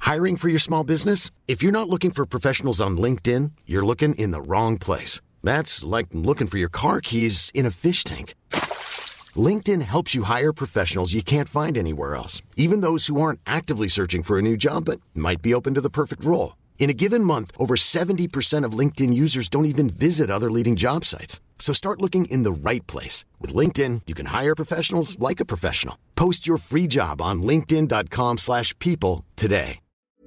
Hiring for your small business? If you're not looking for professionals on LinkedIn, you're looking in the wrong place. That's like looking for your car keys in a fish tank. LinkedIn helps you hire professionals you can't find anywhere else, even those who aren't actively searching for a new job but might be open to the perfect role. In a given month, over 70% of LinkedIn users don't even visit other leading job sites. So start looking in the right place. With LinkedIn, you can hire professionals like a professional. Post your free job on linkedin.com/people today.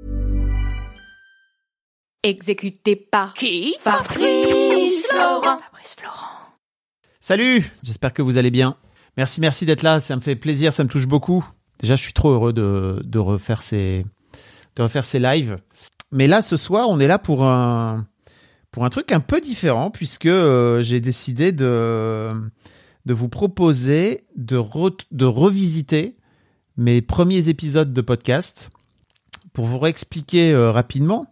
Exécuté par qui? Fabrice Florent. Salut, j'espère que vous allez bien. Merci d'être là, ça me fait plaisir, ça me touche beaucoup. Déjà, je suis trop heureux de refaire ces lives. Mais là, ce soir, on est là pour un truc un peu différent, puisque j'ai décidé de vous proposer de revisiter mes premiers épisodes de podcast. Pour vous réexpliquer rapidement,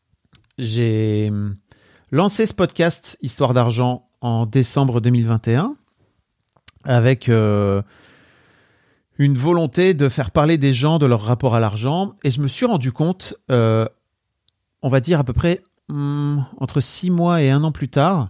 j'ai lancé ce podcast Histoire d'argent en décembre 2021 avec une volonté de faire parler des gens de leur rapport à l'argent. Et je me suis rendu compte, on va dire à peu près entre 6 mois et 1 an plus tard,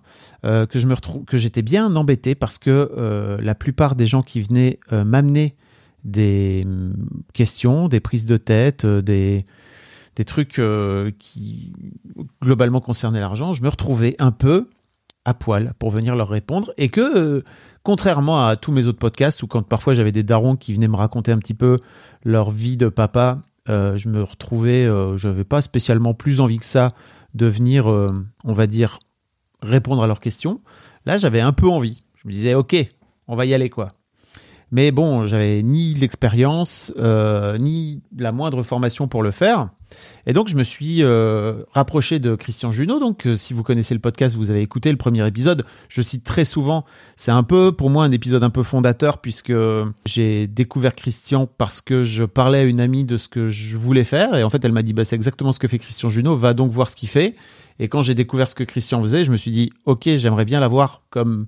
que j'étais bien embêté parce que la plupart des gens qui venaient m'amener des questions, des prises de tête, des trucs qui globalement concernaient l'argent, je me retrouvais un peu à poil pour venir leur répondre, et que contrairement à tous mes autres podcasts où quand parfois j'avais des darons qui venaient me raconter un petit peu leur vie de papa, je me retrouvais, j'avais pas spécialement plus envie que ça de venir, on va dire, répondre à leurs questions. Là, j'avais un peu envie. Je me disais, ok, on va y aller, quoi. Mais bon, j'avais ni l'expérience, ni la moindre formation pour le faire. Et donc, je me suis rapproché de Christian Junod. Donc, si vous connaissez le podcast, vous avez écouté le premier épisode. Je cite très souvent. C'est un peu, pour moi, un épisode un peu fondateur, puisque j'ai découvert Christian parce que je parlais à une amie de ce que je voulais faire. Et en fait, elle m'a dit, c'est exactement ce que fait Christian Junod. Va donc voir ce qu'il fait. Et quand j'ai découvert ce que Christian faisait, je me suis dit, ok, j'aimerais bien l'avoir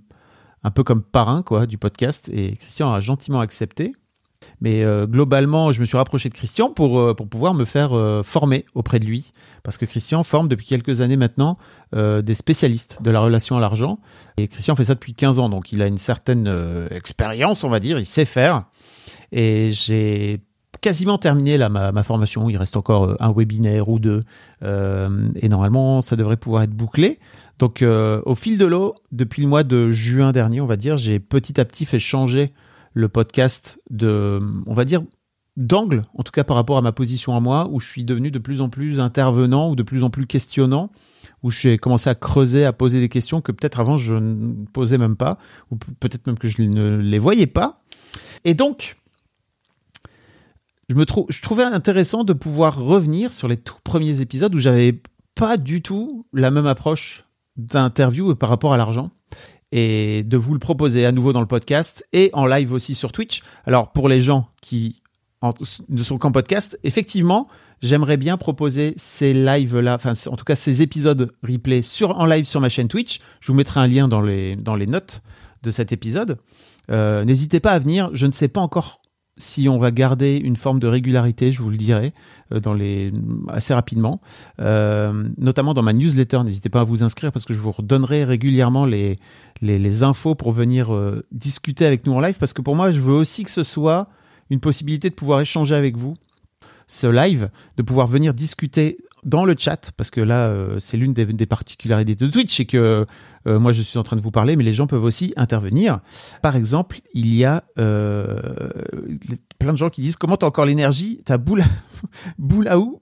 un peu comme parrain, quoi, du podcast. Et Christian a gentiment accepté. Mais globalement, je me suis rapproché de Christian pour pouvoir me faire former auprès de lui. Parce que Christian forme depuis quelques années maintenant des spécialistes de la relation à l'argent. Et Christian fait ça depuis 15 ans. Donc il a une certaine expérience, on va dire. Il sait faire. Et j'ai quasiment terminé là, ma formation. Il reste encore un webinaire ou 2. Et normalement, ça devrait pouvoir être bouclé. Donc au fil de l'eau, depuis le mois de juin dernier, on va dire, j'ai petit à petit fait changer le podcast on va dire, d'angle, en tout cas par rapport à ma position à moi, où je suis devenu de plus en plus intervenant ou de plus en plus questionnant, où j'ai commencé à creuser, à poser des questions que peut-être avant je ne posais même pas, ou peut-être même que je ne les voyais pas. Et donc, je trouvais intéressant de pouvoir revenir sur les tout premiers épisodes où j'avais pas du tout la même approche d'interview par rapport à l'argent, et de vous le proposer à nouveau dans le podcast et en live aussi sur Twitch. Alors, pour les gens qui ne sont qu'en podcast, effectivement, j'aimerais bien proposer ces lives-là, enfin, en tout cas, ces épisodes replay en live sur ma chaîne Twitch. Je vous mettrai un lien dans les notes de cet épisode. N'hésitez pas à venir. Je ne sais pas encore si on va garder une forme de régularité, je vous le dirai assez rapidement, notamment dans ma newsletter. N'hésitez pas à vous inscrire parce que je vous redonnerai régulièrement les infos pour venir discuter avec nous en live, parce que pour moi, je veux aussi que ce soit une possibilité de pouvoir échanger avec vous, ce live, de pouvoir venir discuter dans le chat, parce que là, c'est l'une des particularités de Twitch, c'est que moi, je suis en train de vous parler, mais les gens peuvent aussi intervenir. Par exemple, il y a plein de gens qui disent « Comment t'as encore l'énergie ?» T'as Boubalou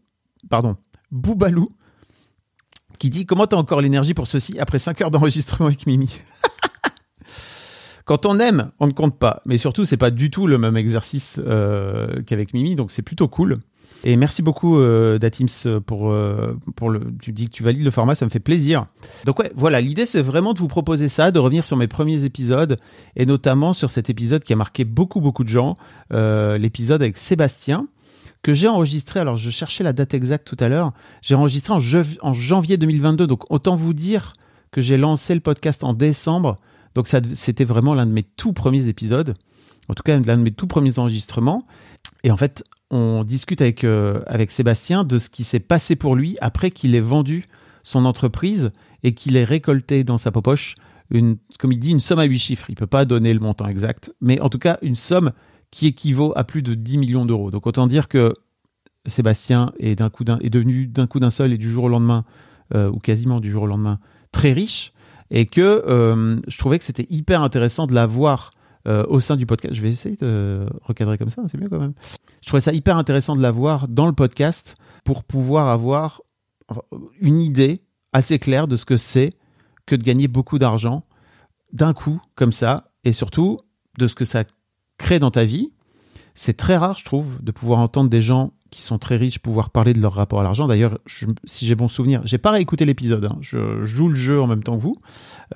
qui dit « Comment t'as encore l'énergie pour ceci après 5 heures d'enregistrement avec Mimi ?» Quand on aime, on ne compte pas. Mais surtout, c'est pas du tout le même exercice qu'avec Mimi, donc c'est plutôt cool. Et merci beaucoup Datims tu dis que tu valides le format, ça me fait plaisir. Donc ouais, voilà, l'idée c'est vraiment de vous proposer ça, de revenir sur mes premiers épisodes, et notamment sur cet épisode qui a marqué beaucoup de gens, l'épisode avec Sébastien, que j'ai enregistré, alors je cherchais la date exacte tout à l'heure, j'ai enregistré en janvier 2022, donc autant vous dire que j'ai lancé le podcast en décembre, donc c'était vraiment l'un de mes tout premiers épisodes, en tout cas l'un de mes tout premiers enregistrements. Et en fait, on discute avec Sébastien de ce qui s'est passé pour lui après qu'il ait vendu son entreprise et qu'il ait récolté dans sa poche comme il dit, une somme à 8 chiffres. Il ne peut pas donner le montant exact, mais en tout cas, une somme qui équivaut à plus de 10 millions d'euros. Donc, autant dire que Sébastien est devenu d'un coup d'un seul et du jour au lendemain, ou quasiment du jour au lendemain, très riche, et que je trouvais que c'était hyper intéressant de l'avoir au sein du podcast. Je vais essayer de recadrer comme ça, c'est mieux quand même. Je trouvais ça hyper intéressant de l'avoir dans le podcast pour pouvoir avoir une idée assez claire de ce que c'est que de gagner beaucoup d'argent d'un coup, comme ça, et surtout de ce que ça crée dans ta vie. C'est très rare, je trouve, de pouvoir entendre des gens qui sont très riches pouvoir parler de leur rapport à l'argent. D'ailleurs, si j'ai bon souvenir, j'ai pas réécouté l'épisode, hein. Je joue le jeu en même temps que vous.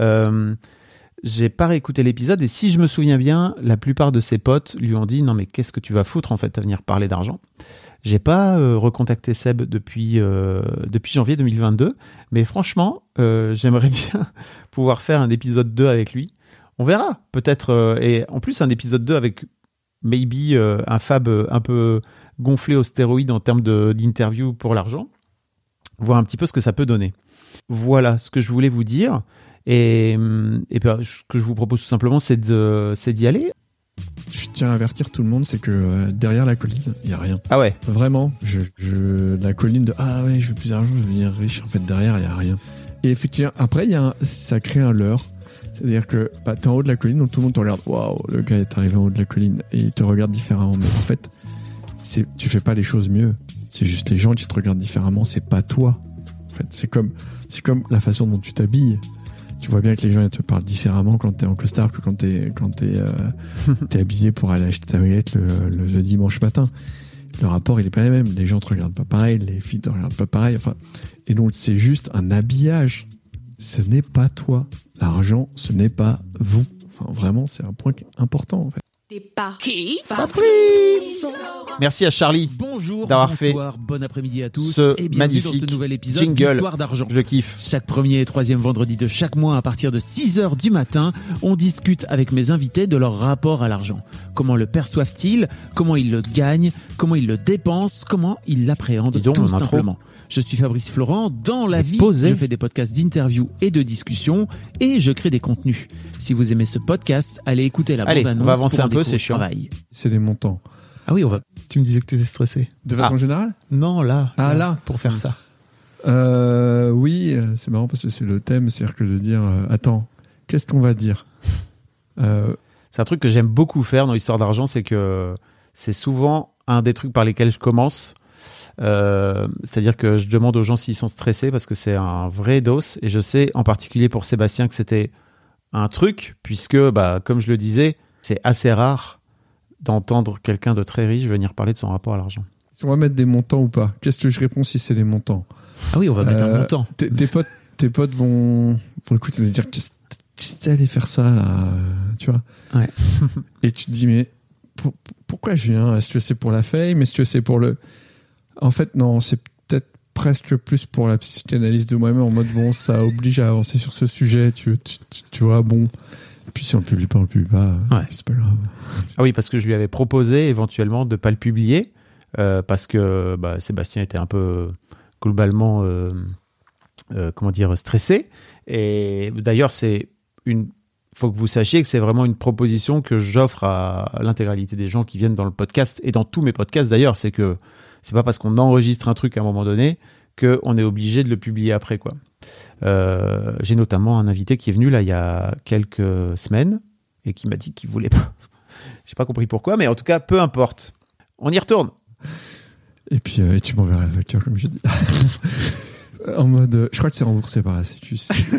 J'ai pas réécouté l'épisode, et si je me souviens bien, la plupart de ses potes lui ont dit « Non mais qu'est-ce que tu vas foutre en fait à venir parler d'argent ?» J'ai pas recontacté Seb depuis janvier 2022, mais franchement, j'aimerais bien pouvoir faire un épisode 2 avec lui. On verra, peut-être, et en plus un épisode 2 avec maybe un Fab un peu gonflé aux stéroïdes en termes d'interview pour l'argent, voir un petit peu ce que ça peut donner. Voilà ce que je voulais vous dire, et ce que je vous propose tout simplement, c'est d'y aller. Je tiens à avertir tout le monde, c'est que derrière la colline, il n'y a rien. Ah ouais. Vraiment, la colline de ah ouais, je veux plus d'argent, je veux devenir riche. En fait, derrière, il n'y a rien. Et effectivement, après, ça crée un leurre. C'est-à-dire que t'es en haut de la colline, donc tout le monde te regarde. Waouh, le gars est arrivé en haut de la colline, et il te regarde différemment. Mais en fait, tu fais pas les choses mieux. C'est juste les gens qui te regardent différemment. C'est pas toi. En fait, c'est comme la façon dont tu t'habilles. Tu vois bien que les gens ils te parlent différemment quand t'es en costard que quand t'es habillé pour aller acheter ta baguette le dimanche matin. Le rapport il est pas le même. Les gens te regardent pas pareil, les filles te regardent pas pareil. Enfin, et donc c'est juste un habillage. Ce n'est pas toi. L'argent, ce n'est pas vous. Enfin, vraiment, c'est un point important en fait. Merci à Charlie. Bonjour, d'avoir bonsoir, bon après-midi à tous ce et bienvenue magnifique dans ce nouvel épisode jingle. d'Histoire d'argent. Je le kiffe. Chaque premier et troisième vendredi de chaque mois à partir de 6h du matin, on discute avec mes invités de leur rapport à l'argent. Comment le perçoivent-ils? Comment ils le gagnent? Comment ils le dépensent? Comment ils l'appréhendent tout simplement? Je suis Fabrice Florent. Dans la vie, je fais des podcasts d'interviews et de discussions et je crée des contenus. Si vous aimez ce podcast, allez écouter la bande-annonce. On va avancer un peu, c'est chiant. C'est les montants. Ah oui, on va. Tu me disais que tu étais stressé. De façon générale? Non, là. Là. Pour faire ça. Oui, c'est marrant parce que c'est le thème, c'est-à-dire que de dire attends, qu'est-ce qu'on va dire? C'est un truc que j'aime beaucoup faire dans l'histoire d'argent, c'est que c'est souvent un des trucs par lesquels je commence. C'est-à-dire que je demande aux gens s'ils sont stressés parce que c'est un vrai dos, et je sais en particulier pour Sébastien que c'était un truc, puisque comme je le disais, c'est assez rare d'entendre quelqu'un de très riche venir parler de son rapport à l'argent. On va mettre des montants ou pas? Qu'est-ce que je réponds si c'est les montants? Ah oui, on va mettre un montant. Tes potes vont écouter et dire qu'est-ce que t'es allé faire ça là, tu vois? Ouais. Et tu te dis mais pourquoi je viens? Est-ce que c'est pour la fame? Est-ce que c'est pour le... En fait, non, c'est peut-être presque plus pour la psychanalyse de moi-même, en mode, bon, ça oblige à avancer sur ce sujet, tu vois, bon. Et puis si on le publie pas, ouais. C'est pas grave. Ah oui, parce que je lui avais proposé éventuellement de pas le publier, parce que Sébastien était un peu globalement, stressé. Et d'ailleurs, faut que vous sachiez que c'est vraiment une proposition que j'offre à l'intégralité des gens qui viennent dans le podcast, et dans tous mes podcasts d'ailleurs, c'est que c'est pas parce qu'on enregistre un truc à un moment donné qu'on est obligé de le publier après, quoi. J'ai notamment un invité qui est venu là il y a quelques semaines et qui m'a dit qu'il voulait pas. J'ai pas compris pourquoi, mais en tout cas, peu importe. On y retourne. Et puis tu m'enverras la facture, comme je dis. En mode, je crois que c'est remboursé par la Sécu.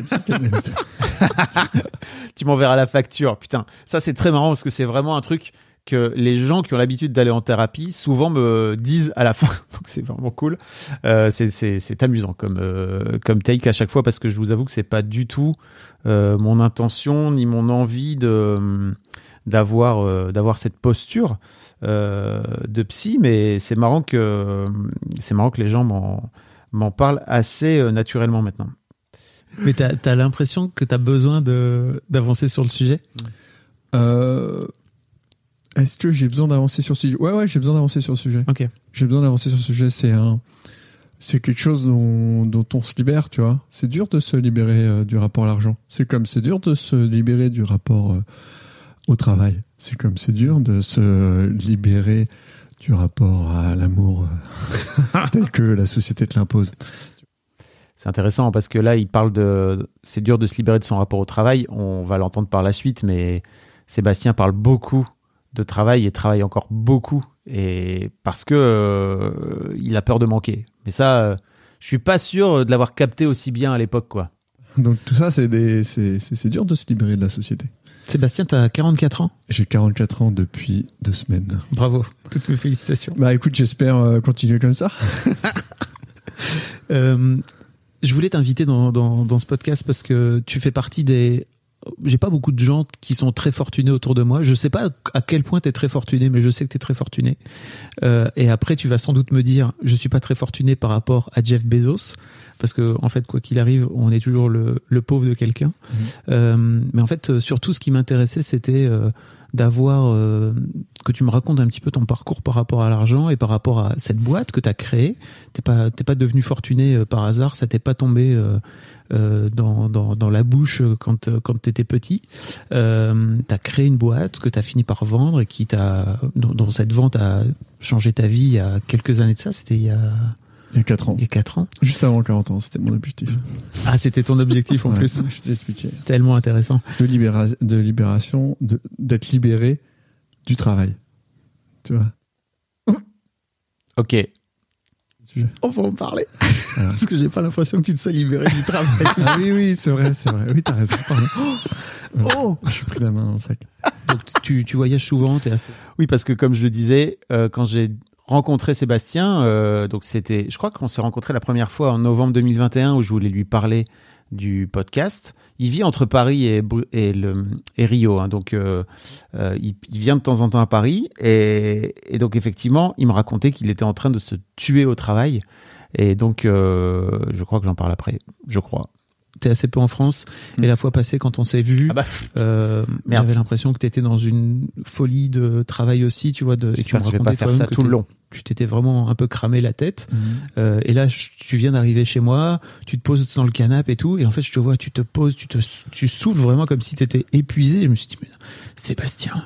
Tu m'enverras la facture. Putain, ça c'est très marrant parce que c'est vraiment un truc que les gens qui ont l'habitude d'aller en thérapie souvent me disent à la fin. Donc c'est vraiment cool. C'est amusant comme take à chaque fois, parce que je vous avoue que c'est pas du tout mon intention ni mon envie d'avoir cette posture de psy, mais c'est marrant que les gens m'en parlent assez naturellement maintenant. Mais t'as l'impression que t'as besoin d'avancer sur le sujet? Est-ce que j'ai besoin d'avancer sur ce sujet ? Ouais, j'ai besoin d'avancer sur ce sujet. Ok. J'ai besoin d'avancer sur ce sujet. C'est quelque chose dont on se libère, tu vois. C'est dur de se libérer du rapport à l'argent. C'est dur de se libérer du rapport au travail. C'est dur de se libérer du rapport à l'amour tel que la société te l'impose. C'est intéressant parce que là, il parle c'est dur de se libérer de son rapport au travail. On va l'entendre par la suite, mais Sébastien parle beaucoup de travail et travaille encore beaucoup, et parce que il a peur de manquer. Mais ça, je suis pas sûr de l'avoir capté aussi bien à l'époque, quoi. Donc tout ça, c'est dur de se libérer de la société. Sébastien, t'as 44 ans ? J'ai 44 ans depuis 2 semaines. Bravo, toutes mes félicitations. Bah écoute, j'espère continuer comme ça. Je voulais t'inviter dans ce podcast parce que tu fais partie des... J'ai pas beaucoup de gens qui sont très fortunés autour de moi. Je sais pas à quel point t'es très fortuné, mais je sais que t'es très fortuné. Et après, tu vas sans doute me dire, je suis pas très fortuné par rapport à Jeff Bezos, parce que en fait, quoi qu'il arrive, on est toujours le pauvre de quelqu'un. Mais en fait, surtout, ce qui m'intéressait, c'était d'avoir que tu me racontes un petit peu ton parcours par rapport à l'argent et par rapport à cette boîte que t'as créée. T'es pas devenu fortuné par hasard, ça t'est pas tombé dans la bouche quand t'étais petit. T'as créé une boîte que t'as fini par vendre et dont cette vente a changé ta vie il y a quelques années de ça. C'était il y a 4 ans. Il y a 4 ans. Juste avant 40 ans, c'était mon objectif. Ah, c'était ton objectif en plus. Je t'ai expliqué. Tellement intéressant. De libération, d'être libéré du travail. Tu vois. Ok. On va en parler. Voilà. Parce que j'ai pas l'impression que tu te sois libéré du travail. Ah oui, c'est vrai. Oui, t'as raison. Pardon. Oh, je suis pris la main dans le sac. Donc, tu voyages souvent, t'es assez... Oui, parce que comme je le disais, quand j'ai rencontré Sébastien, donc je crois qu'on s'est rencontrés la première fois en novembre 2021 où je voulais lui parler du podcast. Il vit entre Paris et Rio, hein, donc il vient de temps en temps à Paris et donc effectivement il me racontait qu'il était en train de se tuer au travail et donc je crois que j'en parle après, je crois. T'es assez peu en France et la fois passée quand on s'est vu, j'avais l'impression que t'étais dans une folie de travail aussi, tu vois, et tu me racontais pas faire ça tout le long. Tu t'étais vraiment un peu cramé la tête. Et là, tu viens d'arriver chez moi, tu te poses dans le canapé et tout, et en fait, je te vois, tu te poses, tu souffles vraiment comme si t'étais épuisé. Je me suis dit, mais Sébastien,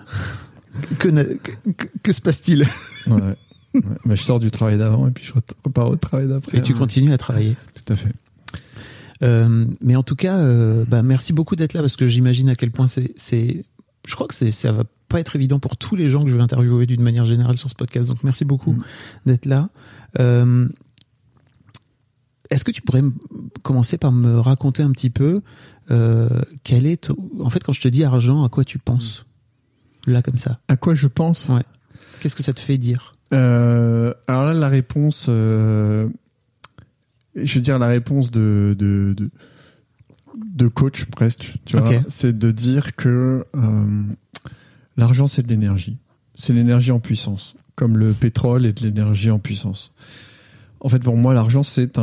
que se passe-t-il? Ouais. Mais je sors du travail d'avant et puis je repars au travail d'après. Et tu continues à travailler. Tout à fait. Mais en tout cas, merci beaucoup d'être là parce que j'imagine à quel point je crois que ça va pas être évident pour tous les gens que je vais interviewer d'une manière générale sur ce podcast. Donc merci beaucoup d'être là. Est-ce que tu pourrais commencer par me raconter un petit peu quel est en fait quand je te dis argent, à quoi tu penses là comme ça? À quoi je pense? Ouais. Qu'est-ce que ça te fait dire? Alors là, la réponse. Je veux dire la réponse de coach presque, tu vois, c'est de dire que l'argent c'est de l'énergie. C'est l'énergie en puissance, comme le pétrole est de l'énergie en puissance. En fait, pour moi, l'argent c'est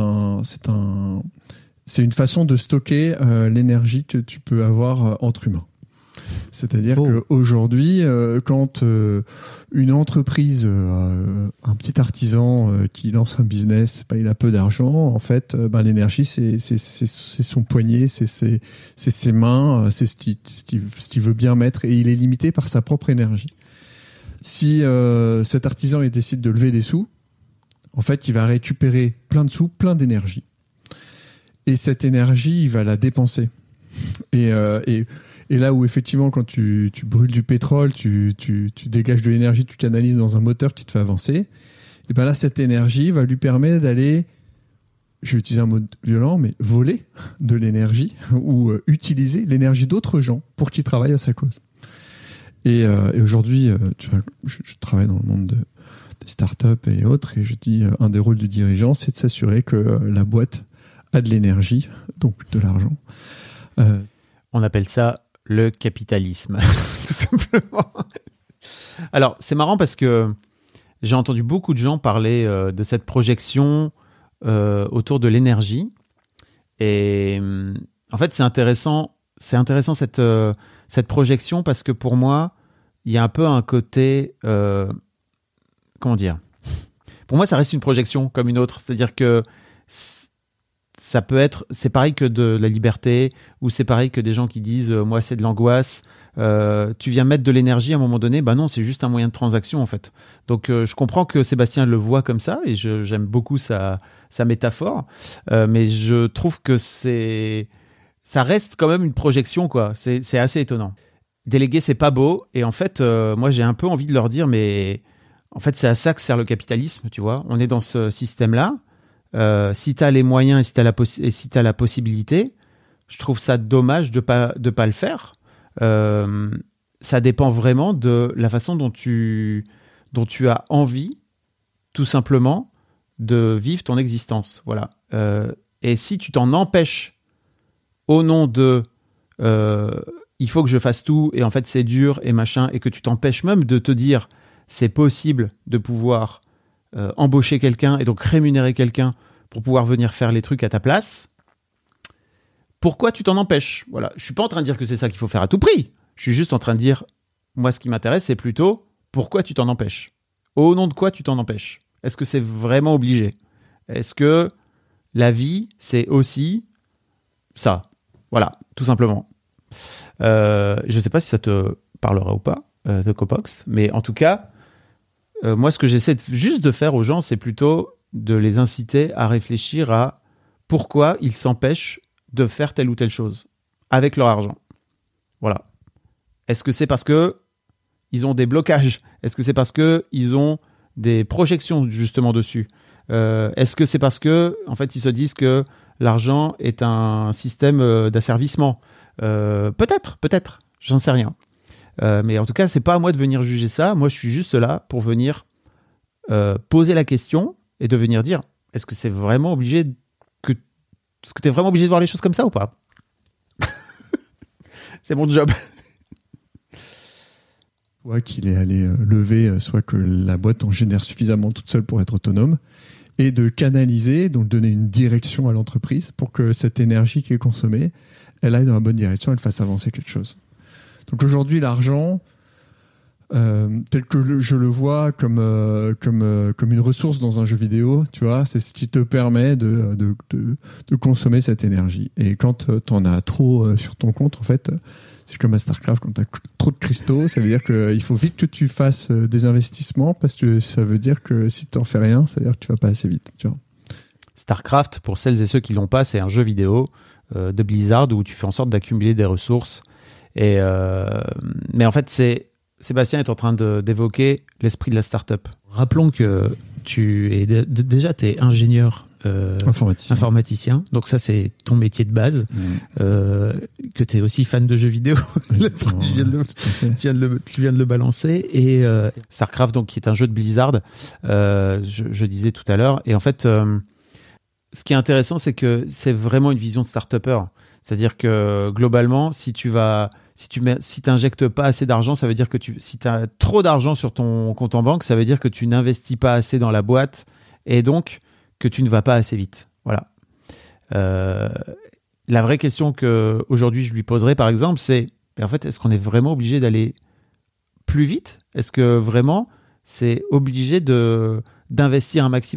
une façon de stocker l'énergie que tu peux avoir entre humains. C'est-à-dire qu'aujourd'hui, quand une entreprise, un petit artisan qui lance un business, il a peu d'argent, en fait, l'énergie, c'est son poignet, c'est ses mains, c'est ce qu'il veut bien mettre, et il est limité par sa propre énergie. Si cet artisan il décide de lever des sous, en fait, il va récupérer plein de sous, plein d'énergie. Et cette énergie, il va la dépenser. Et là où effectivement quand tu brûles du pétrole, tu dégages de l'énergie, tu canalises dans un moteur qui te fait avancer, et là cette énergie va lui permettre d'aller, je vais utiliser un mot violent, mais voler de l'énergie ou utiliser l'énergie d'autres gens pour qu'ils travaillent à sa cause. Et aujourd'hui, tu vois, je travaille dans le monde des startups et autres, et je dis un des rôles du dirigeant, c'est de s'assurer que la boîte a de l'énergie, donc de l'argent. On appelle ça le capitalisme, tout simplement. Alors, c'est marrant parce que j'ai entendu beaucoup de gens parler de cette projection autour de l'énergie. Et en fait, c'est intéressant cette projection parce que pour moi, il y a un peu un côté... comment dire ? Pour moi, ça reste une projection comme une autre. C'est-à-dire que ça peut être... C'est pareil que de la liberté, ou c'est pareil que des gens qui disent « moi, c'est de l'angoisse ». Tu viens mettre de l'énergie à un moment donné, non, c'est juste un moyen de transaction en fait. Donc je comprends que Sébastien le voit comme ça et j'aime beaucoup sa métaphore, mais je trouve que ça reste quand même une projection quoi. C'est assez étonnant. Déléguer c'est pas beau et en fait moi j'ai un peu envie de leur dire mais en fait c'est à ça que sert le capitalisme, tu vois. On est dans ce système là. Si t'as les moyens et si t'as la possibilité, je trouve ça dommage de pas le faire. Ça dépend vraiment de la façon dont tu as envie, tout simplement, de vivre ton existence. Voilà. Et si tu t'en empêches au nom de il faut que je fasse tout et en fait c'est dur et machin, et que tu t'empêches même de te dire c'est possible de pouvoir embaucher quelqu'un et donc rémunérer quelqu'un pour pouvoir venir faire les trucs à ta place, pourquoi tu t'en empêches ? Voilà. Je suis pas en train de dire que c'est ça qu'il faut faire à tout prix. Je suis juste en train de dire, moi, ce qui m'intéresse, c'est plutôt pourquoi tu t'en empêches. Au nom de quoi tu t'en empêches ? Est-ce que c'est vraiment obligé ? Est-ce que la vie, c'est aussi ça ? Voilà, tout simplement. Je sais pas si ça te parlera ou pas, de Copox, mais en tout cas, moi, ce que j'essaie juste de faire aux gens, c'est plutôt de les inciter à réfléchir à pourquoi ils s'empêchent de faire telle ou telle chose avec leur argent. Voilà. Est-ce que c'est parce que ils ont des blocages ? Est-ce que c'est parce que ils ont des projections justement dessus ? Est-ce que c'est parce que en fait ils se disent que l'argent est un système d'asservissement ? Peut-être, j'en sais rien. Mais en tout cas, c'est pas à moi de venir juger ça. Moi, je suis juste là pour venir poser la question et de venir dire est-ce que c'est vraiment obligé est-ce que t'es vraiment obligé de voir les choses comme ça ou pas ? C'est mon job. Soit qu'il est allé lever, soit que la boîte en génère suffisamment toute seule pour être autonome, et de canaliser, donc donner une direction à l'entreprise pour que cette énergie qui est consommée, elle aille dans la bonne direction, elle fasse avancer quelque chose. Donc aujourd'hui, l'argent, tel que je le vois comme une ressource dans un jeu vidéo, tu vois, c'est ce qui te permet de consommer cette énergie. Et quand t'en as trop sur ton compte, en fait, c'est comme à StarCraft, quand t'as trop de cristaux, ça veut dire qu'il faut vite que tu fasses des investissements, parce que ça veut dire que si t'en fais rien, ça veut dire que tu vas pas assez vite, tu vois. StarCraft, pour celles et ceux qui l'ont pas, c'est un jeu vidéo de Blizzard où tu fais en sorte d'accumuler des ressources. Mais en fait, Sébastien est en train d'évoquer l'esprit de la start-up. Rappelons que tu es déjà t'es ingénieur informaticien. Donc ça, c'est ton métier de base. Que tu es aussi fan de jeux vidéo. Tu viens de le balancer. Et StarCraft, donc, qui est un jeu de Blizzard, je disais tout à l'heure. Et en fait, ce qui est intéressant, c'est que c'est vraiment une vision de start-upper. C'est-à-dire que globalement, si t'injectes pas assez d'argent, ça veut dire que si tu as trop d'argent sur ton compte en banque, ça veut dire que tu n'investis pas assez dans la boîte et donc que tu ne vas pas assez vite. Voilà. La vraie question que aujourd'hui je lui poserai, par exemple, c'est en fait, est-ce qu'on est vraiment obligé d'aller plus vite ? Est-ce que vraiment c'est obligé d'investir un maximum ?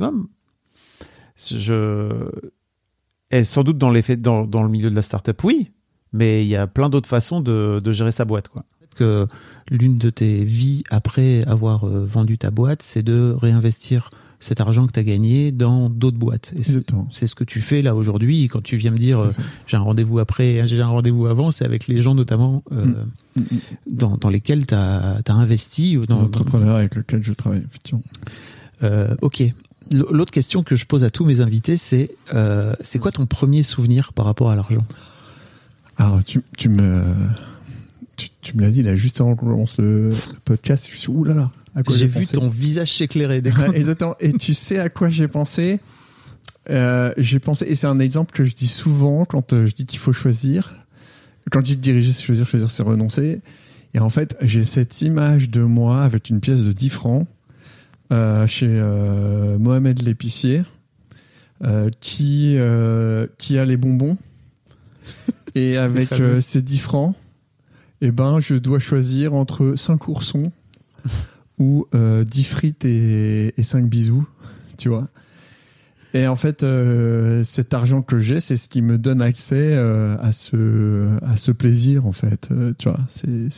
Et sans doute dans le milieu de la start-up, oui. Mais il y a plein d'autres façons de gérer sa boîte, quoi. Que l'une de tes vies après avoir vendu ta boîte, c'est de réinvestir cet argent que tu as gagné dans d'autres boîtes. Et c'est ce que tu fais là aujourd'hui. Quand tu viens me dire j'ai un rendez-vous après, j'ai un rendez-vous avant, c'est avec les gens notamment dans lesquels tu as investi. Dans entrepreneurs avec lesquels je travaille, effectivement. Ok. L'autre question que je pose à tous mes invités, c'est quoi ton premier souvenir par rapport à l'argent ? Alors, tu me l'as dit là juste avant qu'on lance le podcast. Je suis oulala. J'ai vu ton visage s'éclairer. Exactement. Et tu sais à quoi j'ai pensé ? J'ai pensé, et c'est un exemple que je dis souvent quand je dis qu'il faut choisir. Quand je dis diriger, c'est choisir, c'est renoncer. Et en fait, j'ai cette image de moi avec une pièce de 10 francs chez Mohamed l'épicier qui a les bonbons. Et avec ces 10 francs, eh ben, je dois choisir entre 5 oursons ou 10 frites et 5 bisous, tu vois. Et en fait, cet argent que j'ai, c'est ce qui me donne accès à ce plaisir, en fait. Tu vois,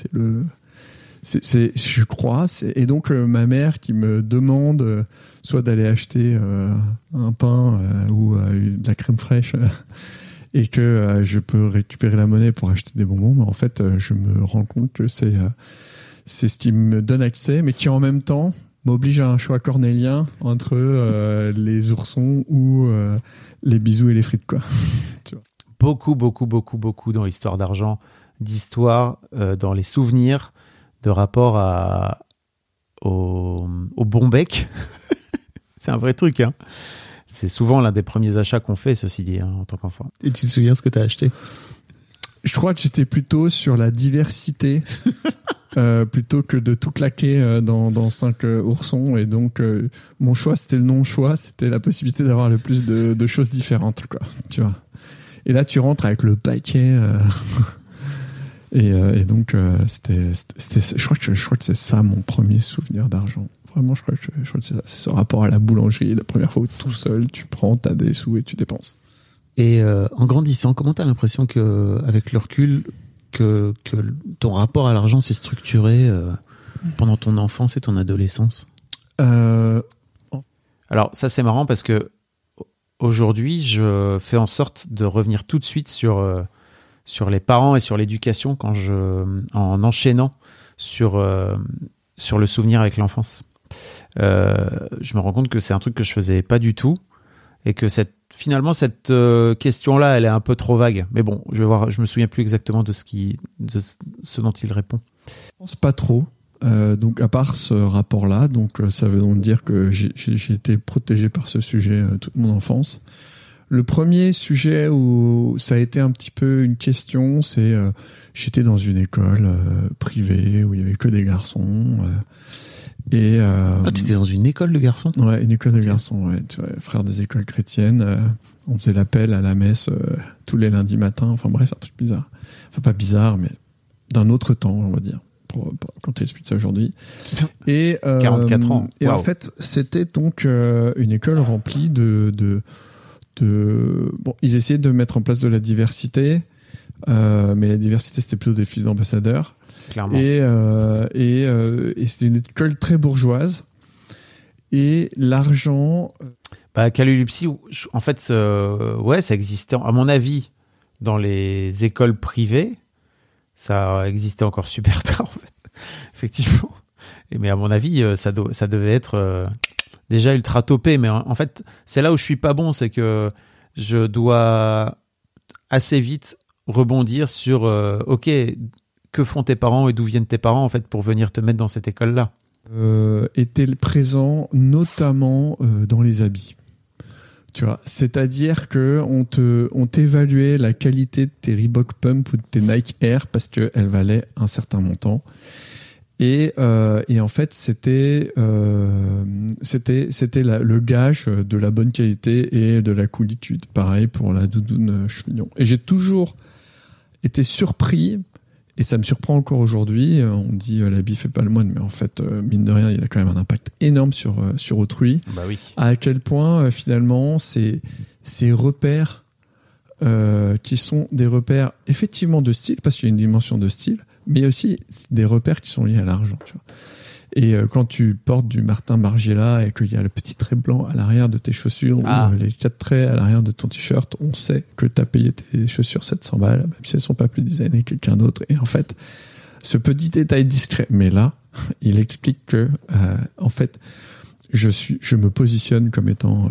je crois. Et donc, ma mère qui me demande soit d'aller acheter un pain ou de la crème fraîche et que je peux récupérer la monnaie pour acheter des bonbons, mais en fait, je me rends compte que c'est ce qui me donne accès, mais qui en même temps m'oblige à un choix cornélien entre les oursons ou les bisous et les frites, quoi. Tu vois. Beaucoup dans l'histoire d'argent, d'histoire, dans les souvenirs, de rapport au bon bec. C'est un vrai truc, hein. C'est souvent l'un des premiers achats qu'on fait, ceci dit, hein, en tant qu'enfant. Et tu te souviens ce que tu as acheté? Je crois que j'étais plutôt sur la diversité plutôt que de tout claquer dans 5 oursons. Et donc, mon choix, c'était le non-choix. C'était la possibilité d'avoir le plus de choses différentes, quoi. Tu vois. Et là, tu rentres avec le paquet. Et donc, c'était, je crois que c'est ça mon premier souvenir d'argent. Vraiment, je crois que c'est ça. C'est ce rapport à la boulangerie. La première fois où tout seul, tu prends, t'as des sous et tu dépenses. Et en grandissant, comment t'as l'impression que, avec le recul, que ton rapport à l'argent s'est structuré pendant ton enfance et ton adolescence? Alors ça c'est marrant parce que aujourd'hui je fais en sorte de revenir tout de suite sur les parents et sur l'éducation en enchaînant sur le souvenir avec l'enfance. Je me rends compte que c'est un truc que je faisais pas du tout et que finalement cette question-là elle est un peu trop vague. Mais bon, je me souviens plus exactement de ce dont il répond. Je pense pas trop. Donc à part ce rapport-là, donc ça veut donc dire que j'ai été protégé par ce sujet toute mon enfance. Le premier sujet où ça a été un petit peu une question, c'est j'étais dans une école privée où il y avait que des garçons. T'étais dans une école de garçons? Ouais, une école de garçons, ouais. Tu vois, frère des écoles chrétiennes. On faisait l'appel à la messe tous les lundis matins. Enfin bref, un truc bizarre. Enfin pas bizarre, mais d'un autre temps, on va dire. Quand tu expliques ça aujourd'hui. Et 44 ans. Et wow. En fait, c'était donc une école remplie de bon, ils essayaient de mettre en place de la diversité, mais la diversité c'était plutôt des fils d'ambassadeurs. Clairement. Et c'était une école très bourgeoise. Et l'argent. Calulupsi, en fait, ouais, ça existait. À mon avis, dans les écoles privées, ça existait encore super tard, en fait. Effectivement. Mais à mon avis, ça devait être déjà ultra topé. Mais en fait, c'est là où je suis pas bon, c'est que je dois assez vite rebondir sur OK, que font tes parents et d'où viennent tes parents, en fait, pour venir te mettre dans cette école-là? Était présent notamment dans les habits. Tu vois, c'est-à-dire que on t'évaluait la qualité de tes Reebok Pump ou de tes Nike Air parce qu'elles valaient un certain montant. Et en fait, c'était le gage de la bonne qualité et de la coolitude. Pareil pour la doudoune chevignon. Et j'ai toujours été surpris. Et ça me surprend encore aujourd'hui. On dit l'habit fait pas le moine, mais en fait, mine de rien, il a quand même un impact énorme sur autrui. Bah oui. À quel point, finalement, ces repères qui sont des repères effectivement de style, parce qu'il y a une dimension de style, mais aussi des repères qui sont liés à l'argent. Tu vois. Et quand tu portes du Martin Margiela et qu'il y a le petit trait blanc à l'arrière de tes chaussures ou les 4 traits à l'arrière de ton t-shirt, on sait que tu as payé tes chaussures 700 balles, même si elles ne sont pas plus designées que quelqu'un d'autre. Et en fait, ce petit détail discret, mais là, il explique que, en fait, je me positionne comme étant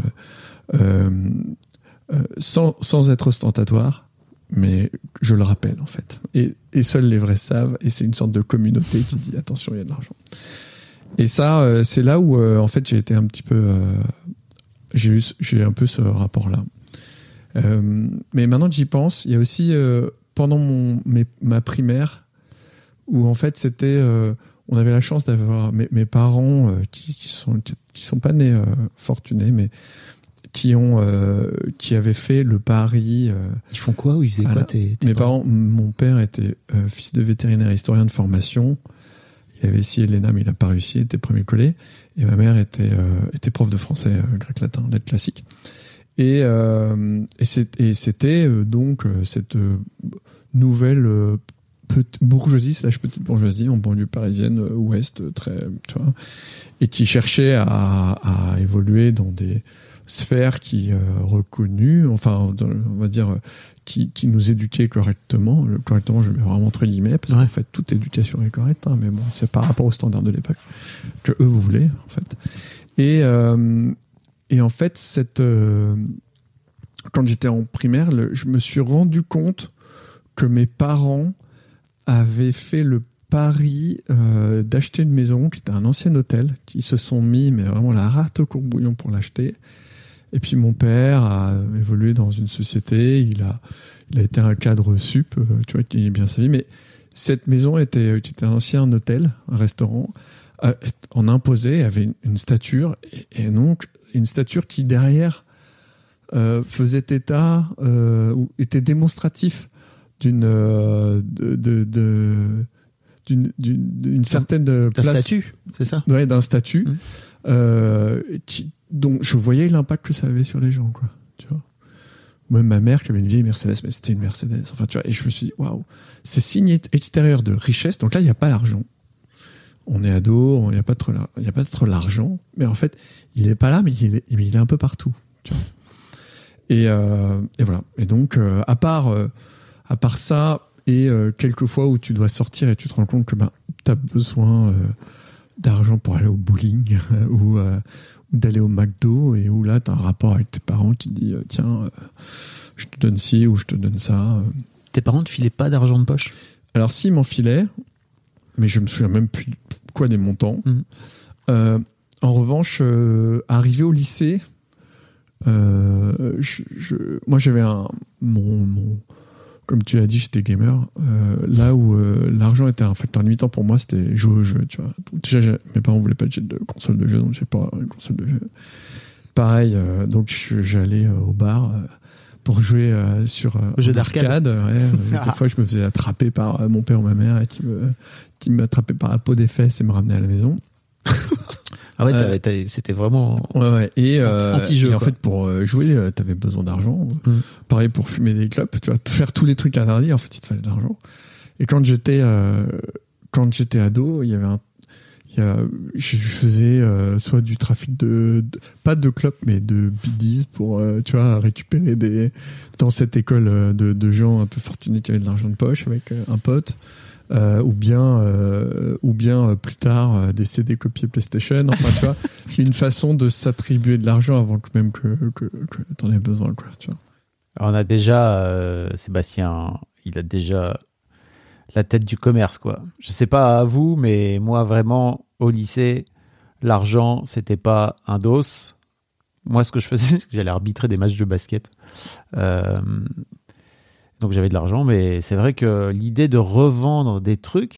sans être ostentatoire, mais je le rappelle, en fait. Et seuls les vrais savent, et c'est une sorte de communauté qui dit attention, il y a de l'argent. Et ça, c'est là où, en fait, j'ai été un petit peu. J'ai un peu ce rapport-là. Mais maintenant que j'y pense, il y a aussi, pendant ma primaire, où en fait, c'était. On avait la chance d'avoir mes parents qui sont pas nés fortunés, mais qui avaient fait le pari. Ils font quoi ou ils faisaient quoi tes Mes parents, mon père était fils de vétérinaire, historien de formation. Il avait essayé l'ENA, mais il n'a pas réussi, il était premier collé. Et ma mère était prof de français, grec-latin, lettres classiques. Et c'était donc cette nouvelle bourgeoisie / petite bourgeoisie en banlieue parisienne ouest, très, tu vois, et qui cherchait à évoluer dans des sphères qui reconnues, enfin, on va dire, qui nous éduquaient correctement. Correctement, je mets vraiment entre guillemets, parce qu'en fait, toute éducation est correcte, hein, mais bon, c'est par rapport aux standards de l'époque que eux voulaient, en fait. Et en fait, quand j'étais en primaire, je me suis rendu compte que mes parents avaient fait le pari d'acheter une maison qui était un ancien hôtel, qui se sont mis, mais vraiment la rate au courbouillon pour l'acheter. Et puis mon père a évolué dans une société, il a été un cadre sup, tu vois, qui est bien sa vie. Mais cette maison était un ancien hôtel, un restaurant, en imposé, avait une stature, et donc une stature qui derrière faisait état ou était démonstratif d'une certaine place. Un statut, c'est ça? Ouais, d'un statut. Donc je voyais l'impact que ça avait sur les gens, quoi. Tu vois. Même ma mère qui avait une vieille Mercedes, mais c'était une Mercedes. Enfin, tu vois. Et je me suis dit, waouh, c'est signe extérieur de richesse. Donc là, il n'y a pas l'argent. On est ado, il n'y a pas trop l'argent. Mais en fait, il n'est pas là, mais il est un peu partout. Tu vois. Et voilà. Et donc, à part ça, et quelques fois où tu dois sortir et tu te rends compte que tu as besoin d'argent pour aller au bowling ou d'aller au McDo, et où là, tu as un rapport avec tes parents qui dit tiens, je te donne ci ou je te donne ça. Tes parents ne te filaient pas d'argent de poche? Alors, si, ils m'en filaient, mais je me souviens même plus quoi des montants. En revanche, arrivé au lycée, moi j'avais comme tu as dit, j'étais gamer. Là où l'argent était un facteur limitant pour moi, c'était jouer au jeu, tu vois. Donc, déjà, mes parents voulaient pas que j'ai de console de jeu, donc j'ai pas une console de jeu. Pareil, donc j'allais au bar pour jouer sur jeu d'arcade. Des fois, je me faisais attraper par mon père ou ma mère qui m'attrapait par la peau des fesses et me ramenait à la maison. Ah ouais, c'était vraiment anti-jeu. Et en fait, pour jouer, t'avais besoin d'argent. Pareil pour fumer des clopes, tu vois, faire tous les trucs interdits, en fait, il te fallait de l'argent. Et quand j'étais ado, je faisais soit du trafic pas de clopes, mais de biddies pour, tu vois, récupérer dans cette école de gens un peu fortunés qui avaient de l'argent de poche avec un pote. Ou bien plus tard des CD copiés PlayStation, enfin tu vois, une façon de s'attribuer de l'argent avant que même que t'en aies besoin, quoi, tu vois. Alors on a déjà Sébastien, il a déjà la tête du commerce, quoi. Je sais pas à vous, mais moi vraiment au lycée, l'argent c'était pas un dos. Moi ce que je faisais, c'est que j'allais arbitrer des matchs de basket. Donc j'avais de l'argent, mais c'est vrai que l'idée de revendre des trucs...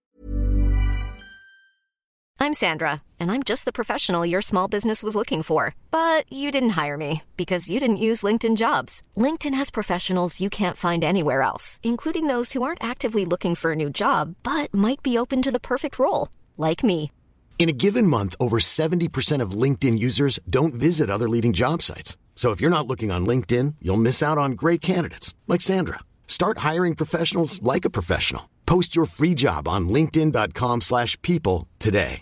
I'm Sandra, and I'm just the professional your small business was looking for. But you didn't hire me, because you didn't use LinkedIn Jobs. LinkedIn has professionals you can't find anywhere else, including those who aren't actively looking for a new job, but might be open to the perfect role, like me. In a given month, over 70% of LinkedIn users don't visit other leading job sites. So if you're not looking on LinkedIn, you'll miss out on great candidates, like Sandra. Start hiring professionals like a professional. Post your free job on linkedin.com/people today.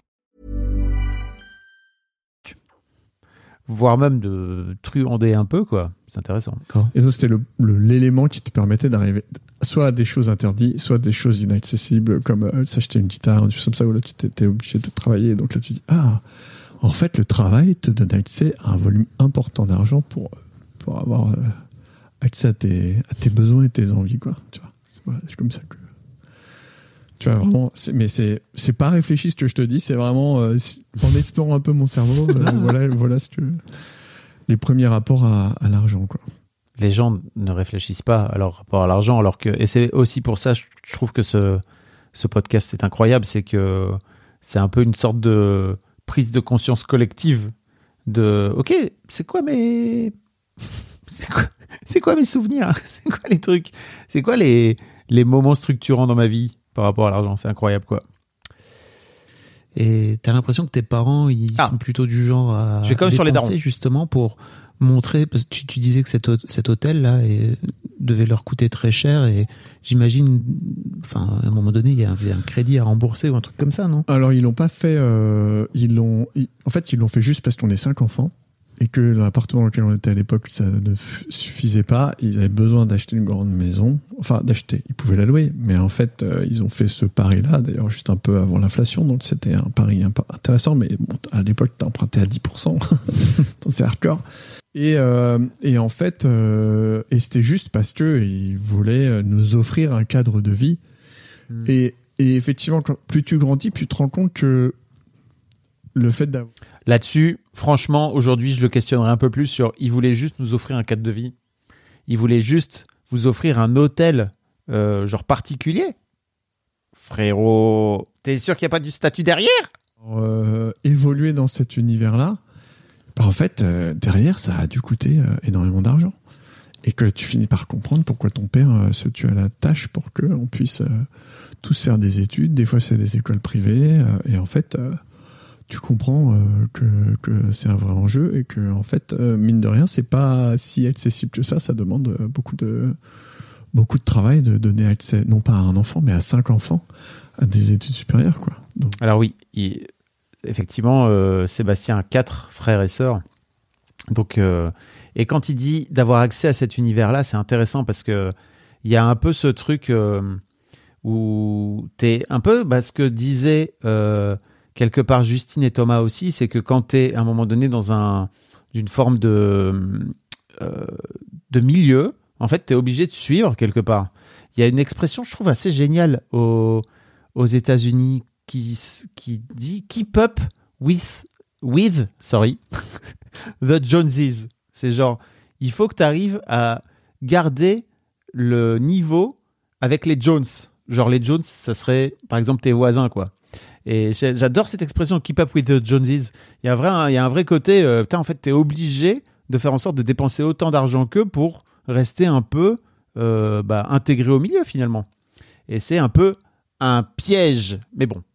Voire même de truander un peu, quoi. C'est intéressant. Et ça, c'était l'élément qui te permettait d'arriver soit à des choses interdites, soit à des choses inaccessibles, comme s'acheter une guitare, des choses comme ça, où là, tu étais obligé de travailler. Donc là, tu dis, en fait, le travail te donne accès à un volume important d'argent pour avoir... accès à tes besoins et tes envies, quoi. Tu vois, c'est comme ça que tu vois, vraiment, mais c'est pas réfléchi ce que je te dis, c'est vraiment en explorant un peu mon cerveau, voilà ce que les premiers rapports à l'argent, quoi. Les gens ne réfléchissent pas à leur rapport à l'argent, alors que, et c'est aussi pour ça, je trouve que ce podcast est incroyable, c'est que c'est un peu une sorte de prise de conscience collective de, ok, c'est quoi mes C'est quoi mes souvenirs? C'est quoi les trucs? C'est quoi les moments structurants dans ma vie par rapport à l'argent? C'est incroyable, quoi. Et t'as l'impression que tes parents, ils sont plutôt du genre à je vais comme sur les darons, justement pour montrer, parce que tu disais que cet hôtel-là devait leur coûter très cher, et j'imagine, enfin, à un moment donné, il y avait un crédit à rembourser ou un truc comme ça, non? Alors, ils l'ont pas fait, en fait, ils l'ont fait juste parce qu'on est 5 enfants. Et que l'appartement dans lequel on était à l'époque, ça ne suffisait pas. Ils avaient besoin d'acheter une grande maison. Enfin, d'acheter. Ils pouvaient la louer. Mais en fait, ils ont fait ce pari-là, d'ailleurs, juste un peu avant l'inflation. Donc, c'était un pari un peu intéressant. Mais bon, à l'époque, t'as emprunté à 10%. Donc, c'est hardcore. Et en fait, et c'était juste parce que ils voulaient nous offrir un cadre de vie. Et effectivement, plus tu grandis, plus tu te rends compte que le fait d'avoir... Là-dessus, franchement, aujourd'hui, je le questionnerai un peu plus sur... Ils voulaient juste nous offrir un cadre de vie. Ils voulaient juste vous offrir un hôtel, genre particulier. Frérot, t'es sûr qu'il n'y a pas du statut derrière? Évoluer dans cet univers-là, en fait, derrière, ça a dû coûter énormément d'argent. Et que tu finis par comprendre pourquoi ton père se tue à la tâche pour qu'on puisse tous faire des études. Des fois, c'est des écoles privées. Et en fait... tu comprends que c'est un vrai enjeu et que, en fait, mine de rien, c'est pas si accessible que ça. Ça demande beaucoup de travail de donner accès, non pas à un enfant, mais à 5 enfants, à des études supérieures, quoi. Donc... Alors oui, effectivement, Sébastien a 4 frères et sœurs. Donc, et quand il dit d'avoir accès à cet univers-là, c'est intéressant parce que il y a un peu ce truc où t'es un peu, ce que disait quelque part Justine et Thomas aussi, c'est que quand tu es à un moment donné dans une forme de milieu, en fait, tu es obligé de suivre quelque part. Il y a une expression, je trouve, assez géniale aux États-Unis qui dit « keep up with the Joneses ». C'est genre, il faut que tu arrives à garder le niveau avec les Jones. Genre, les Jones, ça serait, par exemple, tes voisins, quoi. Et j'adore cette expression « keep up with the Joneses ». Il y a un vrai côté, en fait, t'es obligé de faire en sorte de dépenser autant d'argent qu'eux pour rester un peu intégré au milieu, finalement. Et c'est un peu un piège, mais bon.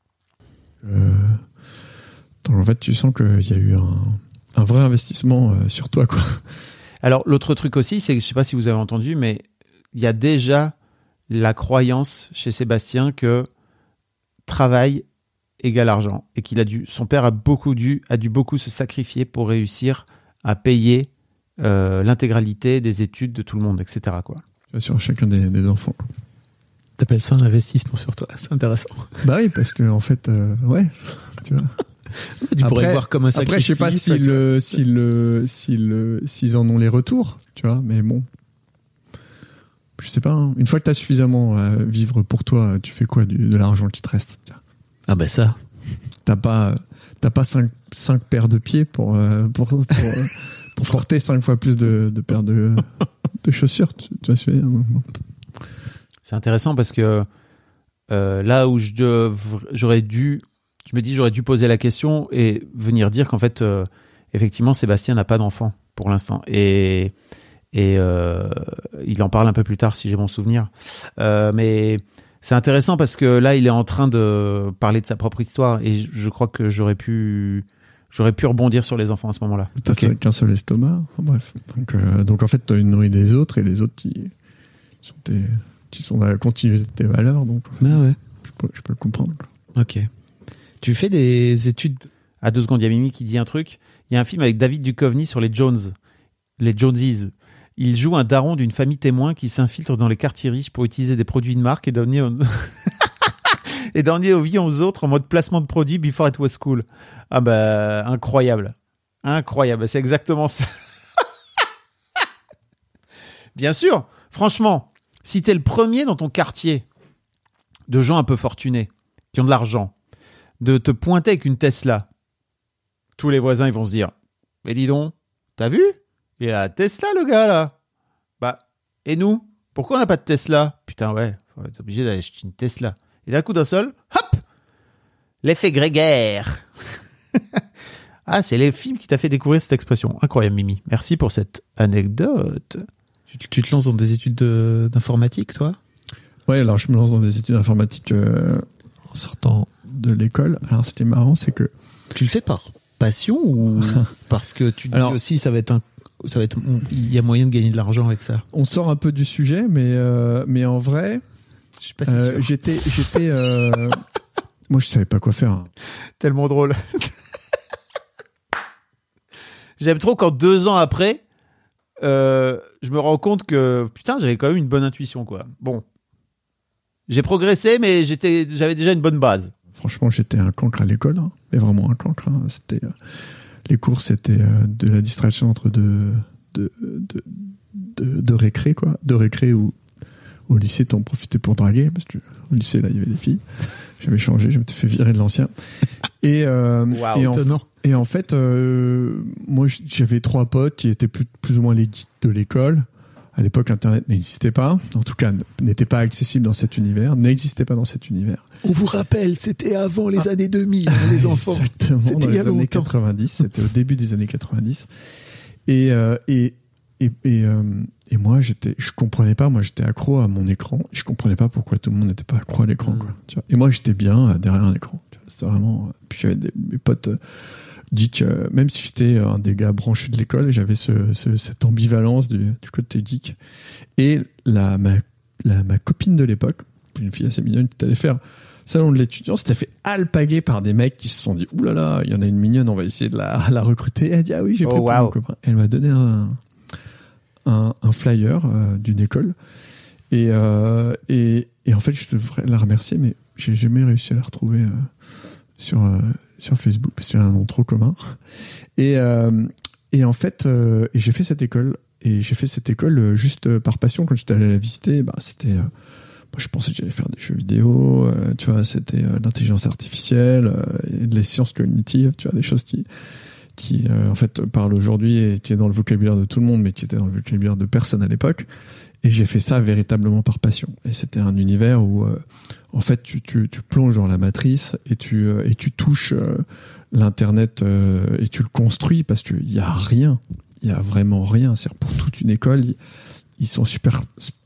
Donc, en fait, tu sens qu'il y a eu un vrai investissement sur toi, quoi. Alors, l'autre truc aussi, c'est que je ne sais pas si vous avez entendu, mais il y a déjà la croyance chez Sébastien que travail égale argent et son père a dû beaucoup se sacrifier pour réussir à payer l'intégralité des études de tout le monde, etc., quoi. Sur chacun des enfants. T'appelles ça un investissement sur toi, c'est intéressant. Bah oui, parce que en fait, ouais, tu vois. Tu pourrais voir comme un sacrifice. Après, je sais pas s'ils en ont les retours, tu vois, mais bon. Je sais pas, hein. Une fois que t'as suffisamment à vivre pour toi, tu fais quoi de l'argent qui te reste? Ah ben ça. T'as pas 5 paires de pieds pour porter 5 fois plus de paires de chaussures, tu vas suivre. C'est intéressant parce que là où j'aurais dû poser la question et venir dire qu'en fait, effectivement, Sébastien n'a pas d'enfant pour l'instant. Et il en parle un peu plus tard, si j'ai bon souvenir. Mais c'est intéressant parce que là, il est en train de parler de sa propre histoire et je crois que j'aurais pu rebondir sur les enfants à ce moment-là. T'as qu'un seul estomac. Enfin, bref. Donc en fait, t'as une nourrie des autres et les autres qui sont dans la continuité de tes valeurs. Donc, ouais. Je peux le comprendre. Ok. Tu fais des études. À 2 secondes, il y a Mimi qui dit un truc. Il y a un film avec David Duchovny sur les Joneses. Il joue un daron d'une famille témoin qui s'infiltre dans les quartiers riches pour utiliser des produits de marque et donner vie aux autres en mode placement de produits before it was cool. Ah bah, incroyable. C'est exactement ça. Bien sûr, franchement, si t'es le premier dans ton quartier de gens un peu fortunés, qui ont de l'argent, de te pointer avec une Tesla, tous les voisins ils vont se dire « Mais dis donc, t'as vu ? Il a la Tesla, le gars, là. Bah, et nous ? Pourquoi on n'a pas de Tesla ? Putain, ouais, faut être obligé d'aller acheter une Tesla. » Et d'un coup d'un seul, hop ! L'effet grégaire. Ah, c'est les films qui t'a fait découvrir cette expression. Incroyable, Mimi. Merci pour cette anecdote. Tu te lances dans des études d'informatique, toi? Ouais, alors je me lance dans des études informatiques en sortant de l'école. Alors, ce qui est marrant, c'est que... Tu le fais par passion ou parce que tu te dis aussi il y a moyen de gagner de l'argent avec ça? On sort un peu du sujet, mais en vrai, Je suis pas si sûr. j'étais moi, je savais pas quoi faire. Tellement drôle. J'aime trop quand 2 ans après, je me rends compte que putain, j'avais quand même une bonne intuition, quoi. Bon, j'ai progressé, mais j'avais déjà une bonne base. Franchement, j'étais un cancre à l'école, hein, mais vraiment un cancre. Hein. C'était les cours, c'était de la distraction entre deux récré, quoi. De récré où au lycée, t'en profitais pour draguer, parce que au lycée, là, il y avait des filles. J'avais changé, je m'étais fait virer de l'ancien. Et en fait, moi, j'avais 3 potes qui étaient plus ou moins les geeks de l'école. À l'époque, Internet n'existait pas. En tout cas, n'était pas accessible dans cet univers. N'existait pas dans cet univers. On vous rappelle, c'était avant les années 2000, les enfants. Exactement, c'était dans il y a les années longtemps. 90. C'était au début des années 90. Et moi, je comprenais pas. Moi, j'étais accro à mon écran. Je comprenais pas pourquoi tout le monde n'était pas accro à l'écran, quoi. Tu vois. Et moi, j'étais bien derrière un écran. Tu vois. C'était vraiment. Puis j'avais mes potes geeks. Même si j'étais un des gars branchés de l'école, j'avais cette ambivalence du côté geek. Et ma copine de l'époque, une fille assez mignonne, qui allait faire salon de l'étudiant, s'était fait alpaguer par des mecs qui se sont dit « Ouh là là, il y en a une mignonne, on va essayer de la recruter. » Elle a dit « Ah oui, j'ai pris pour mon copain. » Elle m'a donné un flyer d'une école. Et en fait, je devrais la remercier, mais j'ai jamais réussi à la retrouver sur Facebook, parce qu'elle a un nom trop commun. Et en fait, j'ai fait cette école. Et j'ai fait cette école juste par passion. Quand j'étais allé la visiter, c'était... moi, je pensais que j'allais faire des jeux vidéo, tu vois, c'était l'intelligence artificielle, et de les sciences cognitives, tu vois, des choses qui en fait parlent aujourd'hui et qui est dans le vocabulaire de tout le monde, mais qui était dans le vocabulaire de personne à l'époque. Et j'ai fait ça véritablement par passion. Et c'était un univers où, en fait, tu plonges dans la matrice et tu touches l'internet et tu le construis, parce qu'il y a rien, il y a vraiment rien. C'est-à-dire, pour toute une école, ils sont super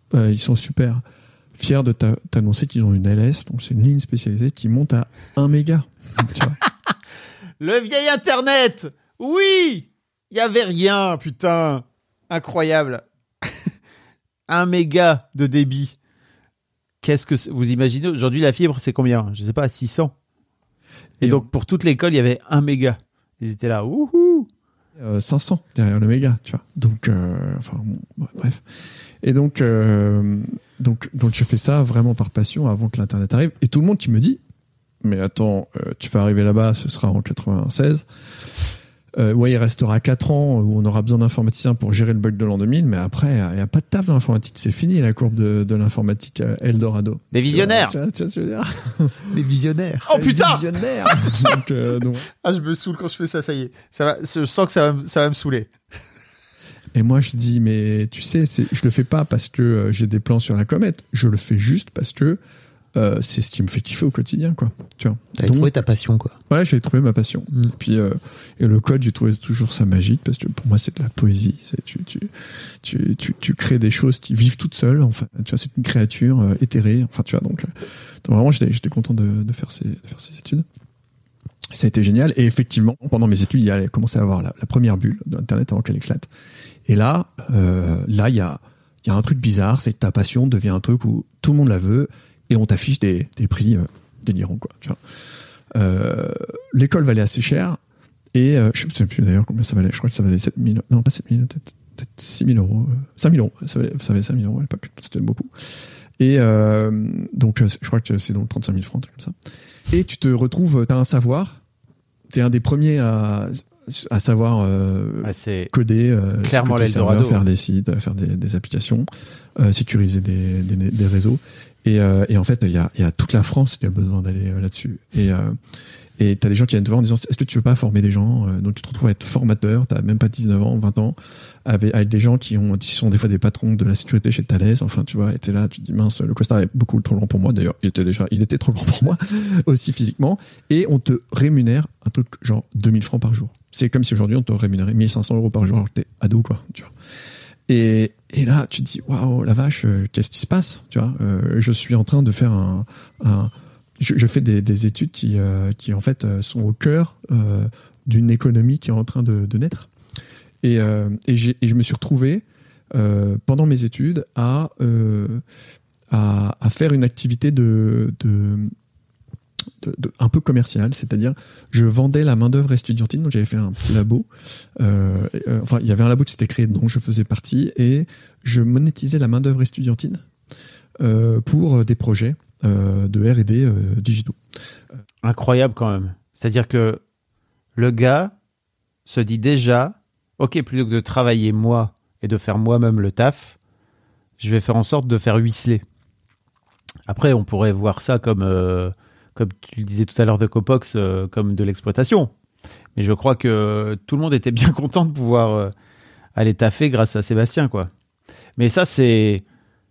fiers de t'annoncer qu'ils ont une LS, donc c'est une ligne spécialisée qui monte à 1 méga. Tu vois. Le vieil Internet. Oui, il y avait rien, putain, incroyable. 1 méga de débit. Qu'est-ce que vous imaginez aujourd'hui, la fibre, c'est combien? Je sais pas, 600. Et donc pour toute l'école, il y avait 1 méga. Ils étaient là, wouhou. 500 derrière le méga, tu vois. Donc, bref. Et donc je fais ça vraiment par passion avant que l'internet arrive. Et tout le monde qui me dit, mais attends, tu vas arriver là-bas, ce sera en 96. Ouais, il restera 4 ans où on aura besoin d'informaticiens pour gérer le bug de l'an 2000, mais après, il n'y a pas de taf dans l'informatique. C'est fini, la courbe de l'informatique Eldorado. Des visionnaires. Tu vois ce que je veux dire? Des visionnaires. Oh putain. Des visionnaires. donc. Ah, je me saoule quand je fais ça, ça y est. Je sens que ça va me saouler. Et moi, je dis, mais tu sais, je le fais pas parce que j'ai des plans sur la comète. Je le fais juste parce que c'est ce qui me fait kiffer au quotidien, quoi. Tu vois. T'avais trouvé ta passion, quoi. Ouais, j'ai trouvé ma passion. Et puis, et le code, j'ai trouvé toujours ça magique, parce que pour moi, c'est de la poésie. Tu crées des choses qui vivent toutes seules. Enfin, tu vois, c'est une créature éthérée. Enfin, tu vois, donc vraiment, j'étais content de faire ces études. Ça a été génial. Et effectivement, pendant mes études, il y a commencé à avoir la première bulle d'Internet avant qu'elle éclate. Et là, il y a un truc bizarre, c'est que ta passion devient un truc où tout le monde la veut et on t'affiche des prix délirants, quoi. Tu vois. L'école valait assez cher et je ne sais plus d'ailleurs combien ça valait. Je crois que ça valait 7 000, non pas 7 000, peut-être 6 000 euros, 5 000 euros. Ça valait 5 000 euros à l'époque, c'était beaucoup. Et donc, je crois que c'est donc 35 000 francs, comme ça. Et tu te retrouves, t'as un savoir, t'es un des premiers à savoir coder, clairement l'Eldorado, faire des sites, faire des applications, sécuriser des réseaux. Et en fait, il y a toute la France qui a besoin d'aller là-dessus. Et t'as des gens qui viennent te voir en disant, est-ce que tu veux pas former des gens? Donc tu te retrouves à être formateur, t'as même pas 19 ans, 20 ans, avec des gens qui sont des fois des patrons de la sécurité chez Thales. Enfin, tu vois, et t'es là, tu te dis, mince, le costard est beaucoup trop grand pour moi. D'ailleurs, il était trop grand pour moi, aussi physiquement. Et on te rémunère un truc genre 2000 francs par jour. C'est comme si aujourd'hui on te rémunérait 1500 € par jour alors que t'es ado, quoi. Tu vois. Et là, tu te dis, waouh, la vache, qu'est-ce qui se passe, tu vois. Je suis en train de faire je fais des études qui en fait sont au cœur d'une économie qui est en train de naître. Et je me suis retrouvé pendant mes études à faire une activité de un peu commerciale, c'est-à-dire je vendais la main-d'œuvre estudiantine. Donc j'avais fait un petit labo. Enfin, il y avait un labo qui s'était créé dont je faisais partie et je monétisais la main-d'œuvre estudiantine pour des projets de R&D digitaux. Incroyable quand même. C'est-à-dire que le gars se dit déjà, ok, plutôt que de travailler moi et de faire moi-même le taf, je vais faire en sorte de faire huisseler. Après, on pourrait voir ça comme tu le disais tout à l'heure de Copox, comme de l'exploitation. Mais je crois que tout le monde était bien content de pouvoir aller taffer grâce à Sébastien, quoi. Mais ça, c'est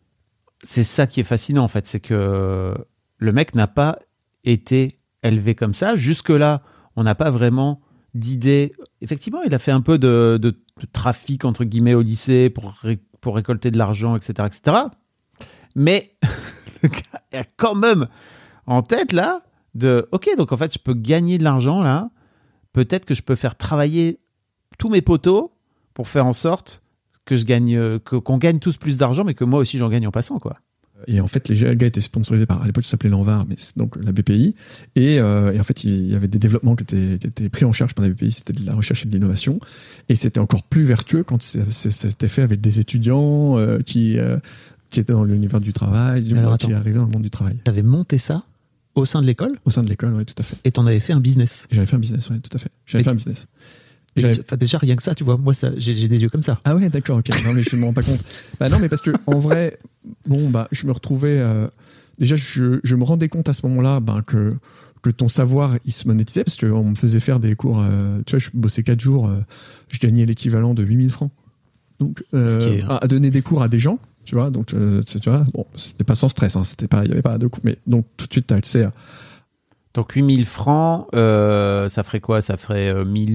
ça qui est fascinant, en fait. C'est que le mec n'a pas été élevé comme ça. Jusque-là, on n'a pas vraiment d'idée. Effectivement, il a fait un peu de trafic, entre guillemets, au lycée pour récolter de l'argent, etc., etc. Mais le gars a quand même en tête, là, OK, donc en fait, je peux gagner de l'argent, là. Peut-être que je peux faire travailler tous mes potos pour faire en sorte que qu'on gagne tous plus d'argent, mais que moi aussi, j'en gagne en passant, quoi. Et en fait, les gars étaient sponsorisés par, à l'époque, ça s'appelait l'Envar, mais c'est donc la BPI. Et en fait, il y avait des développements qui étaient pris en charge par la BPI. C'était de la recherche et de l'innovation. Et c'était encore plus vertueux quand c'était fait avec des étudiants qui étaient dans l'univers du travail, qui arrivaient dans le monde du travail. T'avais monté ça au sein de l'école ? Au sein de l'école, oui, tout à fait. Et t'en avais fait un business ? J'avais fait un business, oui, tout à fait. J'avais fait un business. Enfin, déjà, rien que ça, tu vois, moi, j'ai des yeux comme ça. Ah ouais, d'accord, ok. Non, mais je me rends pas compte. Bah non, mais parce que, en vrai, je me retrouvais, déjà, je me rendais compte à ce moment-là, que ton savoir, il se monétisait, parce qu'on me faisait faire des cours, tu vois, je bossais 4 jours, je gagnais l'équivalent de 8000 francs. Donc, à donner des cours à des gens, tu vois, donc, tu vois, bon, c'était pas sans stress, hein, il y avait pas de cours, mais donc, tout de suite, t'as accès à. Donc, 8000 francs, ça ferait quoi? Ça ferait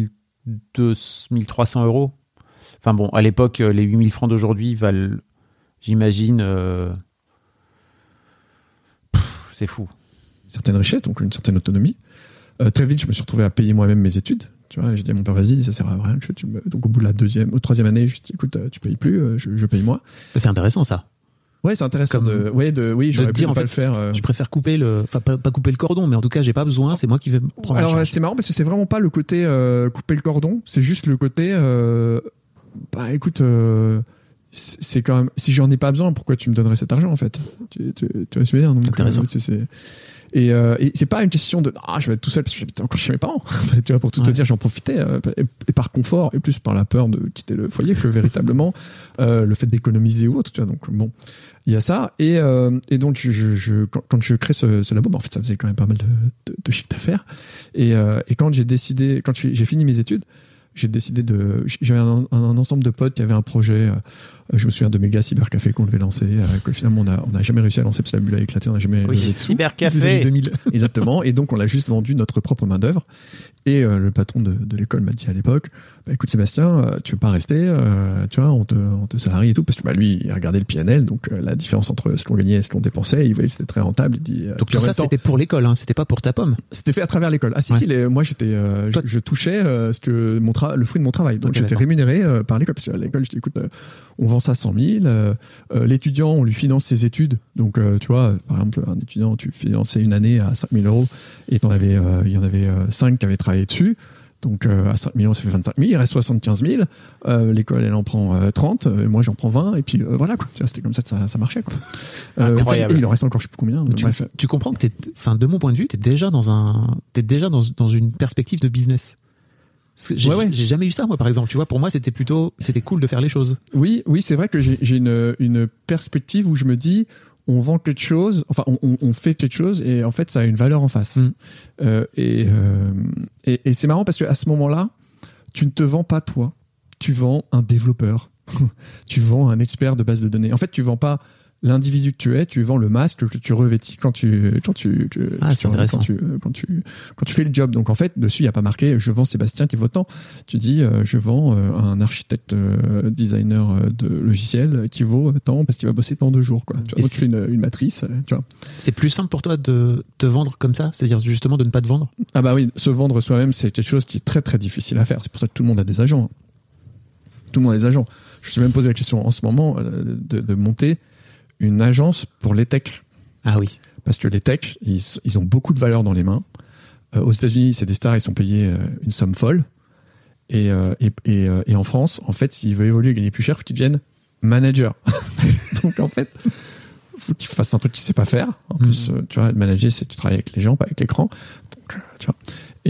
1300 €. Enfin bon, à l'époque, les 8000 francs d'aujourd'hui valent, j'imagine, c'est fou. Certaines richesses, donc une certaine autonomie. Très vite, je me suis retrouvé à payer moi-même mes études. Tu vois, j'ai dit à mon père, vas-y, ça sert à rien. Donc au bout de la troisième année, je lui ai dit, écoute, tu payes plus, je paye moi. C'est intéressant, ça. Ouais, c'est intéressant oui, j'aurais pu pas le faire. Je préfère couper pas couper le cordon, mais en tout cas, j'ai pas besoin, c'est moi qui vais prendre la charge. C'est marrant parce que c'est vraiment pas le côté couper le cordon, c'est juste le côté, écoute, c'est quand même, si j'en ai pas besoin, pourquoi tu me donnerais cet argent, en fait? Tu vois ce que je veux dire? Donc, intéressant. Et c'est pas une question de je vais être tout seul parce que j'habitais encore chez mes parents. Tu vois, pour tout te dire, j'en profitais et par confort et plus par la peur de quitter le foyer que véritablement le fait d'économiser ou autre. Tu vois, donc bon, il y a ça et donc quand je crée ce labo, en fait, ça faisait quand même pas mal de chiffre d'affaires et quand j'ai fini mes études, j'avais un ensemble de potes qui avaient un projet. Je me souviens de Méga Cybercafé qu'on devait lancer, que finalement on n'a jamais réussi à lancer parce que la bulle a éclaté, on n'a jamais levé de sous. Cybercafé. 2000. Exactement. Et donc on l'a juste vendu notre propre main d'œuvre. Et le patron de l'école m'a dit à l'époque, écoute Sébastien, tu veux pas rester, tu vois, on te salarie et tout, parce que lui il regardait le PNL, donc la différence entre ce qu'on gagnait et ce qu'on dépensait, il voyait que c'était très rentable. Il dit. Donc tout ça c'était pour l'école, hein, c'était pas pour ta pomme. C'était fait à travers l'école. Ah si ouais. Si, moi j'étais, je touchais le fruit de mon travail. Donc j'étais rémunéré par l'école, parce qu'à l'école je dis écoute, on vend ça 100 000. L'étudiant, on lui finance ses études. Donc, tu vois, par exemple, un étudiant, tu finançais une année à 5 000 € et il y en avait 5 qui avaient travaillé dessus. Donc, à 5 millions, ça fait 25 000. Il reste 75 000. L'école, elle en prend 30. Moi, j'en prends 20. Et puis, voilà, quoi. Tu vois, c'était comme ça que ça marchait, quoi. Incroyable. Et il en reste encore, je sais plus combien. Tu comprends que de mon point de vue, t'es déjà dans une perspective de business. J'ai jamais eu ça, moi, par exemple. Tu vois, pour moi, c'était cool de faire les choses. Oui, c'est vrai que j'ai une perspective où je me dis, on vend quelque chose, enfin, on fait quelque chose et en fait, ça a une valeur en face. Et c'est marrant parce que à ce moment-là, tu ne te vends pas toi, tu vends un développeur, tu vends un expert de base de données. En fait, tu vends pas l'individu que tu es, tu vends le masque que tu revêtis quand tu fais le job. Donc en fait, dessus, il n'y a pas marqué je vends Sébastien qui vaut tant. Tu dis je vends un architecte designer de logiciel qui vaut tant parce qu'il va bosser tant de jours. Quoi. Tu vois, donc tu fais une matrice. Tu vois. C'est plus simple pour toi de te vendre comme ça, c'est-à-dire justement de ne pas te vendre? Ah bah oui, se vendre soi-même, c'est quelque chose qui est très très difficile à faire. C'est pour ça que tout le monde a des agents. Tout le monde a des agents. Je me suis même posé la question en ce moment de monter une agence pour les techs. Ah oui. Parce que les techs, ils ont beaucoup de valeur dans les mains. Aux États-Unis, c'est des stars, ils sont payés une somme folle. Et en France, en fait, s'ils veulent évoluer et gagner plus cher, il faut qu'ils deviennent managers. Donc en fait, il faut qu'ils fassent un truc qu'ils ne savent pas faire. En plus, tu vois, manager, c'est tu travailles avec les gens, pas avec l'écran. Donc, tu vois.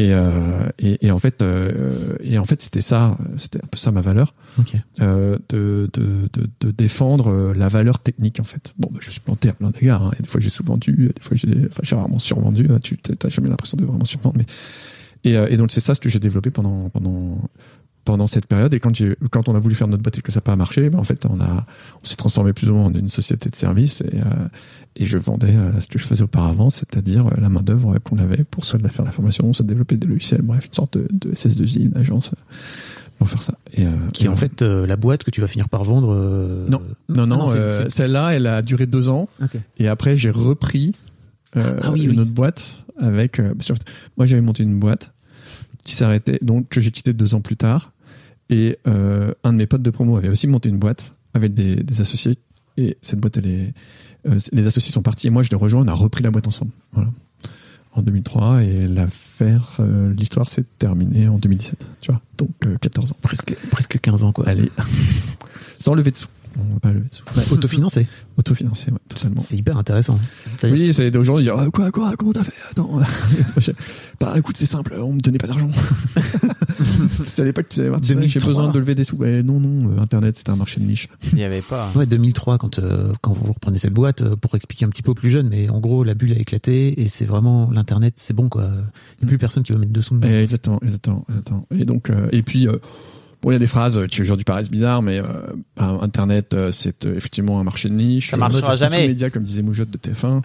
Et en fait, c'était ça, c'était un peu ça ma valeur, okay. de défendre la valeur technique en fait. Bon, je suis planté à plein d'égards. Hein. Des fois j'ai sous-vendu, des fois j'ai rarement survendu. Tu t'as jamais l'impression de vraiment survendre, mais et donc c'est ça ce que j'ai développé pendant cette période. Et quand on a voulu faire notre boîte et que ça n'a pas marché, ben en fait on s'est transformé plus ou moins en une société de service et je vendais ce que je faisais auparavant, c'est-à-dire la main d'œuvre qu'on avait pour soit faire la formation, soit développer des logiciels, bref, une sorte de SS2I, une agence pour faire ça. Qui est en fait la boîte que tu vas finir par vendre. Non, celle-là, elle a duré 2 ans. Okay. Et après, j'ai repris une autre boîte avec. Moi, j'avais monté une boîte qui s'arrêtait, donc que j'ai quitté 2 ans plus tard. Et un de mes potes de promo avait aussi monté une boîte avec des associés. Et cette boîte, les associés sont partis et moi je les rejoins, on a repris la boîte ensemble. Voilà. En 2003 et l'histoire s'est terminée en 2017. Tu vois, donc 14 ans. Presque 15 ans quoi. Allez, sans lever de sous. On va pas lever de sous. Autofinancé. Autofinancé, ouais, totalement. C'est hyper intéressant. Oui, c'est aujourd'hui dire quoi, comment t'as fait? Attends. Bah écoute, c'est simple, on me donnait pas d'argent. C'était à l'époque, tu savais, j'ai besoin de lever des sous. Non, Internet, c'était un marché de niche. Il n'y avait pas. Ouais, 2003, quand vous reprenez cette boîte, pour expliquer un petit peu aux plus jeunes, mais en gros, la bulle a éclaté et c'est vraiment l'Internet, c'est bon quoi. Il n'y a plus personne qui va mettre de sous dedans. Exactement. Et donc, et puis, bon, il y a des phrases qui aujourd'hui paraissent bizarres, mais Internet, c'est effectivement un marché de niche. Ça marchera jamais. Sous-média, comme disait Moujotte de TF1.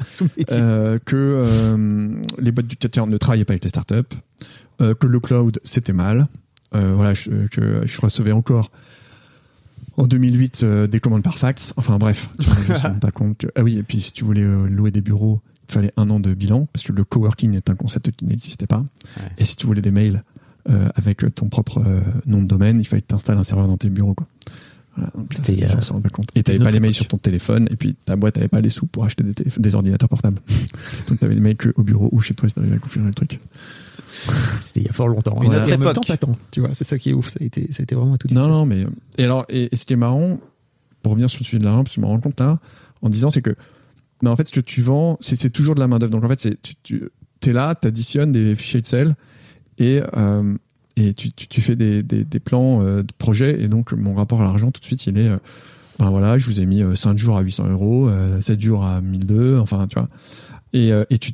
Que les boîtes du CAC ne travaillaient pas avec les startups. Que le cloud, c'était mal. Voilà, que je recevais encore en 2008 des commandes par fax. Enfin bref, je ne me rends pas compte que... Ah oui, et puis si tu voulais louer des bureaux, il fallait 1 an de bilan, parce que le coworking est un concept qui n'existait pas. Ouais. Et si tu voulais des mails avec ton propre nom de domaine, il fallait que tu installes un serveur dans tes bureaux, quoi. Voilà, donc ça, les gens s'en rendent pas compte. Et tu n'avais pas les mails sur ton téléphone, et puis ta boîte n'avait pas les sous pour acheter des ordinateurs portables. Donc tu avais les mails qu'au bureau ou chez toi si tu arrivais à configurer le truc. C'était il y a fort longtemps. Une autre époque. époque. Pas tant, tu vois, c'est ça qui est ouf. Ça a été vraiment tout. Non, mais et ce qui est marrant, pour revenir sur le sujet de l'argent, parce que je me rends compte là, en disant, c'est que, en fait, ce que tu vends, c'est toujours de la main d'œuvre. Donc en fait, tu es là, tu additionnes des fichiers Excel et tu fais des plans de projet. Et donc mon rapport à l'argent, tout de suite, il est, voilà, je vous ai mis 5 jours à 800 euros, 7 jours à 1002, enfin, tu vois. Et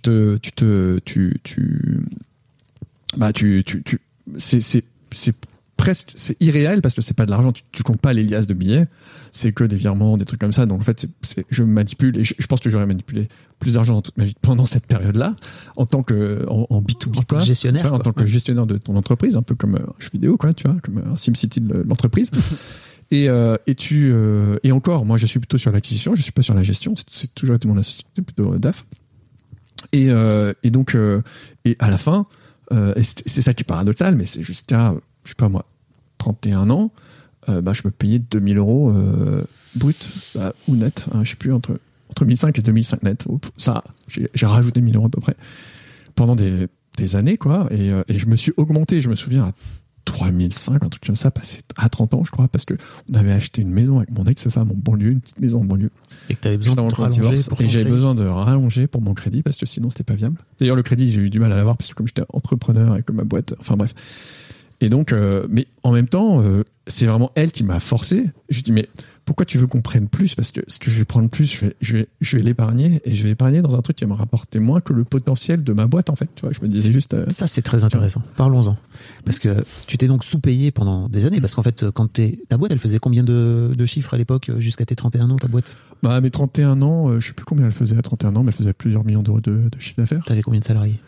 c'est presque, c'est irréel parce que c'est pas de l'argent, tu comptes pas les liasses de billets, c'est que des virements, des trucs comme ça. Donc en fait, je manipule et je pense que j'aurais manipulé plus d'argent dans toute ma vie pendant cette période-là, en tant que en B2B, quoi. Gestionnaire, tu vois, en tant que gestionnaire de ton entreprise, un peu comme un jeu vidéo, quoi, tu vois, comme un SimCity de l'entreprise. Et encore, moi je suis plutôt sur l'acquisition, je suis pas sur la gestion, c'est toujours été mon associé, plutôt DAF. Et donc à la fin, c'est ça qui est paradoxal, mais c'est jusqu'à, je sais pas moi, 31 ans, je me payais 2000 euros brut ou net, hein, je sais plus, entre 1005 et 2005 net. Ça, j'ai rajouté 1000 euros à peu près pendant des années, quoi. Et je me suis augmenté, je me souviens, à 3005, un truc comme ça, passé à 30 ans, je crois, parce que on avait acheté une maison avec mon ex-femme en banlieue, une petite maison en banlieue. Et que t'avais besoin de rallonger pour ton et j'avais crédit. besoin de rallonger pour mon crédit parce que sinon c'était pas viable. D'ailleurs, le crédit, j'ai eu du mal à l'avoir parce que comme j'étais entrepreneur avec ma boîte, enfin bref. Et donc, mais en même temps, c'est vraiment elle qui m'a forcé. Je dis, mais pourquoi tu veux qu'on prenne plus? Parce que ce que je vais prendre plus, je vais l'épargner, et je vais épargner dans un truc qui va me rapporter moins que le potentiel de ma boîte, en fait. Tu vois, je me disais juste. Ça, c'est très intéressant. Parlons-en. Parce que tu t'es donc sous-payé pendant des années. Parce qu'en fait, quand ta boîte, elle faisait combien de chiffres à l'époque, jusqu'à tes 31 ans, ta boîte? Bah, à mes 31 ans, je sais plus combien elle faisait à 31 ans, mais elle faisait plusieurs millions d'euros de chiffre d'affaires. T'avais combien de salariés?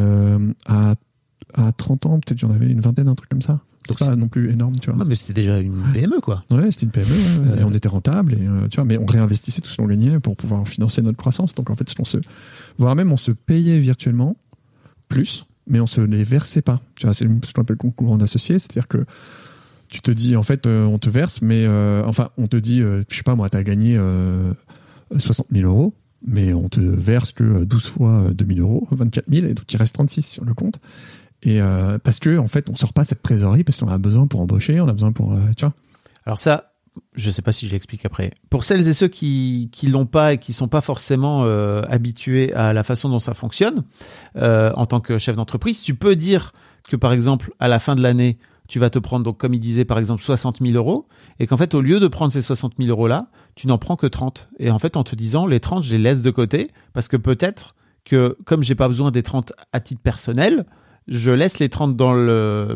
À 30 ans, peut-être j'en avais une vingtaine, un truc comme ça. C'est pas non plus énorme, tu vois. Ouais, mais c'était déjà une PME, quoi. Ouais, c'était une PME, ouais. Et on était rentable, et tu vois, mais on réinvestissait tout ce qu'on gagnait pour pouvoir financer notre croissance. Donc en fait, on se payait virtuellement plus, mais on se les versait pas. Tu vois, c'est ce qu'on appelle concours d'associés, c'est-à-dire que tu te dis, en fait, on te verse, mais on te dit, je sais pas moi, t'as gagné 60 000 euros, mais on te verse que 12 fois 2 000 euros, 24 000, et donc il reste 36 sur le compte. Et parce que en fait on sort pas cette trésorerie parce qu'on a besoin pour embaucher, on a besoin pour tu vois. Alors ça, je sais pas si je l'explique après. Pour celles et ceux qui l'ont pas et qui sont pas forcément habitués à la façon dont ça fonctionne, en tant que chef d'entreprise, tu peux dire que par exemple à la fin de l'année, tu vas te prendre, donc comme il disait par exemple 60 000 euros, et qu'en fait au lieu de prendre ces 60 000 euros là, tu n'en prends que 30. Et en fait en te disant les 30 je les laisse de côté parce que peut-être que comme j'ai pas besoin des 30 à titre personnel, je laisse les 30 dans le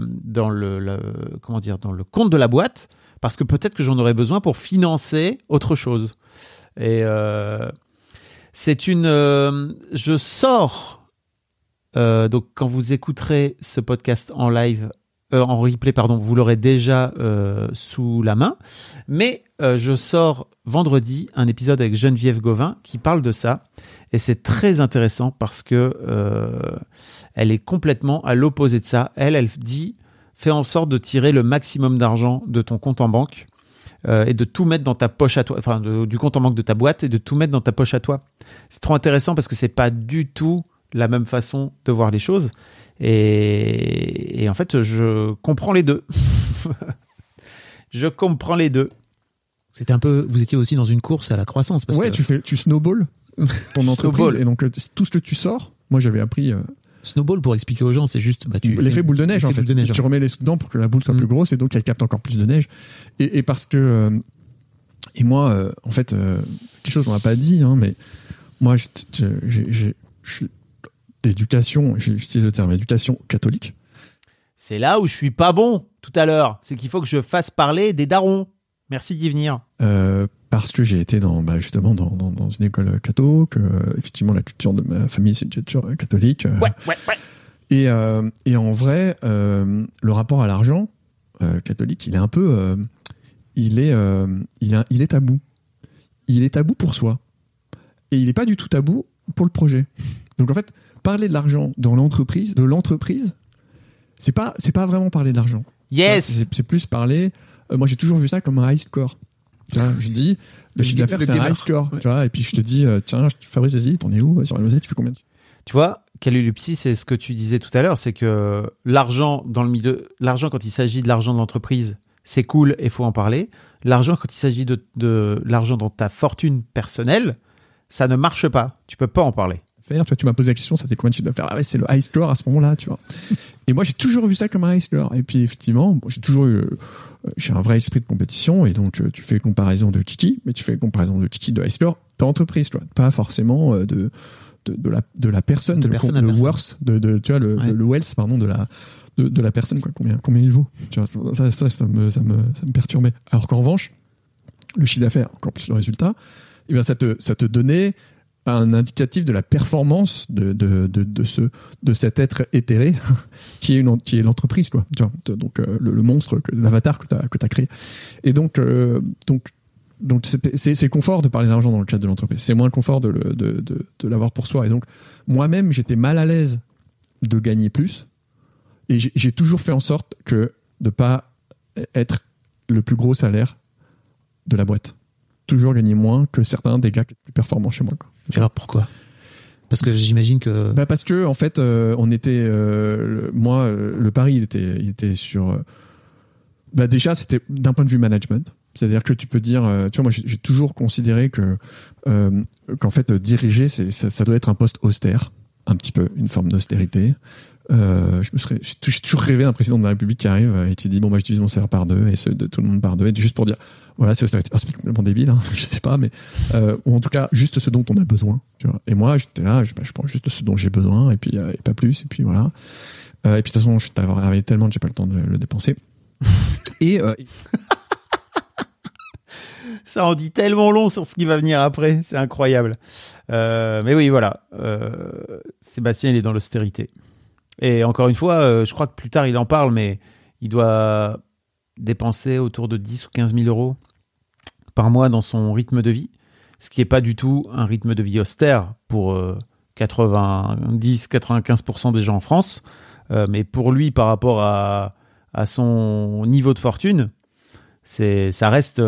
compte de la boîte parce que peut-être que j'en aurais besoin pour financer autre chose. Et je sors donc quand vous écouterez ce podcast en live, en replay pardon, vous l'aurez déjà sous la main. Mais je sors vendredi un épisode avec Geneviève Gauvin qui parle de ça. Et c'est très intéressant parce que elle est complètement à l'opposé de ça. Elle dit, fais en sorte de tirer le maximum d'argent de ton compte en banque et de tout mettre dans ta poche à toi, enfin du compte en banque de ta boîte et de tout mettre dans ta poche à toi. C'est trop intéressant parce que c'est pas du tout la même façon de voir les choses. Et en fait, je comprends les deux. Je comprends les deux. C'était un peu, vous étiez aussi dans une course à la croissance. Parce que... tu snowball ton entreprise. Et donc, tout ce que tu sors, moi j'avais appris. Snowball, pour expliquer aux gens, c'est juste. L'effet boule de neige, en fait. Tu remets les sous dedans pour que la boule soit plus grosse et donc elle capte encore plus de neige. Et parce que. Et moi, en fait, quelque chose qu'on n'a pas dit, hein, mais moi, je suis d'éducation, j'utilise le terme éducation catholique. C'est là où je suis pas bon tout à l'heure. C'est qu'il faut que je fasse parler des darons. Merci d'y venir. Parce que j'ai été justement dans une école catho, que effectivement la culture de ma famille c'est une culture catholique. Ouais. Et en vrai, le rapport à l'argent catholique, il est un peu, il est tabou. Il est tabou pour soi, et il n'est pas du tout tabou pour le projet. Donc en fait, parler de l'argent dans l'entreprise, c'est pas vraiment parler de l'argent. Yes. C'est plus parler. Moi, j'ai toujours vu ça comme un high score. Tu vois, je dis, le chiffre d'affaires, c'est un high score. Ouais. Tu vois, et puis je te dis, tiens, Fabrice, vas-y, t'en es où sur la l'oseille, tu fais combien? Tu vois, Calulupsi, c'est ce que tu disais tout à l'heure, c'est que l'argent dans le milieu, l'argent quand il s'agit de l'argent de l'entreprise, c'est cool et faut en parler. L'argent quand il s'agit de l'argent dans ta fortune personnelle, ça ne marche pas. Tu peux pas en parler. Tu vois, tu m'as posé la question, ça fait combien de chiffre d'affaires? Ah ouais, c'est le high score à ce moment-là, tu vois. Et moi, j'ai toujours vu ça comme un high score. Et puis, effectivement, j'ai un vrai esprit de compétition, et donc tu fais comparaison de Kiki, mais tu fais comparaison de Kiki de high score d'entreprise, toi, pas forcément de la personne, le worth, tu vois, le wealth, pardon, de la personne, quoi, combien il vaut. Tu vois, ça me perturbait. Alors qu'en revanche, le chiffre d'affaires, encore plus le résultat, eh bien, ça te donnait un indicatif de la performance de cet être éthéré qui est l'entreprise, quoi. Donc le monstre, l'avatar que t'as créé. Et donc c'est confort de parler d'argent dans le cadre de l'entreprise. C'est moins confort de l'avoir pour soi. Et donc moi-même, j'étais mal à l'aise de gagner plus. Et j'ai toujours fait en sorte de pas être le plus gros salaire de la boîte. Toujours gagner moins que certains des gars plus performants chez moi, quoi. Alors pourquoi? Parce que j'imagine que. Parce que en fait, on était, le pari, il était sur. Déjà, c'était d'un point de vue management. C'est-à-dire que tu peux dire, tu vois, moi, j'ai toujours considéré qu'en fait, diriger, ça doit être un poste austère, un petit peu, une forme d'austérité. J'ai toujours rêvé d'un président de la République qui arrive et qui dit bon, je divise mon salaire par 2 et ceux de tout le monde par 2, et juste pour dire voilà, c'est complètement débile, hein, je sais pas, mais ou en tout cas juste ce dont on a besoin, tu vois. Et moi j'étais là, je prends juste ce dont j'ai besoin et puis et pas plus, et puis voilà. Et puis de toute façon, je t'avais travaillé tellement que j'ai pas le temps de le dépenser. Ça en dit tellement long sur ce qui va venir après, c'est incroyable. Mais oui, voilà. Sébastien, il est dans l'austérité. Et encore une fois, je crois que plus tard, il en parle, mais il doit dépenser autour de 10 ou 15 000 euros par mois dans son rythme de vie, ce qui n'est pas du tout un rythme de vie austère pour 90-95% des gens en France. Mais pour lui, par rapport à son niveau de fortune, ça reste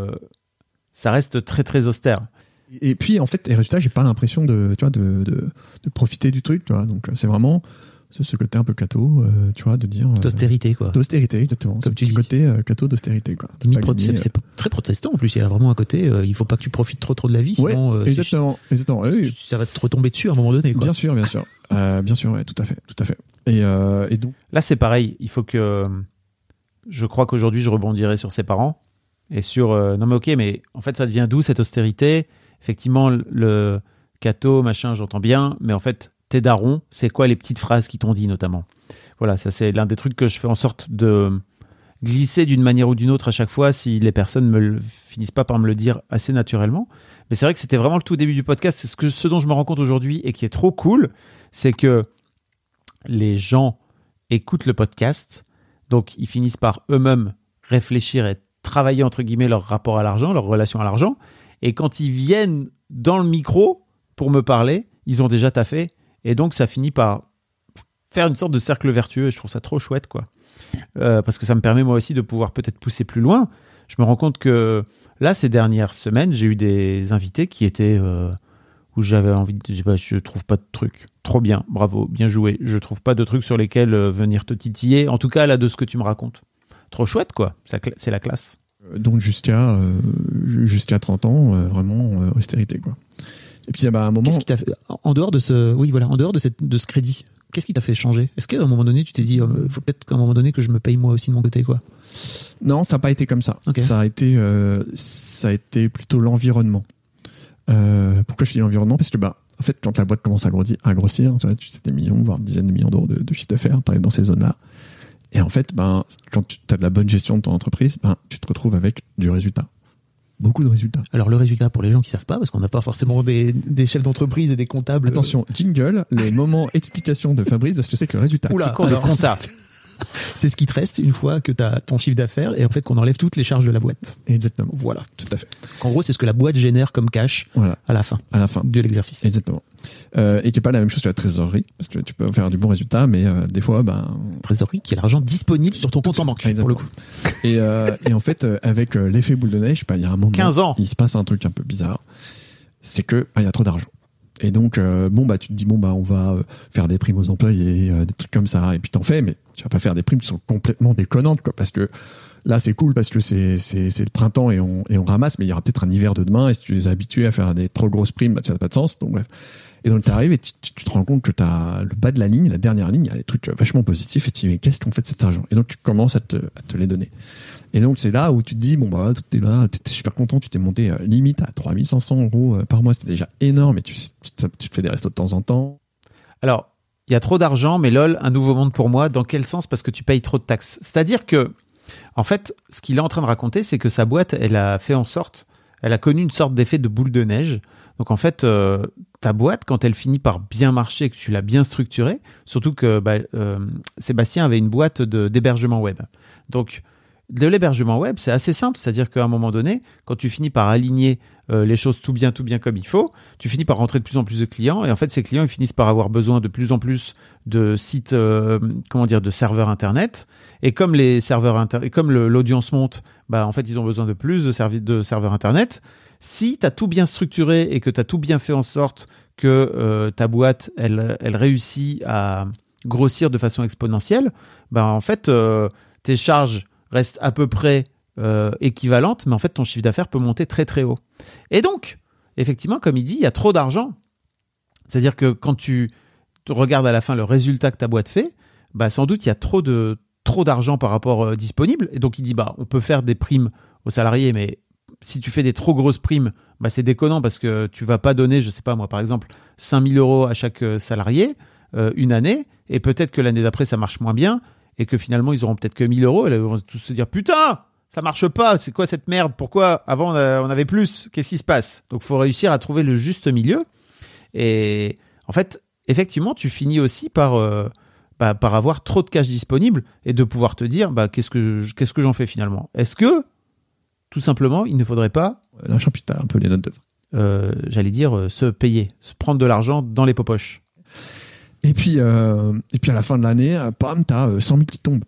très très austère. Et puis en fait, les résultats, j'ai pas l'impression de profiter du truc, tu vois. Donc c'est vraiment ce côté un peu cato, tu vois, de dire d'austérité, quoi. D'austérité, exactement. Comme tu dis. Côté cato d'austérité, quoi. C'est très protestant en plus. Il y a vraiment un côté, il faut pas que tu profites trop de la vie, sinon exactement. Oui. Ça va te retomber dessus à un moment donné, quoi. Bien sûr, ouais, tout à fait. Et donc là, c'est pareil. Il faut que je crois qu'aujourd'hui, je rebondirai sur ses parents et sur non mais ok, mais en fait, ça devient d'où cette austérité? Effectivement, le cato, machin, j'entends bien, mais en fait, tes darons, c'est quoi les petites phrases qui t'ont dit notamment? Voilà, ça c'est l'un des trucs que je fais en sorte de glisser d'une manière ou d'une autre à chaque fois si les personnes finissent pas par me le dire assez naturellement. Mais c'est vrai que c'était vraiment le tout début du podcast. C'est ce dont je me rends compte aujourd'hui et qui est trop cool, c'est que les gens écoutent le podcast, donc ils finissent par eux-mêmes réfléchir et travailler entre guillemets leur rapport à l'argent, leur relation à l'argent. Et quand ils viennent dans le micro pour me parler, ils ont déjà taffé. Et donc, ça finit par faire une sorte de cercle vertueux. Et je trouve ça trop chouette, quoi. Parce que ça me permet, moi aussi, de pouvoir peut-être pousser plus loin. Je me rends compte que là, ces dernières semaines, j'ai eu des invités qui étaient où j'avais envie de dire, je trouve pas de trucs. Trop bien, bravo, bien joué. Je trouve pas de trucs sur lesquels venir te titiller. En tout cas, là, de ce que tu me racontes. Trop chouette, quoi. C'est la classe. Donc, jusqu'à 30 ans, vraiment austérité, quoi. Et puis, un moment. Qu'est-ce qui t'a fait, en dehors de ce crédit, qu'est-ce qui t'a fait changer? Est-ce qu'à un moment donné, tu t'es dit, faut peut-être qu'à un moment donné que je me paye moi aussi de mon côté, quoi? Non, ça n'a pas été comme ça. Okay. Ça a été plutôt l'environnement. Pourquoi je dis l'environnement? Parce que, en fait, quand la boîte commence à grossir, tu sais, des millions, voire des dizaines de millions d'euros de chiffre d'affaires, tu arrives dans ces zones-là. Et en fait, quand tu as de la bonne gestion de ton entreprise, tu te retrouves avec du résultat. Beaucoup de résultats. Alors le résultat, pour les gens qui savent pas, parce qu'on n'a pas forcément des chefs d'entreprise et des comptables. Attention, jingle, le moment explication de Fabrice de ce que c'est que le résultat. Oula, alors, c'est ce qui te reste une fois que tu as ton chiffre d'affaires et en fait qu'on enlève toutes les charges de la boîte. Exactement. Voilà. Tout à fait. En gros, c'est ce que la boîte génère comme cash à la fin de l'exercice. Exactement. Et qui n'est pas la même chose que la trésorerie, parce que tu peux faire du bon résultat, mais des fois, trésorerie qui est l'argent disponible sur ton compte en banque, pour le coup. Et en fait, avec l'effet boule de neige, il y a un moment, 15 ans. Il se passe un truc un peu bizarre. C'est que il y a trop d'argent. Et donc, tu te dis, on va faire des primes aux employés, des trucs comme ça. Et puis t'en fais, mais tu vas pas faire des primes qui sont complètement déconnantes, quoi. Parce que là, c'est cool parce que c'est le printemps et on ramasse, mais il y aura peut-être un hiver de demain. Et si tu les as habitués à faire des trop grosses primes, ça n'a pas de sens. Donc bref. Et donc t'arrives et tu te rends compte que t'as le bas de la ligne, la dernière ligne, il y a des trucs vachement positifs. Et tu te dis, mais qu'est-ce qu'on fait de cet argent? Et donc tu commences à te les donner. Et donc c'est là où tu te dis, t'es là, t'es super content, tu t'es monté limite à 3500 euros par mois, c'était déjà énorme, et tu te fais des restos de temps en temps. Alors, il y a trop d'argent, mais lol, un nouveau monde pour moi. Dans quel sens? Parce que tu payes trop de taxes. C'est-à-dire que, en fait, ce qu'il est en train de raconter, c'est que sa boîte, elle a connu une sorte d'effet de boule de neige. Donc en fait, ta boîte, quand elle finit par bien marcher, que tu l'as bien structurée, surtout que Sébastien avait une boîte d'hébergement web. Donc, de l'hébergement web, c'est assez simple, c'est-à-dire qu'à un moment donné, quand tu finis par aligner les choses tout bien comme il faut, tu finis par rentrer de plus en plus de clients, et en fait, ces clients, ils finissent par avoir besoin de plus en plus de sites, de serveurs internet, et comme l'audience monte, en fait, ils ont besoin de plus de serveurs internet. Si tu as tout bien structuré et que tu as tout bien fait en sorte que ta boîte, elle réussit à grossir de façon exponentielle, en fait, tes charges restent à peu près équivalentes, mais en fait, ton chiffre d'affaires peut monter très, très haut. Et donc, effectivement, comme il dit, il y a trop d'argent. C'est-à-dire que quand tu regarde à la fin le résultat que ta boîte fait, bah, sans doute il y a trop d'argent par rapport disponible. Et donc, il dit, bah, on peut faire des primes aux salariés, mais si tu fais des trop grosses primes, bah, c'est déconnant parce que tu vas pas donner, je sais pas moi, par exemple, 5 000 € à chaque salarié une année, et peut-être que l'année d'après, ça marche moins bien, et que finalement, ils auront peut-être que 1 000 €, et là, ils vont tous se dire, putain, ça marche pas, c'est quoi cette merde? Pourquoi avant on avait plus? Qu'est-ce qui se passe? Donc, il faut réussir à trouver le juste milieu. Et en fait, effectivement, tu finis aussi par avoir trop de cash disponible et de pouvoir te dire, bah, qu'est-ce que j'en fais finalement? Est-ce que, tout simplement, il ne faudrait pas... Là, putain, un peu les notes de... j'allais dire, se payer, se prendre de l'argent dans les poches. Et puis à la fin de l'année, bam, t'as 100 000 qui tombent.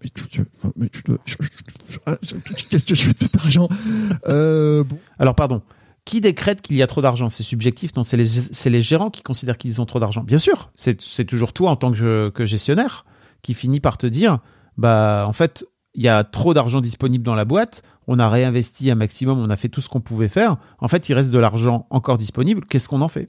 Qu'est-ce que je fais de cet argent? Bon. Alors, pardon. Qui décrète qu'il y a trop d'argent? C'est subjectif, non? C'est les gérants qui considèrent qu'ils ont trop d'argent. Bien sûr, c'est toujours toi en tant que gestionnaire qui finit par te dire, bah, en fait, il y a trop d'argent disponible dans la boîte, on a réinvesti un maximum, on a fait tout ce qu'on pouvait faire. En fait, il reste de l'argent encore disponible. Qu'est-ce qu'on en fait?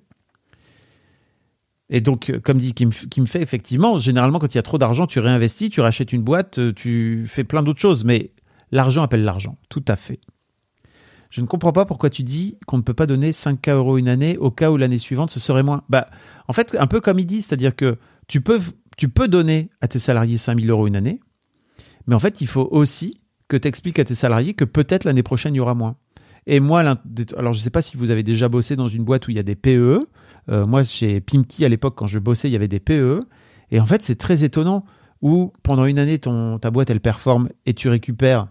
Et donc, comme dit Kim fait, effectivement, généralement, quand il y a trop d'argent, tu réinvestis, tu rachètes une boîte, tu fais plein d'autres choses. Mais l'argent appelle l'argent, tout à fait. Je ne comprends pas pourquoi tu dis qu'on ne peut pas donner 5K € une année au cas où l'année suivante, ce serait moins. Bah, en fait, un peu comme il dit, c'est-à-dire que tu peux donner à tes salariés 5 000 € une année, mais en fait, il faut aussi que tu expliques à tes salariés que peut-être l'année prochaine, il y aura moins. Et moi, alors je ne sais pas si vous avez déjà bossé dans une boîte où il y a des PEE. Moi, chez Pimki, à l'époque, quand je bossais, il y avait des PEE. Et en fait, c'est très étonnant où pendant une année, ta boîte, elle performe et tu récupères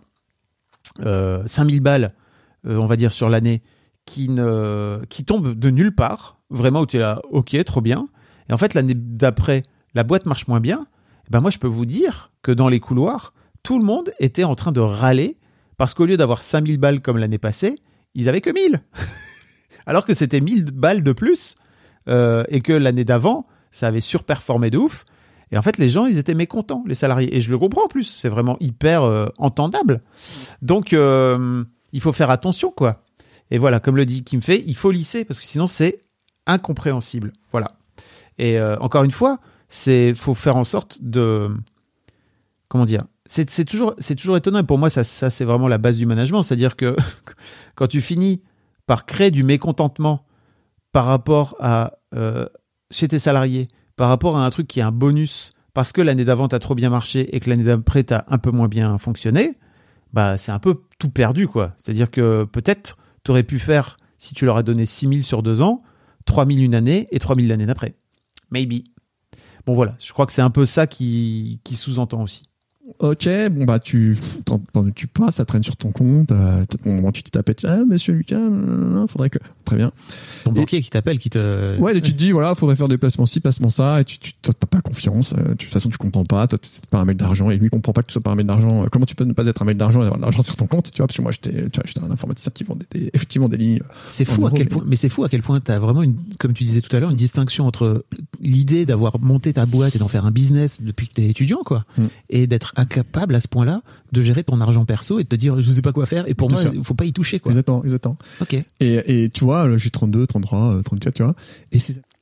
5 000 balles, on va dire, sur l'année, qui tombent de nulle part, vraiment, où tu es là, ok, trop bien. Et en fait, l'année d'après, la boîte marche moins bien. Et ben moi, je peux vous dire que dans les couloirs, tout le monde était en train de râler parce qu'au lieu d'avoir 5 000 balles comme l'année passée, ils avaient que 1 000. Alors que c'était 1 000 balles de plus et que l'année d'avant, ça avait surperformé de ouf. Et en fait, les gens, ils étaient mécontents, les salariés. Et je le comprends en plus, c'est vraiment hyper entendable. Donc, il faut faire attention, quoi. Et voilà, comme le dit Kim fait, il faut lisser parce que sinon, c'est incompréhensible. Voilà. Et encore une fois, faut faire en sorte de... Comment dire ? C'est toujours étonnant. Et pour moi, ça c'est vraiment la base du management. C'est-à-dire que quand tu finis par créer du mécontentement par rapport à chez tes salariés, par rapport à un truc qui est un bonus, parce que l'année d'avant, tu as trop bien marché et que l'année d'après, tu as un peu moins bien fonctionné, bah, c'est un peu tout perdu, quoi. C'est-à-dire que peut-être, tu aurais pu faire, si tu leur as donné 6 000 sur 2 ans, 3 000 une année et 3 000 l'année d'après. Maybe. Bon, voilà. Je crois que c'est un peu ça qui sous-entend aussi. Ok, bon bah tu passes, ça traîne sur ton compte, tu te tapes, monsieur Lucas, faudrait que... Très bien. Ton banquier qui t'appelle, qui te... Ouais, et tu te dis, voilà, faudrait faire des placements ci, placements ça, et tu t'as pas confiance, de toute façon tu comprends pas, toi t'es pas un mec d'argent, et lui comprend pas que tu sois pas un mec d'argent. Comment tu peux ne pas être un mec d'argent et avoir de l'argent sur ton compte, tu vois, parce que moi j'étais un informaticien qui vendait effectivement des lignes. C'est fou à quel point, mais c'est fou à quel point t'as vraiment comme tu disais tout à l'heure, une distinction entre l'idée d'avoir monté ta boîte et d'en faire un business depuis que t'es étudiant, quoi, et d'être incapable à ce point-là de gérer ton argent perso et de te dire je sais pas quoi faire, et pour moi il faut pas y toucher, quoi. Exactement. Ok. Et tu vois, là, j'ai 32, 33, 34, tu vois. Et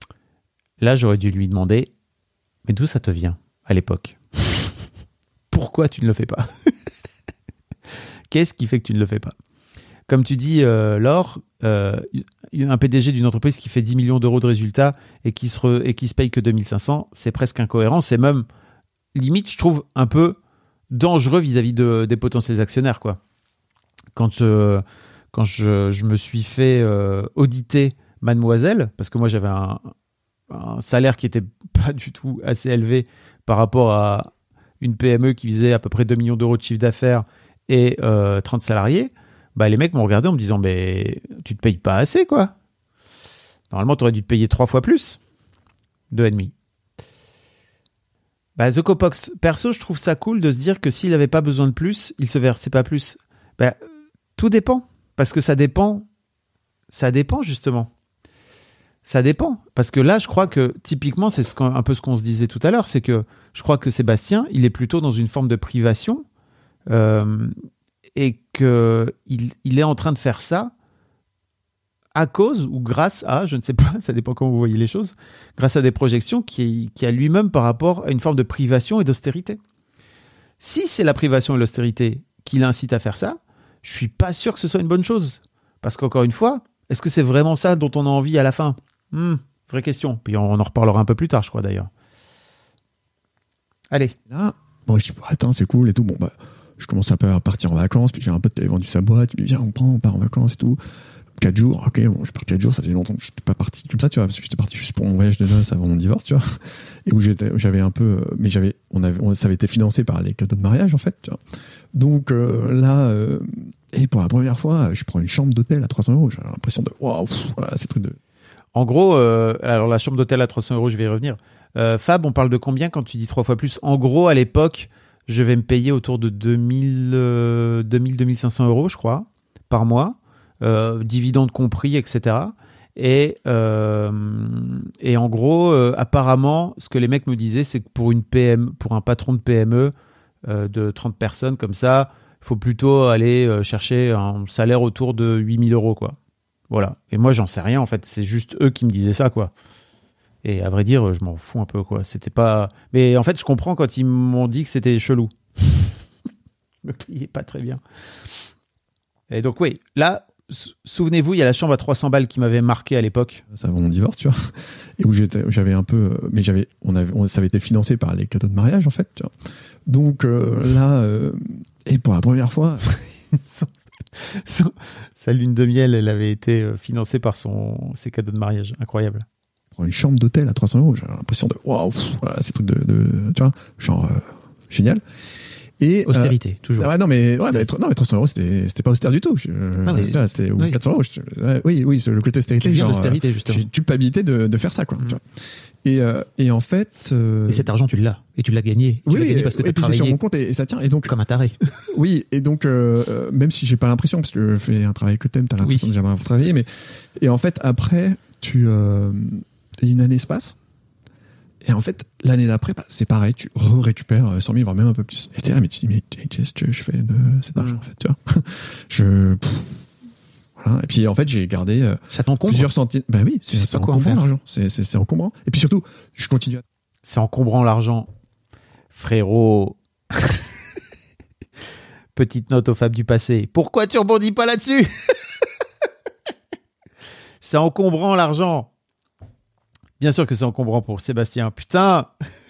là, j'aurais dû lui demander, mais d'où ça te vient à l'époque? Pourquoi tu ne le fais pas? Qu'est-ce qui fait que tu ne le fais pas? Comme tu dis, Laure, un PDG d'une entreprise qui fait 10 millions d'euros de résultats et qui se paye que 2500, c'est presque incohérent. C'est même, limite, je trouve, un peu dangereux vis-à-vis des potentiels actionnaires, quoi. Quand je me suis fait auditer Mademoiselle, parce que moi j'avais un salaire qui était pas du tout assez élevé par rapport à une PME qui visait à peu près 2 millions d'euros de chiffre d'affaires et 30 salariés, bah les mecs m'ont regardé en me disant mais tu te payes pas assez, quoi. Normalement tu aurais dû te payer 3 fois plus. 2,5. Bah, The Copox, perso, je trouve ça cool de se dire que s'il n'avait pas besoin de plus, il se versait pas plus. Bah, tout dépend. Parce que ça dépend justement. Ça dépend. Parce que là, je crois que, typiquement, c'est un peu ce qu'on se disait tout à l'heure, c'est que je crois que Sébastien, il est plutôt dans une forme de privation et qu'il est en train de faire ça à cause ou grâce à, je ne sais pas, ça dépend comment vous voyez les choses, grâce à des projections qui a lui-même par rapport à une forme de privation et d'austérité. Si c'est la privation et l'austérité qui l'incitent à faire ça, je suis pas sûr que ce soit une bonne chose. Parce qu'encore une fois, est-ce que c'est vraiment ça dont on a envie à la fin ? Vraie question. Puis on en reparlera un peu plus tard, je crois d'ailleurs. Allez. Là, bon, je dis, attends, c'est cool et tout. Bon, bah, je commence un peu à partir en vacances, puis j'ai un pote qui avait vendu sa boîte, il me dit, viens, on part en vacances et tout. 4 jours, ok, bon, je pars 4 jours, ça faisait longtemps que j'étais pas parti comme ça, tu vois, parce que j'étais parti juste pour mon voyage de noces avant mon divorce, tu vois, et où j'avais un peu, mais ça avait été financé par les cadeaux de mariage, en fait, tu vois. Donc, là, et pour la première fois, je prends une chambre d'hôtel à 300 €, j'ai l'impression de, waouh, voilà, ces trucs de... En gros, alors la chambre d'hôtel à 300 €, je vais y revenir. Fab, on parle de combien quand tu dis 3 fois plus ? En gros, à l'époque, je vais me payer autour de 2 500 €, je crois, par mois. Dividendes compris, etc. Et en gros, apparemment, ce que les mecs me disaient, c'est que pour un patron de PME de 30 personnes comme ça, il faut plutôt aller chercher un salaire autour de 8 000 €, quoi. Voilà. Et moi, j'en sais rien, en fait. C'est juste eux qui me disaient ça, quoi. Et à vrai dire, je m'en fous un peu, quoi. C'était pas... Mais en fait, je comprends quand ils m'ont dit que c'était chelou. Ils me payaient pas très bien. Et donc, oui, là... Souvenez-vous, il y a la chambre à 300 balles qui m'avait marqué à l'époque. Ça avant mon divorce, tu vois. Et où j'avais un peu, mais ça avait été financé par les cadeaux de mariage, en fait, tu vois. Donc, là, et pour la première fois. Sa lune de miel, elle avait été financée par ses cadeaux de mariage. Incroyable. Pour une chambre d'hôtel à 300 €, j'ai l'impression de, waouh, voilà, ces trucs de, tu vois, genre, génial. Et, austérité, toujours. Ouais, mais 300 €, c'était pas austère du tout. Là, c'était, ou 400 €. Oui, le côté austérité. Tu viens d'austérité, justement. J'ai culpabilité de faire ça, quoi. Tu vois. Et en fait. Et cet argent, tu l'as. Et tu l'as gagné. Tu l'as gagné parce que tu as travaillé. C'est sur mon compte et ça tient. Et donc. Comme un taré. Oui, et donc, même si j'ai pas l'impression, parce que je fais un travail que t'aimes, t'as l'impression de jamais avoir travaillé, mais. Et en fait, après, une année se passe. Et en fait, l'année d'après, c'est pareil, tu récupères 100 000, voire même un peu plus. Et t'es là, mais tu te dis, mais qu'est-ce que je fais de cet argent, en fait, tu vois. Voilà. Et puis, en fait, j'ai gardé ça t'encombre plusieurs centaines. Ben oui, c'est encombrant l'argent. C'est encombrant. Et puis surtout, je continue à... C'est encombrant l'argent. Frérot. Petite note au Fab du passé. Pourquoi tu rebondis pas là-dessus? C'est encombrant l'argent. Bien sûr que c'est encombrant pour Sébastien. Putain!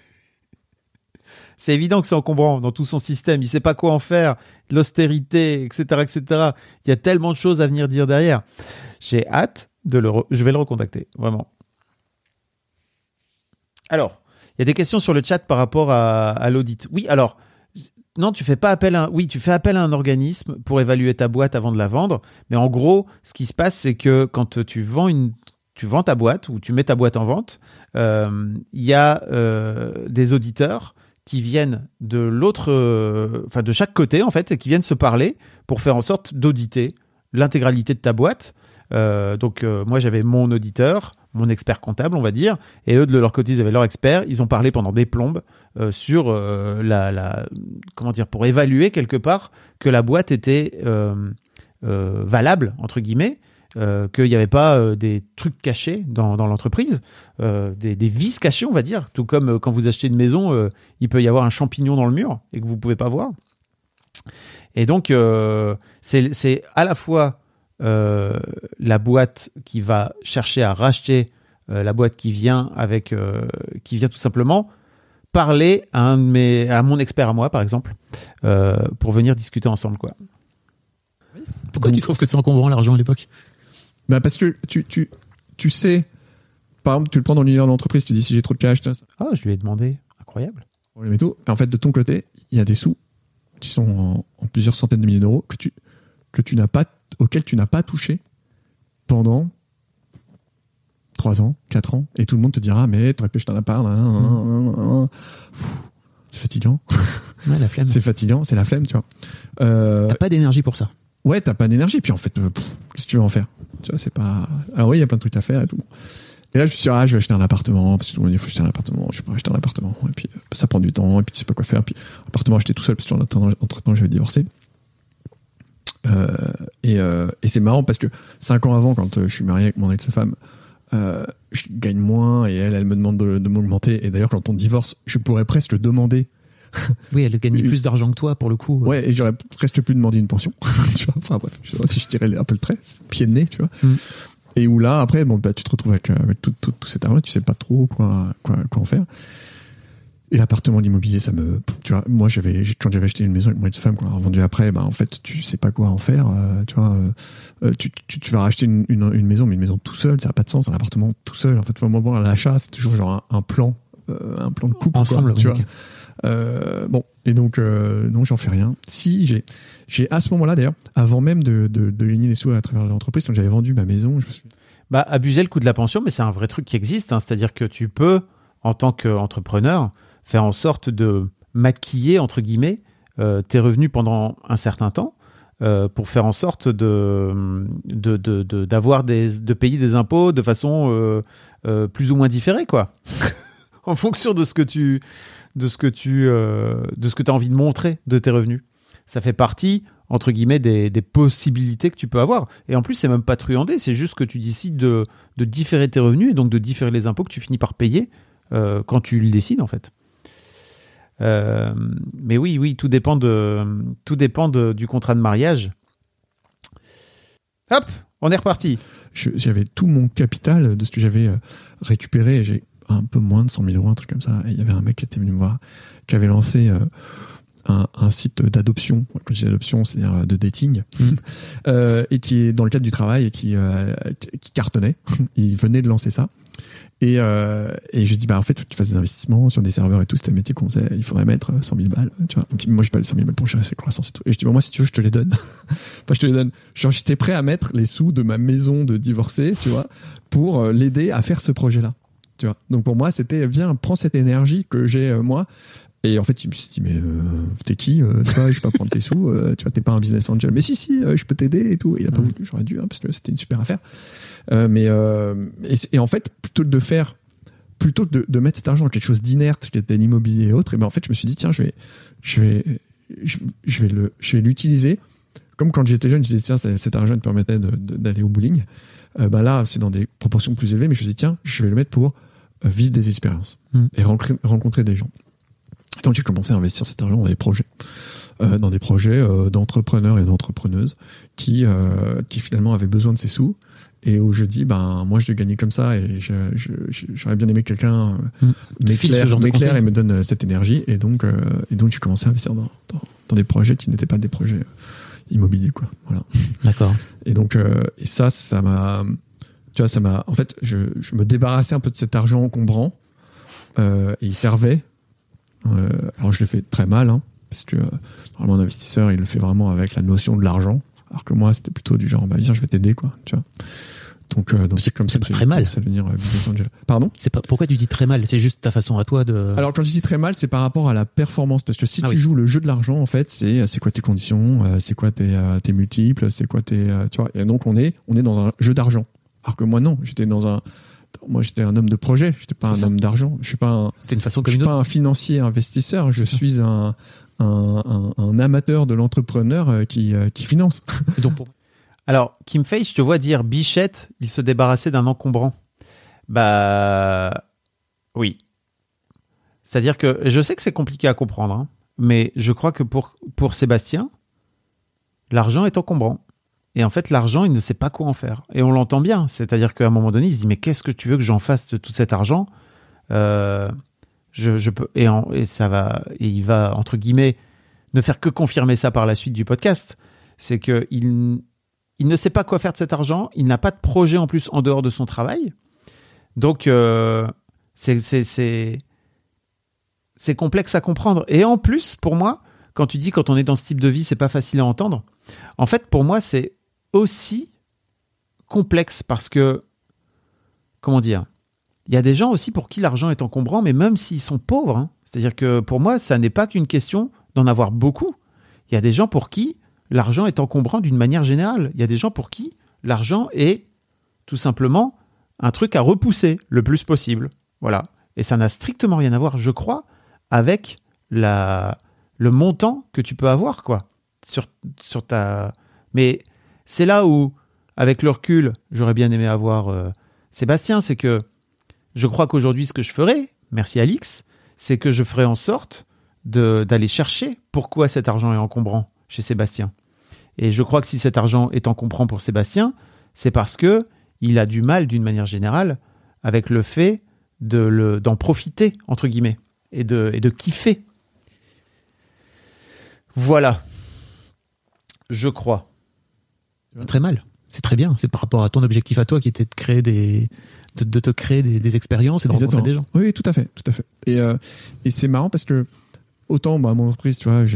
C'est évident que c'est encombrant dans tout son système. Il sait pas quoi en faire. L'austérité, etc., etc. Il y a tellement de choses à venir dire derrière. J'ai hâte je vais le recontacter. Vraiment. Alors, il y a des questions sur le chat par rapport à l'audit. Oui, alors, non, tu fais appel à un organisme pour évaluer ta boîte avant de la vendre. Mais en gros, ce qui se passe, c'est que quand tu vends ta boîte ou tu mets ta boîte en vente, il y a des auditeurs qui viennent de chaque côté en fait, et qui viennent se parler pour faire en sorte d'auditer l'intégralité de ta boîte. Donc moi j'avais mon auditeur, mon expert comptable on va dire, et eux de leur côté ils avaient leur expert. Ils ont parlé pendant des plombes sur pour évaluer quelque part que la boîte était valable entre guillemets. Qu'il n'y avait pas des trucs cachés dans l'entreprise, des vices cachés, on va dire. Tout comme quand vous achetez une maison, il peut y avoir un champignon dans le mur et que vous ne pouvez pas voir. Et donc, c'est à la fois la boîte qui va chercher à racheter la boîte qui vient tout simplement parler à mon expert à moi, par exemple, pour venir discuter ensemble, quoi. Pourquoi tu trouves que c'est encombrant l'argent à l'époque? Bah parce que tu sais, par exemple, tu le prends dans l'univers de l'entreprise, tu dis si j'ai trop de cash, ah, je lui ai demandé, incroyable. Et tout. Et en fait, de ton côté, il y a des sous qui sont en plusieurs centaines de milliers d'euros auxquels tu n'as pas touché pendant 3 ans, 4 ans, et tout le monde te dira mais t'aurais pu jeter un appart, c'est fatigant. Ouais, la flemme. C'est fatigant, c'est la flemme, tu vois. T'as pas d'énergie pour ça. Ouais, t'as pas d'énergie, puis en fait, qu'est-ce que tu veux en faire? Tu vois, c'est pas... Alors oui, il y a plein de trucs à faire et tout. Et là, je me suis dit, je vais acheter un appartement, parce que tout le monde dit, il faut acheter un appartement, je sais pas, acheter un appartement, et puis ça prend du temps, et puis tu sais pas quoi faire, puis appartement acheté tout seul, parce que entre-temps, j'avais divorcé. Et c'est marrant parce que 5 ans avant, quand je suis marié avec mon ex-femme, je gagne moins et elle me demande de m'augmenter. Et d'ailleurs, quand on divorce, je pourrais presque demander. Oui, elle gagnait plus d'argent que toi pour le coup. Ouais, et j'aurais presque pu demander une pension. Tu vois, enfin bref, je sais pas si je tirais un peu le trait, pied de nez, tu vois. Et où là, après, bon, bah, tu te retrouves avec tout cet argent, tu sais pas trop quoi en faire. Et l'appartement, l'immobilier, tu vois, moi, quand j'avais acheté une maison avec mon ex-femme, qu'on a revendu après, bah, en fait, tu sais pas quoi en faire, tu vois, tu vas racheter une maison, mais une maison tout seul, ça n'a pas de sens, un appartement tout seul. En fait, bon, à l'achat, c'est toujours genre un plan de couple, ensemble, quoi, tu vois. Okay. Bon, et donc, non, j'en fais rien. Si, j'ai à ce moment-là, d'ailleurs, avant même de gagner les sous à travers l'entreprise, quand j'avais vendu ma maison, je me suis... Bah, abuser le coût de la pension, mais c'est un vrai truc qui existe, hein. C'est-à-dire que tu peux, en tant qu'entrepreneur, faire en sorte de maquiller, entre guillemets, tes revenus pendant un certain temps, pour faire en sorte de payer des impôts de façon plus ou moins différée, quoi. En fonction de ce que tu as envie de montrer de tes revenus. Ça fait partie, entre guillemets, des possibilités que tu peux avoir. Et en plus, c'est même pas truandé, c'est juste que tu décides de différer tes revenus et donc de différer les impôts que tu finis par payer quand tu le décides, en fait. Mais oui, tout dépend du contrat de mariage. Hop, on est reparti. J'avais tout mon capital de ce que j'avais récupéré. J'ai un peu moins de 100 000 euros, un truc comme ça. Et il y avait un mec qui était venu me voir, qui avait lancé un site d'adoption. Quand je dis adoption, c'est-à-dire de dating, et qui est dans le cadre du travail et qui cartonnait. Il venait de lancer ça. Et je dis, bah, en fait, faut que tu fasses des investissements sur des serveurs et tout, c'était un métier qu'on faisait, il faudrait mettre 100 000 balles, tu vois. Moi, j'ai pas les 100 000 balles pour gérer ces croissances et tout. Et je dis, bah, moi, si tu veux, je te les donne. Enfin, je te les donne. Genre, j'étais prêt à mettre les sous de ma maison de divorcé, tu vois, pour l'aider à faire ce projet-là. Tu vois. Donc, pour moi, c'était, viens, prends cette énergie que j'ai, moi. Et en fait, il me s'est dit, mais t'es qui, tu vois, je vais pas prendre tes sous, tu vois, t'es pas un business angel. Mais si, je peux t'aider et tout. Et il a pas voulu, j'aurais dû, hein, parce que c'était une super affaire. Et en fait, plutôt que de mettre cet argent dans quelque chose d'inerte, qui était l'immobilier et autres, et ben en fait, je me suis dit, tiens, je vais l'utiliser. Comme quand j'étais jeune, je disais, tiens, cet argent me permettait d'aller au bowling. Ben là, c'est dans des proportions plus élevées, mais je me suis dit, tiens, je vais le mettre pour vivre des expériences et rencontrer des gens. Donc j'ai commencé à investir cet argent dans des projets, d'entrepreneurs et d'entrepreneuses qui finalement avaient besoin de ces sous, et où je dis, ben moi je l'ai gagné comme ça, et j'aurais bien aimé que quelqu'un m'éclaire et me donne cette énergie, et donc j'ai commencé à investir dans des projets qui n'étaient pas des projets immobiliers, quoi. Voilà. D'accord. Et donc et ça m'a, tu vois, en fait, je me débarrassais un peu de cet argent encombrant, et il servait. Alors je le fais très mal, hein, parce que normalement un investisseur il le fait vraiment avec la notion de l'argent, alors que moi c'était plutôt du genre, bah viens, je vais t'aider, quoi, tu vois. Donc c'est comme ça que très mal. Ça devenir business angel. Pardon ? C'est pas, pourquoi tu dis très mal ? C'est juste ta façon à toi de... Alors quand je dis très mal, c'est par rapport à la performance, parce que si tu joues le jeu de l'argent, en fait, c'est quoi tes conditions, c'est quoi tes multiples, c'est quoi tu vois. Et donc on est dans un jeu d'argent. Alors que moi non, j'étais un homme de projet, j'étais pas un homme d'argent. C'était une façon comme une autre. Je suis pas un financier investisseur, je suis un amateur de l'entrepreneur qui finance. Donc, alors, Kim Fay, je te vois dire Bichette, il se débarrassait d'un encombrant. Bah, oui. C'est-à-dire que je sais que c'est compliqué à comprendre, hein, mais je crois que pour Sébastien, l'argent est encombrant. Et en fait, l'argent, il ne sait pas quoi en faire. Et on l'entend bien. C'est-à-dire qu'à un moment donné, il se dit, mais qu'est-ce que tu veux que j'en fasse de tout cet argent ? Je peux, et il va, entre guillemets, ne faire que confirmer ça par la suite du podcast. C'est qu'il ne sait pas quoi faire de cet argent. Il n'a pas de projet en plus en dehors de son travail. Donc, c'est complexe à comprendre. Et en plus, pour moi, quand on est dans ce type de vie, c'est pas facile à entendre. En fait, pour moi, c'est aussi complexe parce que, comment dire, il y a des gens aussi pour qui l'argent est encombrant, mais même s'ils sont pauvres, hein. C'est-à-dire que pour moi, ça n'est pas qu'une question d'en avoir beaucoup. Il y a des gens pour qui l'argent est encombrant d'une manière générale. Il y a des gens pour qui l'argent est tout simplement un truc à repousser le plus possible. Voilà. Et ça n'a strictement rien à voir, je crois, avec le montant que tu peux avoir, quoi, sur Mais c'est là où, avec le recul, j'aurais bien aimé avoir Sébastien. C'est que je crois qu'aujourd'hui, ce que je ferais, merci Alix, c'est que je ferais en sorte d'aller chercher pourquoi cet argent est encombrant chez Sébastien. Et je crois que si cet argent est encombrant pour Sébastien, c'est parce que il a du mal, d'une manière générale, avec le fait d'en profiter, entre guillemets, et de kiffer. Voilà. Je crois. Très mal. C'est très bien. C'est par rapport à ton objectif à toi qui était de créer de te créer des expériences et de rencontrer des gens. Oui, tout à fait, tout à fait. Et c'est marrant parce que autant, mon entreprise, tu vois, j'ai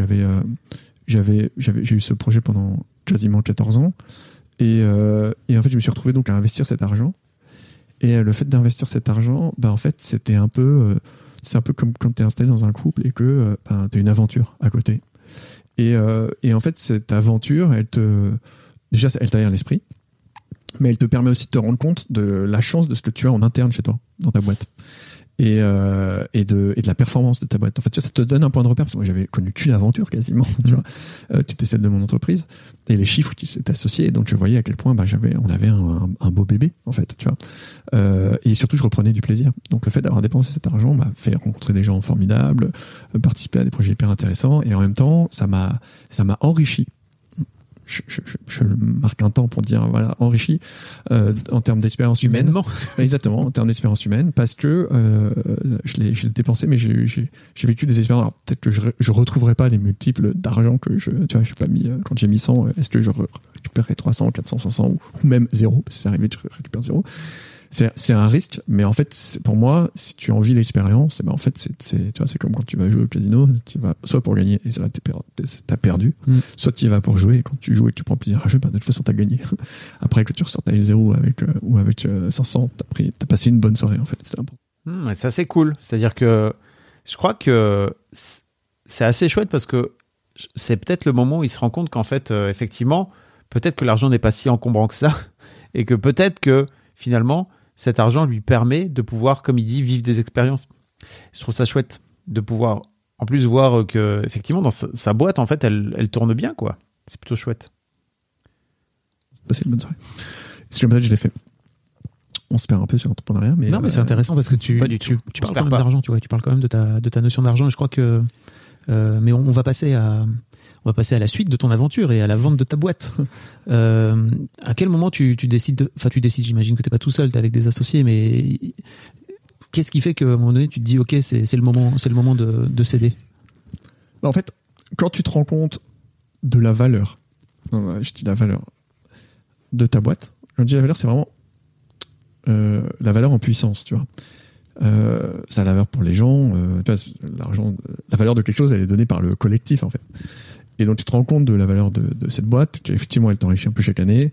eu ce projet pendant quasiment 14 ans. Et en fait, je me suis retrouvé donc à investir cet argent. Et le fait d'investir cet argent, en fait, c'est un peu comme quand tu es installé dans un couple et que tu as une aventure à côté. Et en fait, cette aventure, déjà, elle t'aère l'esprit, mais elle te permet aussi de te rendre compte de la chance de ce que tu as en interne chez toi, dans ta boîte. Et de la performance de ta boîte. En fait, ça te donne un point de repère, parce que moi, j'avais connu qu'une aventure quasiment, tu vois. Tu étais celle de mon entreprise, et les chiffres qui s'étaient associés, donc je voyais à quel point on avait un beau bébé, en fait, tu vois. Et surtout, je reprenais du plaisir. Donc le fait d'avoir dépensé cet argent m'a fait rencontrer des gens formidables, participer à des projets hyper intéressants, et en même temps, ça m'a enrichi. Je marque un temps pour dire voilà, enrichi en termes d'expérience humaine. Humainement. Exactement, en termes d'expérience humaine, parce que je l'ai dépensé, mais j'ai vécu des expériences. Alors, peut-être que je retrouverai pas les multiples d'argent que j'ai pas mis. Quand j'ai mis 100, est-ce que je récupérerai 300, 400, 500 ou même 0, parce que c'est arrivé que je récupère 0. C'est un risque, mais en fait, pour moi, si tu en vis l'expérience, en fait, tu vois, c'est comme quand tu vas jouer au casino, tu vas soit pour gagner et là t'as perdu, soit tu y vas pour jouer et quand tu joues et que tu prends plaisir à jouer, de toute façon t'as gagné. Après que tu ressortes avec 0 ou avec 500, t'as passé une bonne soirée en fait. C'est important. Ça c'est cool, c'est-à-dire que je crois que c'est assez chouette parce que c'est peut-être le moment où il se rend compte qu'en fait, effectivement, peut-être que l'argent n'est pas si encombrant que ça et que peut-être que finalement, cet argent lui permet de pouvoir, comme il dit, vivre des expériences. Je trouve ça chouette de pouvoir, en plus, voir que, effectivement, dans sa boîte, en fait, elle tourne bien, quoi. C'est plutôt chouette. Passer une bonne soirée. C'est comme ça que je l'ai fait. On se perd un peu sur l'entrepreneuriat, mais... Non, mais c'est intéressant parce que tu parles quand même d'argent, tu vois. Tu parles quand même de ta notion d'argent. Et je crois que... mais on va passer à la suite de ton aventure et à la vente de ta boîte. À quel moment tu décides, j'imagine que t'es pas tout seul, t'es avec des associés, mais qu'est-ce qui fait qu'à un moment donné tu te dis ok, c'est le moment de céder? En fait, quand tu te rends compte de la valeur, je dis la valeur de ta boîte, quand je dis la valeur, c'est vraiment la valeur en puissance, tu vois. Ça a la valeur pour les gens, l'argent, la valeur de quelque chose, elle est donnée par le collectif en fait. Et donc tu te rends compte de la valeur de cette boîte, qu'effectivement elle t'enrichit un peu chaque année,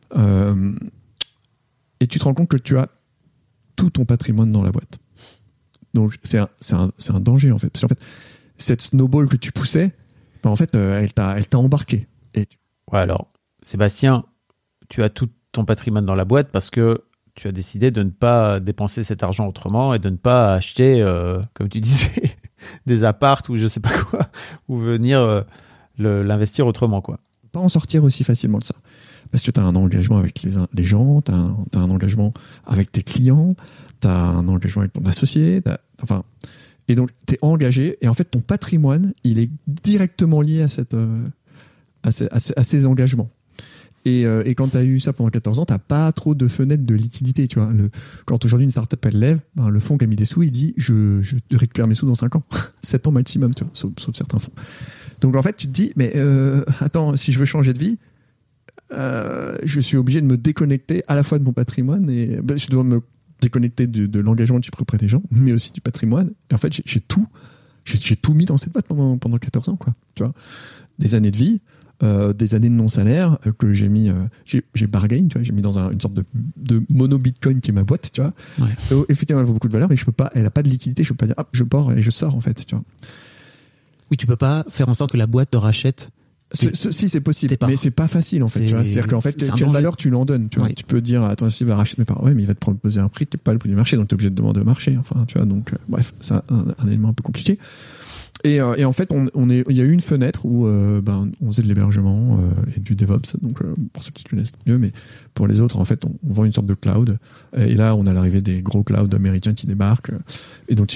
et tu te rends compte que tu as tout ton patrimoine dans la boîte. Donc c'est un danger en fait, parce qu'en fait cette snowball que tu poussais, en fait elle t'a embarqué. Ouais, alors Sébastien, tu as tout ton patrimoine dans la boîte parce que tu as décidé de ne pas dépenser cet argent autrement et de ne pas acheter, comme tu disais, des apparts ou je sais pas quoi, ou venir l'investir autrement, quoi. Pas en sortir aussi facilement de ça. Parce que tu as un engagement avec les gens, tu as un engagement avec tes clients, tu as un engagement avec ton associé, et donc tu es engagé, et en fait ton patrimoine, il est directement lié à ces engagements. Et quand tu as eu ça pendant 14 ans, tu n'as pas trop de fenêtre de liquidité. Tu vois. Quand aujourd'hui une startup elle lève, le fonds qui a mis des sous, il dit je récupère mes sous dans 5 ans. 7 ans maximum, tu vois, sauf certains fonds. Donc en fait, tu te dis, mais attends, si je veux changer de vie, je suis obligé de me déconnecter à la fois de mon patrimoine et je dois me déconnecter de l'engagement que j'ai pris auprès des gens, mais aussi du patrimoine. Et en fait, j'ai tout mis dans cette boîte pendant 14 ans, quoi. Tu vois, des années de vie. Des années de non-salaire que j'ai mis, j'ai bargain, tu vois, j'ai mis dans une sorte de mono Bitcoin qui est ma boîte, tu vois. Ouais. Effectivement, elle vaut beaucoup de valeur, mais elle a pas de liquidité, je peux pas dire, je pars et je sors, en fait, tu vois. Oui, tu peux pas faire en sorte que la boîte te rachète. Si, c'est possible, mais c'est pas facile, en fait, tu vois. C'est-à-dire qu'en fait, quelle valeur tu lui en donnes, tu vois. Tu peux dire, attends, s'il va racheter mes parts, ouais, mais il va te proposer un prix qui est pas le prix du marché, donc t'es obligé de demander au marché, enfin, tu vois, donc, bref, c'est un élément un peu compliqué. Et en fait, il y a eu une fenêtre où on faisait de l'hébergement et du DevOps. Donc, pour ceux qui connaissent mieux, mais pour les autres, en fait, on vend une sorte de cloud. Et là, on a l'arrivée des gros clouds américains qui débarquent. Et donc, c'est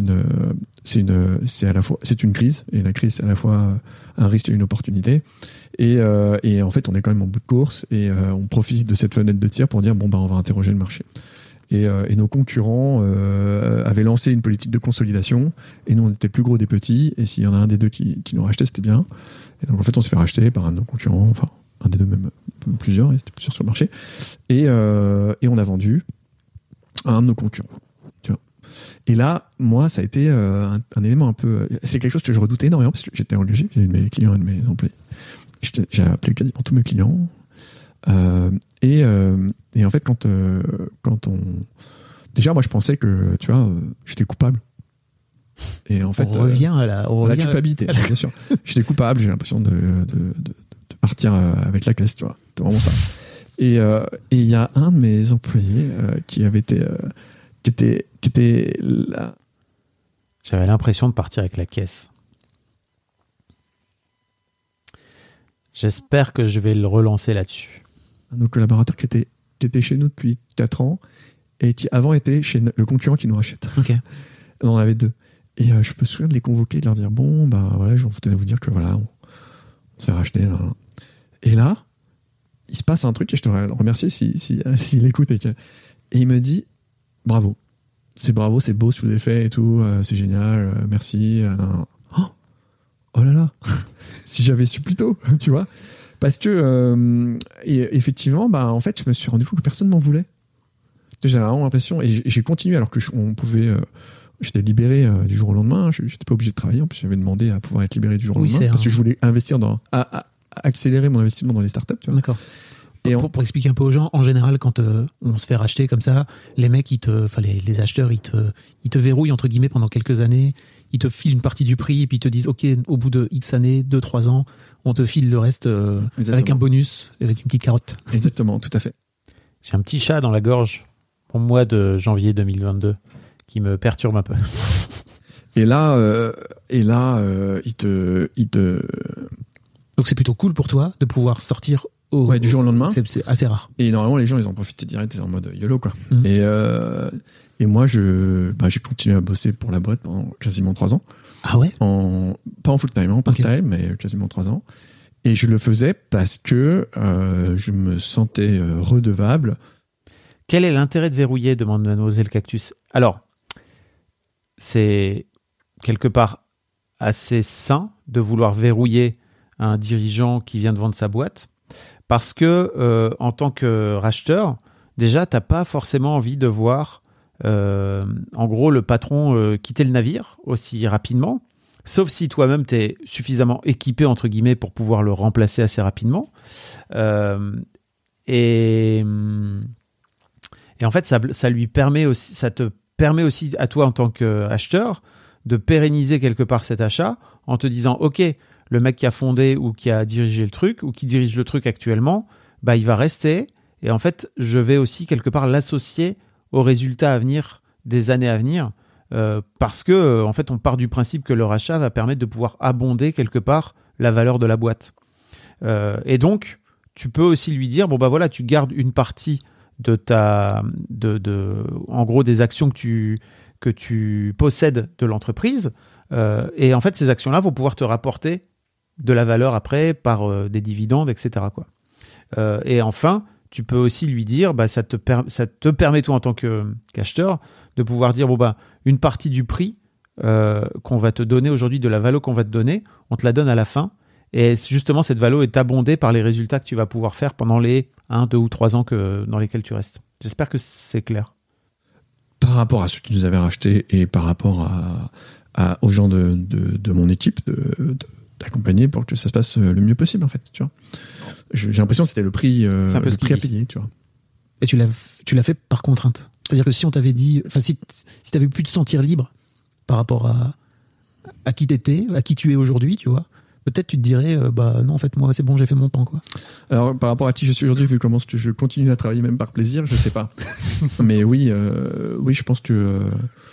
une crise. Et la crise, c'est à la fois un risque et une opportunité. Et en fait, on est quand même en bout de course et on profite de cette fenêtre de tir pour dire on va interroger le marché. Et nos concurrents avaient lancé une politique de consolidation et nous on était le plus gros des petits et s'il y en a un des deux qui nous rachetait, c'était bien. Et donc en fait on s'est fait racheter par un de nos concurrents, enfin un des deux même plusieurs, et c'était plusieurs sur le marché et on a vendu à un de nos concurrents, tu vois. Et là moi ça a été un élément un peu, c'est quelque chose que je redoutais énormément parce que j'étais engagé, j'avais mes clients et de mes employés, j'ai appelé quasiment tous mes clients. Et en fait, quand on... Déjà, moi, je pensais que, tu vois, j'étais coupable. Et en fait... On revient à la culpabilité, bien sûr. J'étais coupable, j'ai l'impression de partir avec la classe, tu vois. C'était vraiment ça. Et il y a un de mes employés qui avait été... qui était là. J'avais l'impression de partir avec la caisse. J'espère que je vais le relancer là-dessus. Un de nos collaborateurs qui était chez nous depuis 4 ans et qui avant était chez le concurrent qui nous rachète. Ok. On en avait 2. Et je me souviens de les convoquer, de leur dire voilà, je voulais vous dire que voilà, on s'est racheté. Là. Et là, il se passe un truc et je te remercie s'il écoute. Et il me dit bravo, c'est beau ce que vous avez fait et tout, c'est génial, merci. Oh là là, si j'avais su plus tôt, tu vois. Parce que, effectivement, en fait, je me suis rendu compte que personne m'en voulait. J'avais vraiment l'impression, et j'ai continué alors que j'étais libéré du jour au lendemain, j'étais pas obligé de travailler, en plus j'avais demandé à pouvoir être libéré du jour au lendemain, parce que je voulais investir à accélérer mon investissement dans les startups, tu vois. D'accord. Et pour expliquer un peu aux gens, en général, quand on se fait racheter comme ça, les mecs, les acheteurs, ils te verrouillent, entre guillemets, pendant quelques années, ils te filent une partie du prix, et puis ils te disent, OK, au bout de X années, 2-3 ans, on te file le reste avec un bonus, avec une petite carotte. Exactement, tout à fait. J'ai un petit chat dans la gorge au mois de janvier 2022 qui me perturbe un peu. Et là, il te... Donc c'est plutôt cool pour toi de pouvoir sortir du jour au lendemain. C'est assez rare. Et normalement, les gens, ils en profitaient direct, en mode YOLO, quoi. Mmh. Et moi, j'ai continué à bosser pour la boîte pendant quasiment 3 ans. Ah ouais? Pas en full-time, en part-time, mais quasiment 3 ans. Et je le faisais parce que je me sentais redevable. Quel est l'intérêt de verrouiller, demande Mademoiselle Cactus. Alors, c'est quelque part assez sain de vouloir verrouiller un dirigeant qui vient de vendre sa boîte parce que, en tant que racheteur, déjà, tu n'as pas forcément envie de voir en gros le patron quitter le navire aussi rapidement, sauf si toi-même tu es suffisamment équipé entre guillemets pour pouvoir le remplacer assez rapidement. Et en fait ça lui permet aussi, ça te permet aussi à toi en tant qu'acheteur de pérenniser quelque part cet achat en te disant OK, le mec qui a fondé ou qui a dirigé le truc ou qui dirige le truc actuellement, il va rester et en fait je vais aussi quelque part l'associer aux résultats à venir des années à venir parce que en fait on part du principe que le rachat va permettre de pouvoir abonder quelque part la valeur de la boîte et donc tu peux aussi lui dire voilà, tu gardes une partie de en gros des actions que tu possèdes de l'entreprise et en fait ces actions-là vont pouvoir te rapporter de la valeur après par des dividendes, etc. quoi. Et enfin tu peux aussi lui dire, ça te permet toi en tant qu'acheteur de pouvoir dire une partie du prix qu'on va te donner aujourd'hui, de la valo qu'on va te donner, on te la donne à la fin. Et justement, cette valo est abondée par les résultats que tu vas pouvoir faire pendant les 1, 2 ou 3 ans dans lesquels tu restes. J'espère que c'est clair. Par rapport à ceux qui nous avaient rachetés et par rapport aux gens de mon équipe, d'accompagner pour que ça se passe le mieux possible, en fait, tu vois. J'ai l'impression que c'était le prix à payer, tu vois. Et tu l'as fait par contrainte. C'est-à-dire que si on t'avait dit, si t'avais pu te sentir libre par rapport à qui t'étais, à qui tu es aujourd'hui, tu vois, peut-être tu te dirais, non, en fait, moi, c'est bon, j'ai fait mon temps, quoi. Alors, par rapport à qui je suis aujourd'hui, vu comment je continue à travailler même par plaisir, je sais pas. Mais oui, je pense que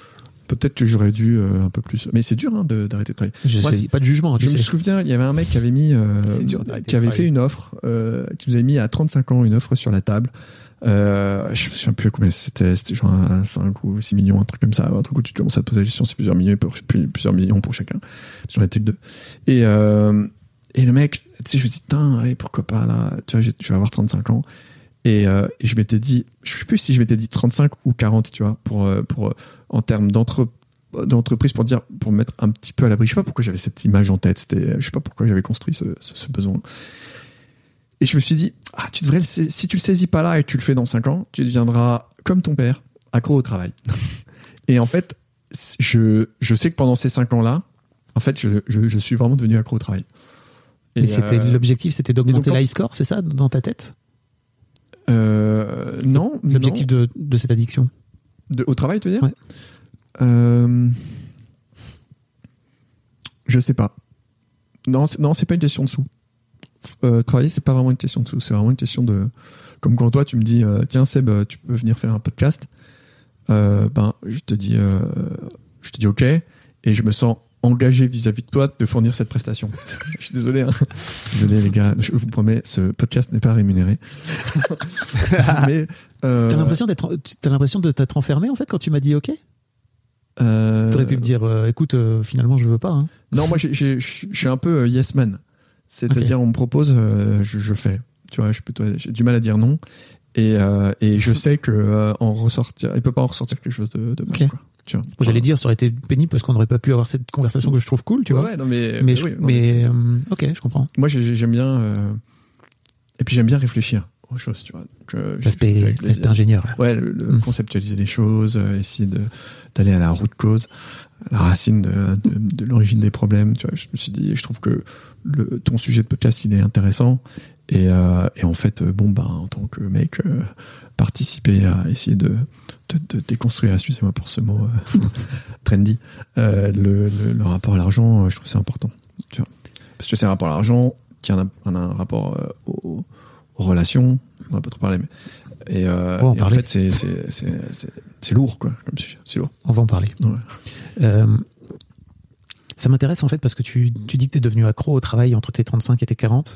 peut-être que j'aurais dû un peu plus. Mais c'est dur d'arrêter de travailler. Moi, Pas de jugement. je me souviens, il y avait un mec qui avait mis, qui avait fait une offre, qui nous avait mis à 35 ans une offre sur la table. Je me souviens plus combien c'était genre 5 ou 6 millions, un truc comme ça, un truc où tu commences à te poser la question, c'est plusieurs millions pour chacun. J'en étais que 2. Et le mec, tu sais, je me dis, putain, ouais, pourquoi pas là, tu vois, je vais avoir 35 ans. Et je m'étais dit, je sais plus si je m'étais dit 35 ou 40, tu vois, pour en termes d'entreprise, pour me mettre un petit peu à l'abri. Je sais pas pourquoi j'avais cette image en tête, je sais pas pourquoi j'avais construit ce besoin. Et je me suis dit, si tu le saisis pas là et que tu le fais dans 5 ans, tu deviendras comme ton père, accro au travail. Et en fait, je sais que pendant ces 5 ans-là, en fait, je suis vraiment devenu accro au travail. Et l'objectif, c'était d'augmenter l'iScore, c'est ça, dans ta tête? Non. L'objectif de cette addiction? Au travail, tu veux dire? Ouais. Je sais pas. Non, c'est pas une question de sous. Travailler, c'est pas vraiment une question de sous, c'est vraiment une question de, comme quand toi tu me dis tiens Seb, tu peux venir faire un podcast, je te dis ok, et je me sens engagé vis-à-vis de toi de fournir cette prestation. Je suis désolé, désolé les gars, je vous promets, ce podcast n'est pas rémunéré. Mais t'as l'impression de t'être enfermé en fait quand tu m'as dit ok. T'aurais pu me dire écoute, finalement je veux pas. Hein. Non, moi je suis un peu yes man. C'est-à-dire, on me propose, je fais. Tu vois, j'ai du mal à dire non. Et je sais que il peut pas en ressortir quelque chose de bon. Okay. Quoi. Tu vois. J'allais dire, ça aurait été pénible parce qu'on n'aurait pas pu avoir cette conversation que je trouve cool, tu vois. Ouais, non, mais ok, je comprends. Moi, j'aime bien. Et puis, j'aime bien réfléchir aux choses, tu vois. L'aspect ingénieur. Là. Ouais, conceptualiser les choses, essayer d'aller à la root cause, la racine de l'origine des problèmes. Tu vois, je me suis dit, je trouve que ton sujet de podcast, il est intéressant. Et en fait, en tant que mec, participer à essayer de déconstruire, excusez-moi pour ce mot trendy, le rapport à l'argent, je trouve que c'est important. Tu vois. Parce que c'est un rapport à l'argent qui a un rapport aux relations, on n'a pas trop parlé, mais et en fait c'est lourd quoi, comme sujet, c'est lourd. On va en parler. Ouais. Ça m'intéresse en fait parce que tu dis que t'es devenu accro au travail entre tes 35 et tes 40.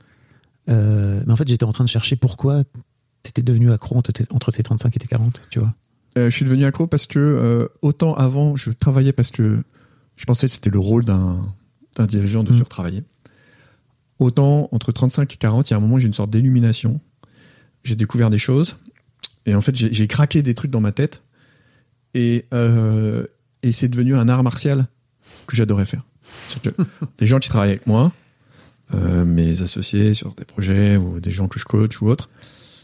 Mais en fait j'étais en train de chercher pourquoi t'étais devenu accro entre tes 35 et tes 40, tu vois. Je suis devenu accro parce que autant avant je travaillais parce que je pensais que c'était le rôle d'un dirigeant de surtravailler. Autant entre 35 et 40, il y a un moment où j'ai une sorte d'illumination. J'ai découvert des choses et en fait j'ai craqué des trucs dans ma tête et c'est devenu un art martial que j'adorais faire. C'est-à-dire que les gens qui travaillent avec moi, mes associés sur des projets ou des gens que je coach ou autres,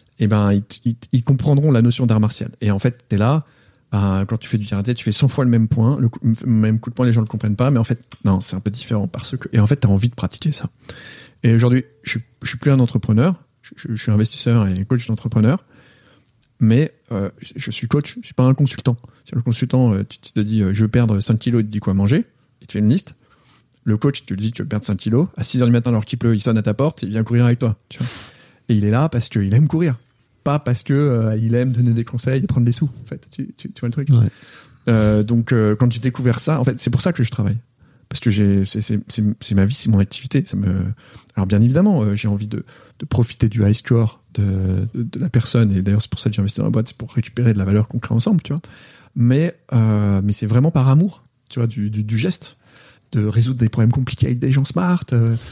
ils comprendront la notion d'art martial. Et en fait, t'es là, quand tu fais du karaté, tu fais 100 fois le même point, le même coup de poing, les gens ne le comprennent pas, mais en fait, non, c'est un peu différent parce que, et en fait, t'as envie de pratiquer ça. Et aujourd'hui, je suis plus un entrepreneur, je suis investisseur et coach d'entrepreneur, mais je suis coach, je suis pas un consultant. Si le consultant, tu te dis, je veux perdre 5 kilos, il te dit quoi manger, il te fait une liste. Le coach, tu lui dis, tu veux perdre 5 kilos, à 6h du matin, alors qu'il pleut, il sonne à ta porte, il vient courir avec toi, tu vois. Et il est là parce qu'il aime courir. Pas parce que il aime donner des conseils et prendre des sous. En fait, tu vois le truc. Ouais. Donc quand j'ai découvert ça, en fait, c'est pour ça que je travaille, parce que c'est ma vie, c'est mon activité. Alors bien évidemment, j'ai envie de profiter du high score de la personne, et d'ailleurs c'est pour ça que j'ai investi dans la boîte, c'est pour récupérer de la valeur qu'on crée ensemble, tu vois. Mais c'est vraiment par amour, tu vois, du geste, de résoudre des problèmes compliqués avec des gens smart,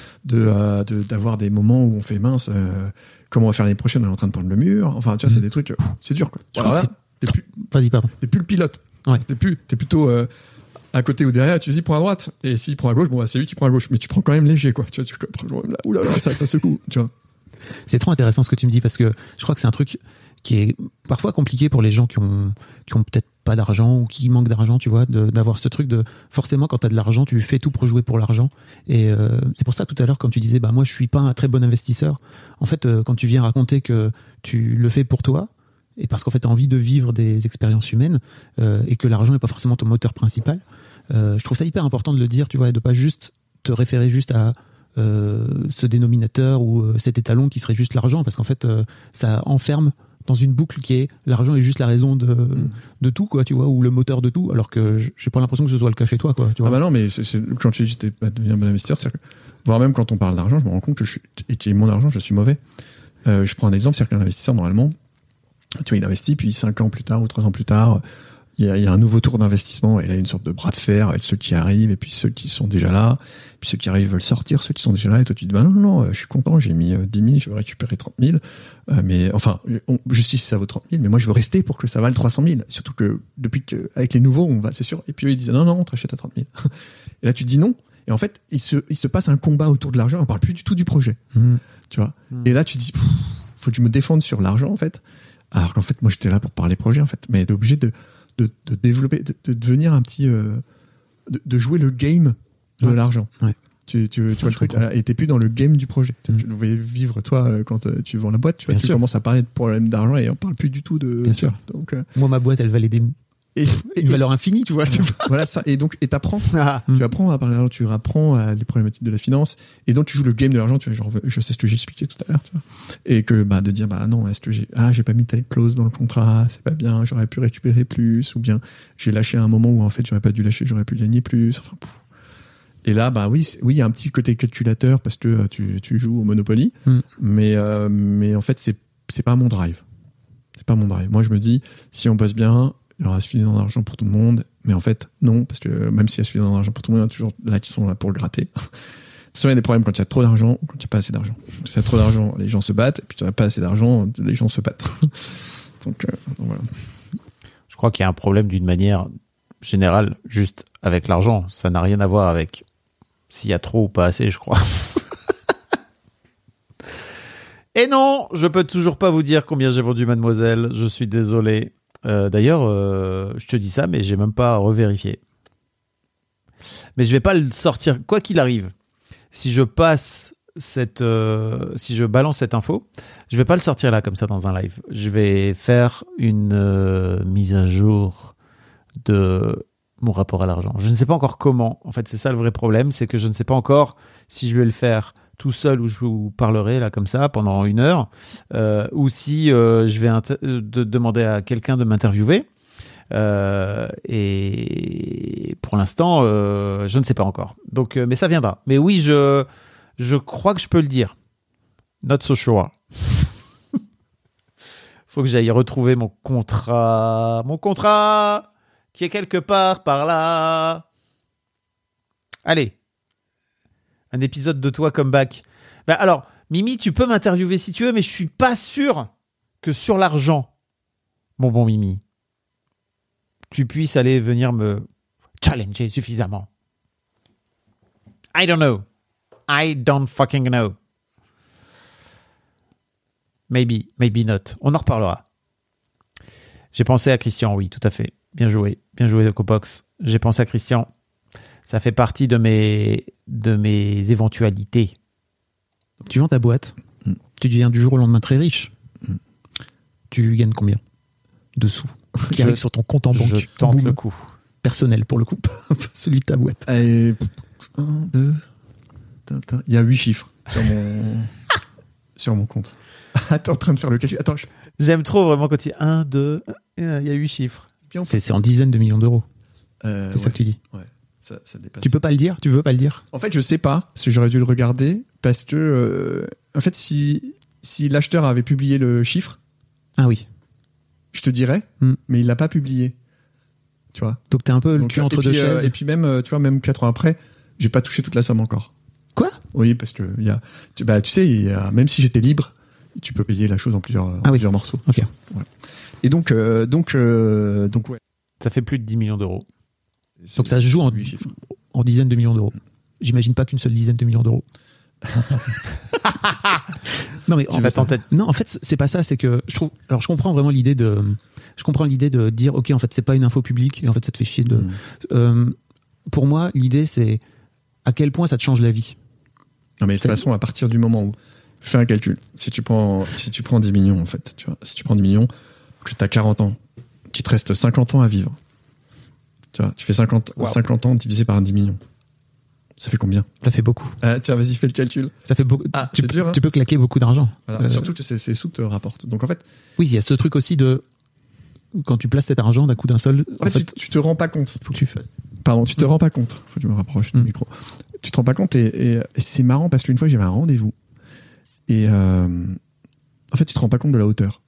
d'avoir des moments où on fait mince. Comment on va faire l'année prochaine, on est en train de prendre le mur. Enfin, tu vois, c'est des trucs, c'est dur, quoi. Alors là, vas-y, pardon. T'es plus le pilote. Ouais. T'es plutôt à côté ou derrière, tu dis, prends à droite. Et s'il prend à gauche, c'est lui qui prend à gauche. Mais tu prends quand même léger, quoi. Tu vois, tu prends quand même là, oulala, ça secoue, tu vois. C'est trop intéressant ce que tu me dis, parce que je crois que c'est un truc qui est parfois compliqué pour les gens qui ont peut-être pas d'argent ou qui manquent d'argent, tu vois, d'avoir ce truc de forcément quand t'as de l'argent, tu fais tout pour jouer pour l'argent. Et c'est pour ça tout à l'heure quand tu disais moi je suis pas un très bon investisseur. En fait, quand tu viens raconter que tu le fais pour toi et parce qu'en fait t'as envie de vivre des expériences humaines et que l'argent n'est pas forcément ton moteur principal, je trouve ça hyper important de le dire, tu vois, et de pas juste te référer juste à ce dénominateur ou cet étalon qui serait juste l'argent, parce qu'en fait ça enferme dans une boucle qui est l'argent est juste la raison de tout, quoi, tu vois, ou le moteur de tout, alors que j'ai pas l'impression que ce soit le cas chez toi, quoi, tu vois. Ah bah non, mais quand je dis j'étais pas devenu un bon investisseur, c'est que, voire même quand on parle d'argent, je me rends compte que et mon argent, je suis mauvais. Je prends un exemple, c'est qu'un investisseur, normalement, tu vois, il investit, puis 5 ans plus tard ou 3 ans plus tard, il y a un nouveau tour d'investissement, et il y a une sorte de bras de fer avec ceux qui arrivent, et puis ceux qui sont déjà là, puis ceux qui arrivent veulent sortir, ceux qui sont déjà là, et toi tu te dis, bah non, je suis content, j'ai mis 10 000, je veux récupérer 30 000, mais enfin, justice ça vaut 30 000, mais moi je veux rester pour que ça vale 300 000, surtout que depuis qu'avec les nouveaux, on va, c'est sûr, et puis eux ils disent, non, on te rachète à 30 000. Et là tu te dis non, et en fait, il se passe un combat autour de l'argent, on parle plus du tout du projet, tu vois. Et là tu te dis, faut que je me défende sur l'argent, en fait, alors qu'en fait, moi j'étais là pour parler projet, en fait, mais t'es obligé de développer, de devenir un petit, de jouer le game de l'argent. Ouais. Tu vois le truc, et t'es plus dans le game du projet. Tu devais vivre, toi, quand tu vends la boîte, tu vois, tu commences à parler de problèmes d'argent et on parle plus du tout de. Bien sûr. Donc, moi, ma boîte, elle valait une valeur infinie, tu vois. Voilà ça. Et donc, t'apprends. Tu apprends à parler d'argent, tu apprends à les problématiques de la finance. Et donc, tu joues le game de l'argent, tu vois, genre, je sais ce que j'ai expliqué tout à l'heure, tu vois. Et que, de dire, non, est-ce que j'ai pas mis telle clause dans le contrat, c'est pas bien, j'aurais pu récupérer plus, ou bien, j'ai lâché à un moment où, en fait, j'aurais pas dû lâcher, j'aurais pu gagner plus, enfin, Et là, oui, il y a un petit côté calculateur parce que tu joues au Monopoly, mais en fait, c'est pas mon drive. C'est pas mon drive. Moi, je me dis, si on bosse bien, il y aura suffisamment d'argent pour tout le monde, mais en fait, non, parce que même s'il y a suffisamment d'argent pour tout le monde, il y a toujours là qui sont là pour le gratter. De toute façon, il y a des problèmes quand il y a trop d'argent ou quand il n'y a pas assez d'argent. Quand il y a trop d'argent, les gens se battent, et puis quand il n'y a pas assez d'argent, les gens se battent. donc voilà. Je crois qu'il y a un problème d'une manière générale, juste avec l'argent. Ça n'a rien à voir avec s'il y a trop ou pas assez, je crois. Et non, je peux toujours pas vous dire combien j'ai vendu Mademoiselle. Je suis désolé. D'ailleurs, je te dis ça, mais j'ai même pas revérifié. Mais je vais pas le sortir, quoi qu'il arrive. Si je balance cette info, je vais pas le sortir là comme ça dans un live. Je vais faire une mise à jour de mon rapport à l'argent. Je ne sais pas encore comment. En fait, c'est ça le vrai problème, c'est que je ne sais pas encore si je vais le faire tout seul ou je vous parlerai là comme ça pendant 1 heure, ou si je vais demander à quelqu'un de m'interviewer. Et pour l'instant, je ne sais pas encore. Donc, mais ça viendra. Mais oui, je crois que je peux le dire. Not so sure. Faut que j'aille retrouver mon contrat qui est quelque part par là. Allez. Un épisode de toi comeback. Alors, Mimi, tu peux m'interviewer si tu veux, mais je suis pas sûr que sur l'argent, mon bon Mimi, tu puisses aller venir me challenger suffisamment. I don't know. I don't fucking know. Maybe not. On en reparlera. J'ai pensé à Christian, oui, tout à fait. Bien joué, Copox. J'ai pensé à Christian. Ça fait partie de mes éventualités. Donc, tu vends ta boîte, tu deviens du jour au lendemain très riche. Tu gagnes combien de sous qui arrivent sur ton compte en banque? Je tente le coup. Personnel, pour le coup, celui de ta boîte. 1, 2... Il y a 8 chiffres sur mon compte. Attends, en train de faire le calcul. Attends, J'aime trop vraiment quand il y a 1, 2... Il y a 8 chiffres. C'est en dizaines de millions d'euros. C'est ça que tu dis. Ouais. Ça dépasse. Tu peux pas le dire? Tu veux pas le dire? En fait, je sais pas, parce que j'aurais dû le regarder, parce que, en fait, si l'acheteur avait publié le chiffre, ah oui, je te dirais, mais il l'a pas publié. Tu vois. Donc t'es un peu le cul entre deux chaises. Et puis même, tu vois, même 4 ans après, j'ai pas touché toute la somme encore. Quoi? Oui, parce que tu sais, même si j'étais libre, tu peux payer la chose en plusieurs morceaux. Ok. Voilà. Et donc ouais. Ça fait plus de 10 millions d'euros. Donc ça se joue en dizaines de millions d'euros. J'imagine pas qu'une seule dizaine de millions d'euros. Non mais en fait c'est pas ça, c'est que je comprends vraiment l'idée de dire ok, en fait c'est pas une info publique et en fait ça te fait chier pour moi l'idée c'est à quel point ça te change la vie. Non mais de toute façon à partir du moment où fais un calcul, si tu prends 10 millions en fait, tu vois, si tu prends 10 millions que tu as 40 ans, qu'il te reste 50 ans à vivre. Tu vois, tu fais 50 ans divisé par 10 millions. Ça fait combien? Ça fait beaucoup. Tiens, vas-y, fais le calcul. Ça fait beaucoup. C'est dur, hein. Tu peux claquer beaucoup d'argent. Voilà. Surtout que ces sous te rapportent. Donc en fait, oui, il y a ce truc aussi de quand tu places cet argent d'un coup d'un seul. en fait, tu te rends pas compte. Faut que tu fasses. Pardon, tu te rends pas compte. Faut que je me rapproche du micro. Tu te rends pas compte et c'est marrant parce qu'une fois j'avais un rendez-vous et en fait tu te rends pas compte de la hauteur.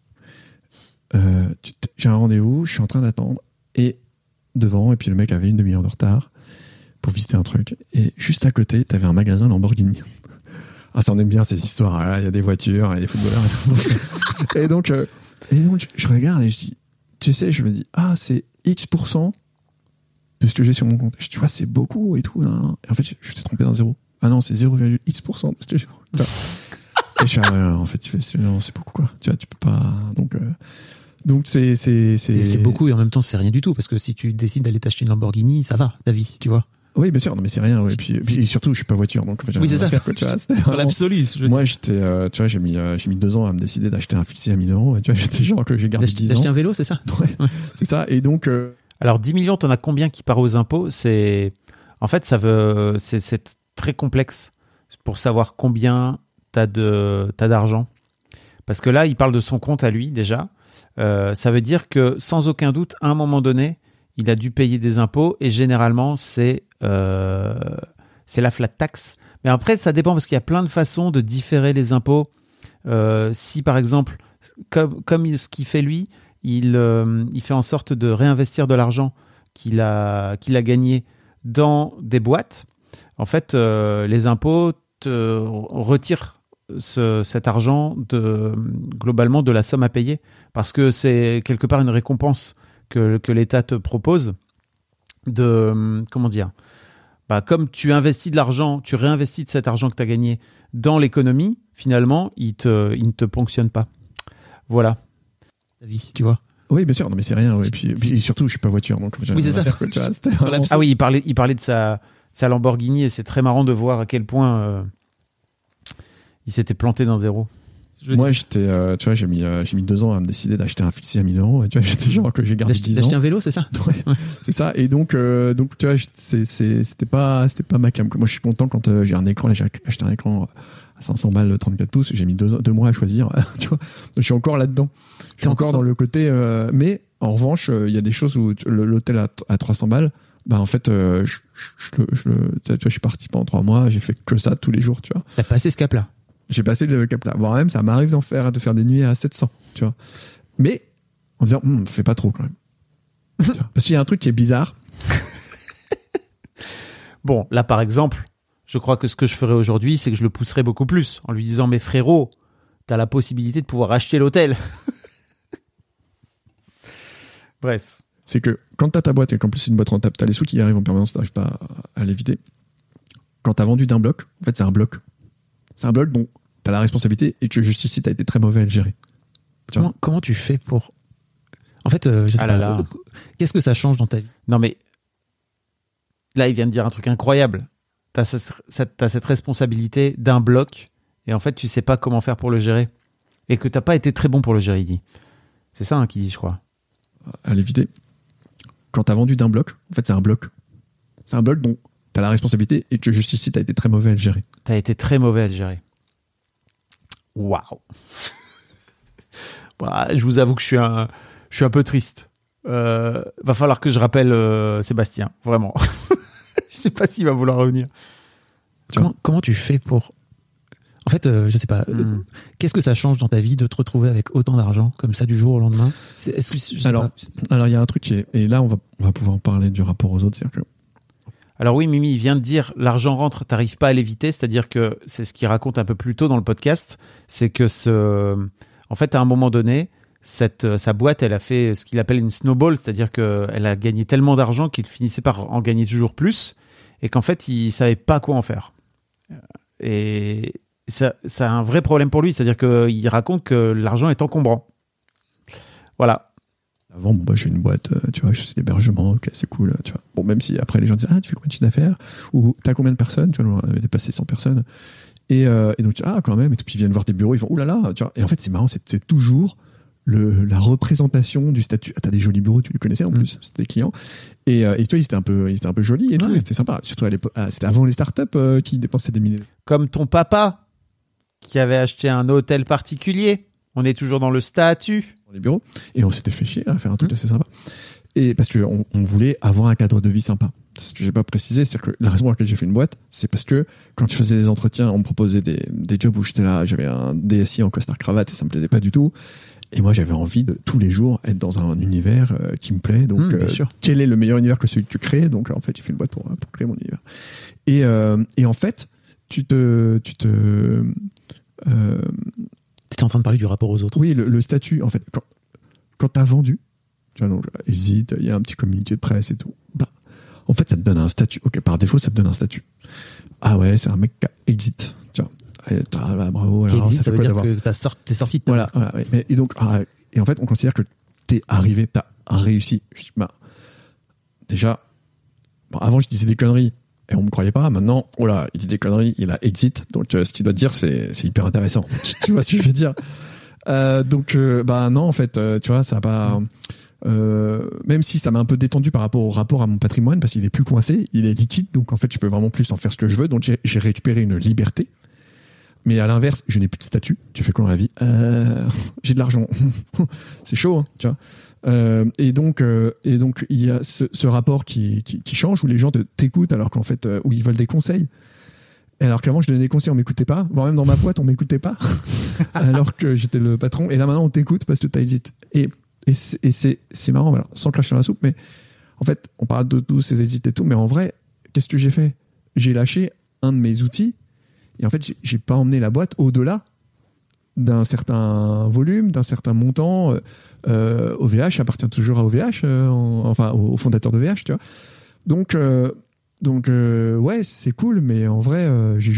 J'ai un rendez-vous, je suis en train d'attendre et devant, et puis le mec avait une demi-heure de retard pour visiter un truc, et juste à côté t'avais un magasin Lamborghini. Ah, ça on aime bien ces histoires, il y a des voitures, il y a des footballeurs et donc je regarde et je dis, tu sais, je me dis, ah, c'est X% de ce que j'ai sur mon compte. Je dis, tu vois, c'est beaucoup et tout, nan. Et en fait je t'ai trompé d'un zéro. Ah non, c'est 0,X% de ce que j'ai. Et je suis en fait c'est beaucoup, quoi. Tu vois, tu peux pas. Donc c'est beaucoup, et en même temps c'est rien du tout, parce que si tu décides d'aller t'acheter une Lamborghini, ça va ta vie, tu vois. Oui, bien sûr, non mais c'est rien. Ouais. Et puis surtout, je suis pas voiture, donc en fait, oui, c'est ça. Faire, tu vois, dans l'absolu. Moi, j'étais, tu vois, j'ai mis 2 ans à me décider d'acheter un fixé à 1 000 €. Et tu vois, j'étais genre que j'ai gardé 10 ans. D'acheter un vélo, c'est ça. Ouais, c'est ça. Et donc. Alors 10 millions, t'en as combien qui part aux impôts? En fait, c'est très complexe pour savoir combien t'as d'argent. Parce que là, il parle de son compte à lui déjà. Ça veut dire que sans aucun doute, à un moment donné, il a dû payer des impôts, et généralement, c'est la flat tax. Mais après, ça dépend, parce qu'il y a plein de façons de différer les impôts. Si par exemple, comme ce qu'il fait lui, il fait en sorte de réinvestir de l'argent qu'il a gagné dans des boîtes. En fait, les impôts te retirent cet argent globalement de la somme à payer, parce que c'est quelque part une récompense que l'État te propose de, comment dire, comme tu investis de l'argent, tu réinvestis de cet argent que tu as gagné dans l'économie, finalement, il ne te ponctionne pas. Voilà. Ta vie, tu vois. Oui, bien sûr, non mais c'est rien. Ouais. Et puis surtout, je suis pas voiture, donc. Oui, c'est ça. Ah oui, il parlait de sa Lamborghini, et c'est très marrant de voir à quel point il s'était planté d'un zéro. Moi, j'étais, tu vois, j'ai mis 2 ans à me décider d'acheter un fixé à 1 000 €. Et tu vois, j'étais genre que j'ai gardé 10 ans. D'acheter un vélo, c'est ça. Ouais, c'est ça. Et donc, tu vois, c'était pas ma cam. Moi, je suis content quand j'ai un écran. Là, j'ai acheté un écran à 500 balles, 34 pouces. J'ai mis 2 mois à choisir. Tu vois, donc, je suis encore là-dedans. Je suis encore dans le côté. Mais en revanche, il y a des choses où l'hôtel à 300 balles. En fait, tu vois, je suis parti pendant 3 mois. J'ai fait que ça tous les jours. Tu vois. T'as passé ce cap-là. J'ai passé le cap là. Voire même, ça m'arrive de faire des nuits à 700, tu vois. Mais, en disant, fais pas trop, quand même. Parce qu'il y a un truc qui est bizarre. Bon, là, par exemple, je crois que ce que je ferais aujourd'hui, c'est que je le pousserais beaucoup plus, en lui disant, mais frérot, t'as la possibilité de pouvoir acheter l'hôtel. Bref. C'est que, quand t'as ta boîte, et qu'en plus c'est une boîte rentable, t'as les sous qui arrivent en permanence, t'arrives pas à l'éviter. Quand t'as vendu d'un bloc, en fait, c'est un bloc. C'est un bloc dont t'as la responsabilité, et que juste ici, t'as été très mauvais à le gérer. Comment tu fais pour... En fait, je sais pas, qu'est-ce que ça change dans ta vie? Non mais, là, il vient de dire un truc incroyable. T'as cette responsabilité d'un bloc, et en fait, tu sais pas comment faire pour le gérer. Et que t'as pas été très bon pour le gérer, il dit. C'est ça qu'il dit, je crois. À l'éviter. Quand t'as vendu d'un bloc, en fait, c'est un bloc. C'est un bloc dont t'as la responsabilité, et que juste ici, t'as été très mauvais à le gérer. T'as été très mauvais à le gérer. Waouh. Voilà, je vous avoue que je suis un peu triste. Va falloir que je rappelle Sébastien, vraiment. Je sais pas s'il va vouloir revenir. Comment tu fais pour... En fait, je sais pas. Qu'est-ce que ça change dans ta vie de te retrouver avec autant d'argent comme ça du jour au lendemain? Alors, il y a un truc qui est... Et là, on va pouvoir en parler du rapport aux autres. C'est-à-dire que... Alors oui, Mimi, il vient de dire l'argent rentre, t'arrives pas à l'éviter, c'est-à-dire que c'est ce qu'il raconte un peu plus tôt dans le podcast, c'est que en fait, à un moment donné, sa boîte, elle a fait ce qu'il appelle une snowball, c'est-à-dire qu'elle a gagné tellement d'argent qu'il finissait par en gagner toujours plus, et qu'en fait, il savait pas quoi en faire. Et ça a un vrai problème pour lui, c'est-à-dire qu'il raconte que l'argent est encombrant. Voilà. Avant, j'ai une boîte, tu vois, je fais l'hébergement, ok, c'est cool, tu vois. Bon, même si après les gens disent, tu fais combien de chiffre d'affaires? Ou t'as combien de personnes? Tu vois, on avait dépassé 100 personnes. Et donc, quand même, et puis ils viennent voir tes bureaux, ils font, oulala, tu vois. Et en fait, c'est marrant, c'est toujours la représentation du statut. Ah, t'as des jolis bureaux, tu les connaissais en plus, c'était des clients. Et toi, ils étaient un peu jolis et tout, et c'était sympa. Surtout à l'époque, c'était avant les startups qui dépensaient des milliers. Comme ton papa qui avait acheté un hôtel particulier. On est toujours dans le statut. Dans les bureaux. Et on s'était fait chier à faire un truc assez sympa. Et parce qu'on voulait avoir un cadre de vie sympa. Ce que j'ai pas précisé, c'est que la raison pour laquelle j'ai fait une boîte, c'est parce que quand je faisais des entretiens, on me proposait des jobs où j'étais là, j'avais un DSI en costard cravate et ça me plaisait pas du tout. Et moi, j'avais envie de tous les jours être dans un univers qui me plaît. Donc, quel est le meilleur univers que celui que tu crées? Donc, en fait, j'ai fait une boîte pour créer mon univers. Et en fait, t'étais en train de parler du rapport aux autres. Oui, le statut, en fait, quand t'as vendu, tu vois, donc, hésite, il y a un petit communiqué de presse et tout. Bah, en fait, ça te donne un statut. Ok, par défaut, ça te donne un statut. Ah ouais, c'est un mec qui a exit. Tu vois. Bah, bravo. Qui alors, exit, ça veut dire d'avoir... que t'es sorti de ta Voilà. Ouais. Et donc, et en fait, on considère que t'es arrivé, t'as réussi. Je dis, bah, déjà, avant, je disais des conneries. Et on me croyait pas. Maintenant, oh là, il dit des conneries, il a exit. Donc, ce qu'il doit dire, c'est hyper intéressant. Tu vois ce que je veux dire? Donc, bah non, en fait, tu vois, ça a pas. Même si ça m'a un peu détendu par rapport au rapport à mon patrimoine, parce qu'il est plus coincé, il est liquide. Donc, en fait, je peux vraiment plus en faire ce que je veux. Donc, j'ai récupéré une liberté. Mais à l'inverse, je n'ai plus de statut. Tu fais quoi dans la vie? J'ai de l'argent. C'est chaud, hein, tu vois. Et donc il y a ce rapport qui change où les gens t'écoutent alors qu'en fait où ils veulent des conseils. Et alors qu'avant je donnais des conseils, on m'écoutait pas, voire même dans ma boîte on m'écoutait pas alors que j'étais le patron. Et là maintenant on t'écoute parce que t'as hésité. Et c'est marrant, alors, sans cracher dans la soupe, mais en fait on parle de tous ces hésits et tout, mais en vrai qu'est-ce que j'ai fait? J'ai lâché un de mes outils et en fait j'ai pas emmené la boîte au-delà d'un certain volume, d'un certain montant. OVH appartient toujours à OVH, enfin au fondateur d'OVH, tu vois. Donc ouais, c'est cool, mais en vrai,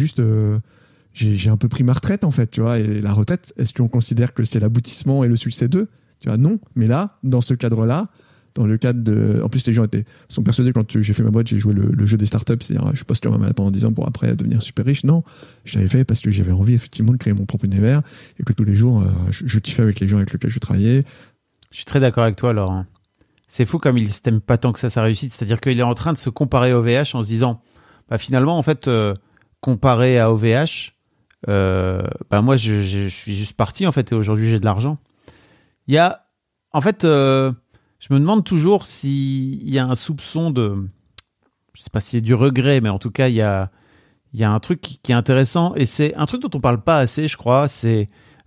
j'ai un peu pris ma retraite en fait, tu vois. Et la retraite, est-ce qu'on considère que c'est l'aboutissement et le succès d'eux? Tu vois, non. Mais là, dans ce cadre-là, dans le cadre de, en plus les gens sont persuadés quand j'ai fait ma boîte, j'ai joué le jeu des startups, c'est-à-dire je poste ma pendant 10 ans pour après devenir super riche. Non, je l'avais fait parce que j'avais envie effectivement de créer mon propre univers et que tous les jours je kiffais avec les gens avec lesquels je travaillais. Je suis très d'accord avec toi, Laurent. C'est fou comme il s'aime pas tant que ça sa réussite. C'est-à-dire qu'il est en train de se comparer à OVH en se disant, bah finalement, en fait, comparé à OVH, bah moi, je suis juste parti, en fait, et aujourd'hui, j'ai de l'argent. Il y a, en fait, je me demande toujours s'il y a un soupçon de, je sais pas si c'est du regret, mais en tout cas, il y a un truc qui est intéressant, et c'est un truc dont on parle pas assez, je crois, c'est,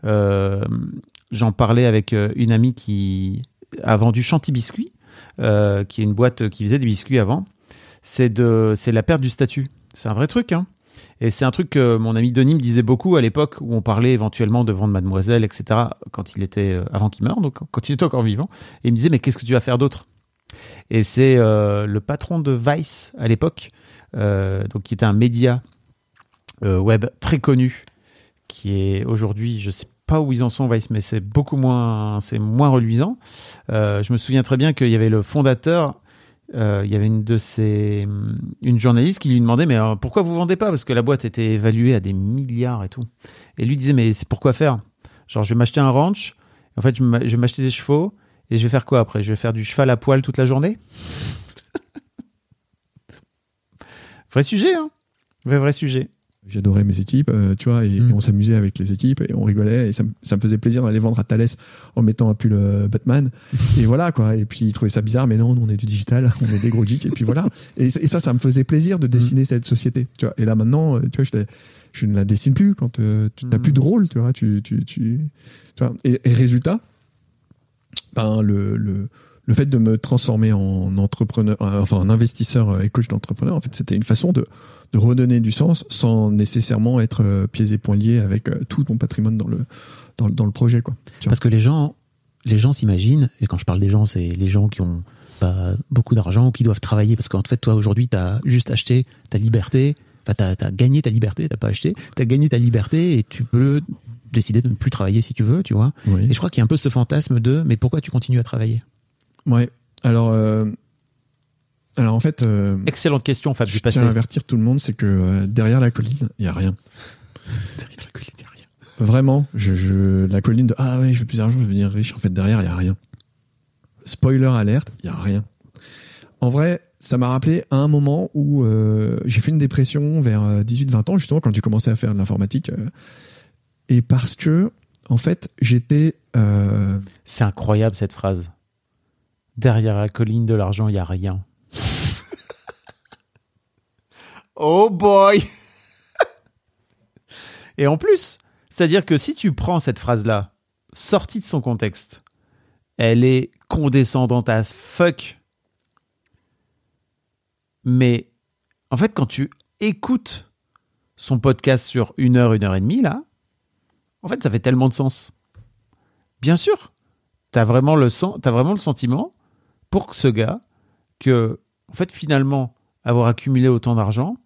j'en parlais avec une amie qui a vendu Chanty Biscuits, qui est une boîte qui faisait des biscuits avant. C'est la perte du statut. C'est un vrai truc, hein. Et c'est un truc que mon ami Denis me disait beaucoup à l'époque où on parlait éventuellement de vendre Mademoiselle, etc. Quand il était, avant qu'il meure, donc quand il était encore vivant. Et il me disait, mais qu'est-ce que tu vas faire d'autre? Et c'est le patron de Vice à l'époque, donc qui était un média web très connu, qui est aujourd'hui, je sais pas où ils en sont, Vice, mais c'est moins reluisant. Je me souviens très bien qu'il y avait le fondateur, il y avait une journaliste qui lui demandait, mais pourquoi vous vendez pas? Parce que la boîte était évaluée à des milliards et tout. Et lui disait, mais c'est pourquoi faire? Genre, je vais m'acheter un ranch, en fait, je vais m'acheter des chevaux, et je vais faire quoi après? Je vais faire du cheval à poil toute la journée? Vrai sujet, hein? Vrai sujet. J'adorais mes équipes, tu vois, et on s'amusait avec les équipes et on rigolait et ça me faisait plaisir d'aller vendre à Thales en mettant un pull Batman et voilà quoi. Et puis ils trouvaient ça bizarre, mais non, nous on est du digital, on est des gros geeks et puis voilà. Et ça me faisait plaisir de dessiner cette société, tu vois. Et là maintenant, tu vois, je ne la dessine plus quand tu n'as plus de rôle, tu vois. Tu vois. Et résultat, ben le fait de me transformer en entrepreneur, enfin en investisseur et coach d'entrepreneur, en fait, c'était une façon de redonner du sens sans nécessairement être pieds et poings liés avec tout ton patrimoine dans le projet, quoi. Parce que les gens s'imaginent, et quand je parle des gens, c'est les gens qui ont pas beaucoup d'argent ou qui doivent travailler, parce qu'en fait, toi, aujourd'hui, t'as juste acheté ta liberté, enfin, t'as gagné ta liberté, t'as pas acheté, t'as gagné ta liberté et tu peux décider de ne plus travailler si tu veux, tu vois. Oui. Et je crois qu'il y a un peu ce fantasme de, mais pourquoi tu continues à travailler? Ouais. Alors en fait, excellente question, je tiens à avertir tout le monde, c'est que derrière la colline, il y a rien. Derrière la colline, il y a rien. Vraiment, la colline de ah ouais, je veux plus d'argent, je veux devenir riche. En fait, derrière, il y a rien. Spoiler alerte, il y a rien. En vrai, ça m'a rappelé un moment où j'ai fait une dépression vers 18-20 ans, justement, quand j'ai commencé à faire de l'informatique. Et parce que, en fait, j'étais... C'est incroyable cette phrase. Derrière la colline de l'argent, il n'y a rien. Oh boy. Et en plus, c'est-à-dire que si tu prends cette phrase-là, sortie de son contexte, elle est condescendante as fuck. Mais en fait, quand tu écoutes son podcast sur 1 heure et demie, là, en fait, ça fait tellement de sens. Bien sûr, t'as vraiment le sentiment pour ce gars que, en fait, finalement, avoir accumulé autant d'argent,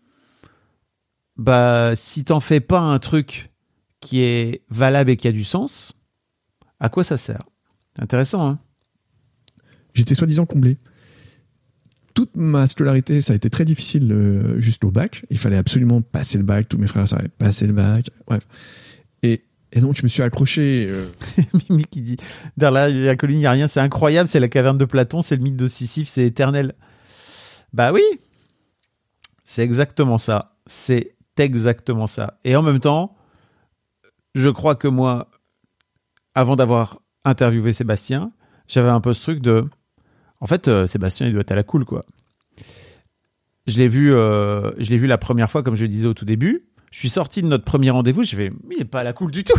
bah, si t'en fais pas un truc qui est valable et qui a du sens, à quoi ça sert ? Intéressant, hein ? J'étais soi-disant comblé. Toute ma scolarité, ça a été très difficile jusqu'au bac. Il fallait absolument passer le bac. Tous mes frères savaient passer le bac. Bref. Et donc, je me suis accroché. Mimi qui dit derrière la colline, il n'y a rien, c'est incroyable, c'est la caverne de Platon, c'est le mythe de Sisyphe, c'est éternel. Bah oui, c'est exactement ça. C'est exactement ça. Et en même temps, je crois que moi, avant d'avoir interviewé Sébastien, j'avais un peu ce truc de... En fait, Sébastien, il doit être à la cool, quoi. Je l'ai vu la première fois, comme je le disais au tout début. Je suis sorti de notre premier rendez-vous, j'ai fait, mais il n'est pas à la cool du tout.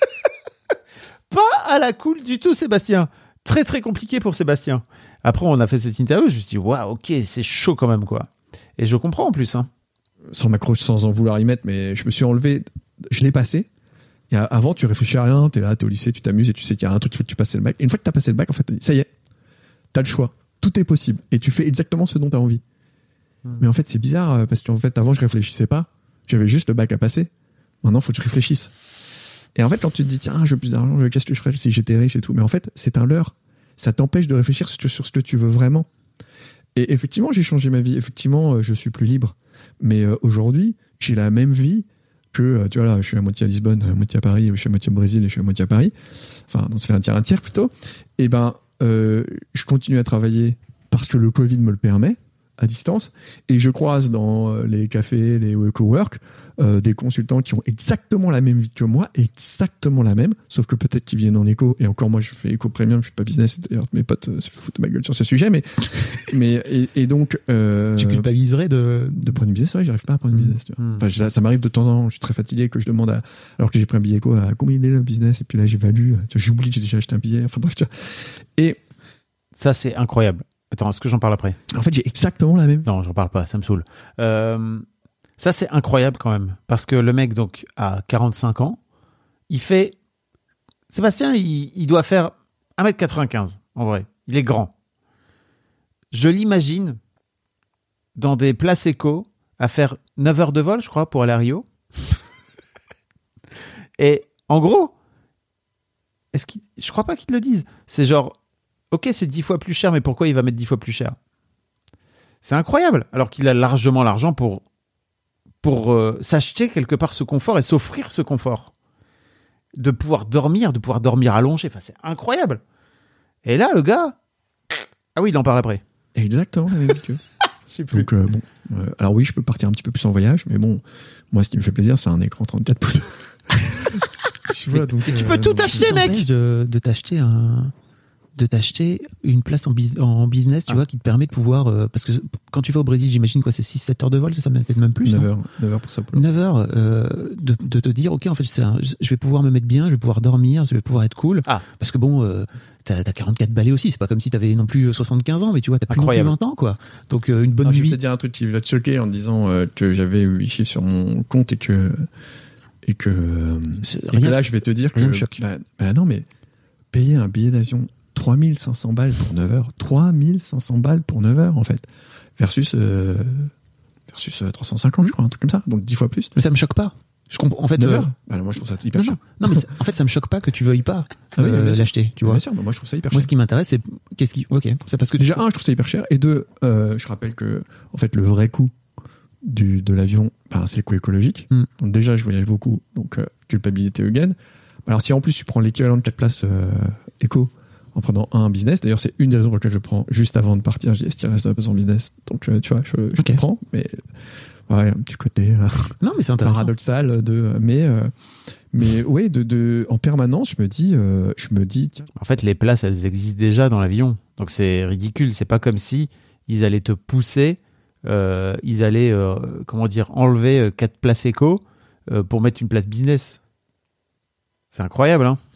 Pas à la cool du tout, Sébastien. Très, très compliqué pour Sébastien. Après, on a fait cette interview, je me suis dit, waouh, ok, c'est chaud quand même, quoi. Et je comprends en plus, hein. Sans m'accrocher, sans en vouloir y mettre, mais je me suis enlevé, je l'ai passé. Et avant, tu réfléchis à rien, t'es là, t'es au lycée, tu t'amuses et tu sais qu'il y a un truc, il faut que tu passes le bac. Et une fois que t'as passé le bac, en fait, ça y est, t'as le choix. Tout est possible. Et tu fais exactement ce dont t'as envie. Mais en fait, c'est bizarre, parce qu'en fait, avant, je réfléchissais pas. J'avais juste le bac à passer. Maintenant, il faut que je réfléchisse. Et en fait, quand tu te dis, tiens, je veux plus d'argent, qu'est-ce que je ferais si j'étais riche et tout. Mais en fait, c'est un leurre. Ça t'empêche de réfléchir sur ce que tu veux vraiment. Et effectivement, j'ai changé ma vie. Effectivement, je suis plus libre. Mais aujourd'hui, j'ai la même vie que, tu vois, là, je suis à moitié à Lisbonne, à moitié à Paris, je suis à moitié au Brésil et je suis à moitié à Paris. Enfin, donc ça fait un tiers plutôt. Et ben, je continue à travailler parce que le Covid me le permet, à distance, et je croise dans les cafés, les cowork, des consultants qui ont exactement la même vie que moi, exactement la même, sauf que peut-être qu'ils viennent en éco, et encore moi je fais éco premium, je suis pas business, et d'ailleurs mes potes se foutent de ma gueule sur ce sujet, et donc tu culpabiliserais de prendre une business. Ouais, j'arrive pas à prendre une business, tu vois. Enfin, ça m'arrive de temps en temps, je suis très fatigué, que je demande alors que j'ai pris un billet éco, à combien il est le business, et puis là j'évalue, j'oublie que j'ai déjà acheté un billet, enfin bref, tu vois. Et ça, c'est incroyable. Attends, est-ce que j'en parle après ? En fait, j'ai exactement la même. Non, j'en parle pas, ça me saoule. Ça, c'est incroyable quand même. Parce que le mec, donc, a 45 ans. Il fait... Sébastien, il doit faire 1m95, en vrai. Il est grand. Je l'imagine dans des places éco à faire 9 heures de vol, je crois, pour aller à Rio. Et en gros, je crois pas qu'ils te le disent. C'est genre... Ok, c'est 10 fois plus cher, mais pourquoi il va mettre 10 fois plus cher ? C'est incroyable, alors qu'il a largement l'argent pour s'acheter quelque part ce confort et s'offrir ce confort. De pouvoir dormir allongé, enfin, c'est incroyable. Et là, le gars... Ah oui, il en parle après. Exactement la même vie qu'eux. Donc, alors oui, je peux partir un petit peu plus en voyage, mais bon, moi, ce qui me fait plaisir, c'est un écran 34 pouces. Tu vois, donc, tu peux tout acheter, mec. De t'acheter une place en business, tu vois, qui te permet de pouvoir... parce que quand tu vas au Brésil, j'imagine quoi, c'est 6-7 heures de vol, ça peut-être même plus. 9 heures pour ça. 9 heures, de te dire, ok, en fait, je vais pouvoir me mettre bien, je vais pouvoir dormir, je vais pouvoir être cool. Parce que bon, t'as 44 balais aussi, c'est pas comme si t'avais non plus 75 ans, mais tu vois, t'as plus non plus 20 ans, quoi. Donc, une bonne nuit... Je vais te dire un truc qui va te choquer en te disant que j'avais 8 chiffres sur mon compte et que là, je vais te dire que... Rien me choque. Bah non, mais payer un billet d'avion 3500 balles pour 9 heures. 3500 balles pour 9 heures, en fait. Versus 350, je crois, un truc comme ça. Donc 10 fois plus. Mais ça me choque pas. Je comprends. En fait, 9 heures. Moi, je trouve ça hyper cher. Non, mais en fait, ça me choque pas que tu veuilles pas l'acheter, tu vois. Bien sûr, moi, je trouve ça hyper cher. Moi, ce qui m'intéresse, c'est c'est parce que déjà, je trouve ça hyper cher. Et deux, je rappelle que, en fait, le vrai coût de l'avion, c'est le coût écologique. Donc déjà, je voyage beaucoup. Donc, culpabilité again. Alors si en plus tu prends l'équivalent de 4 places éco en prenant un business, d'ailleurs c'est une des raisons pour lesquelles je prends juste avant de partir, je dis est-ce qu'il reste un peu son business, donc tu vois, je comprends, mais ouais, un petit côté Non, mais c'est intéressant. paradoxal mais ouais, en permanence je me dis tiens. En fait, les places, elles existent déjà dans l'avion. Donc c'est ridicule. C'est pas comme si ils allaient te pousser, ils allaient, enlever 4 places éco pour mettre une place business. C'est incroyable, hein.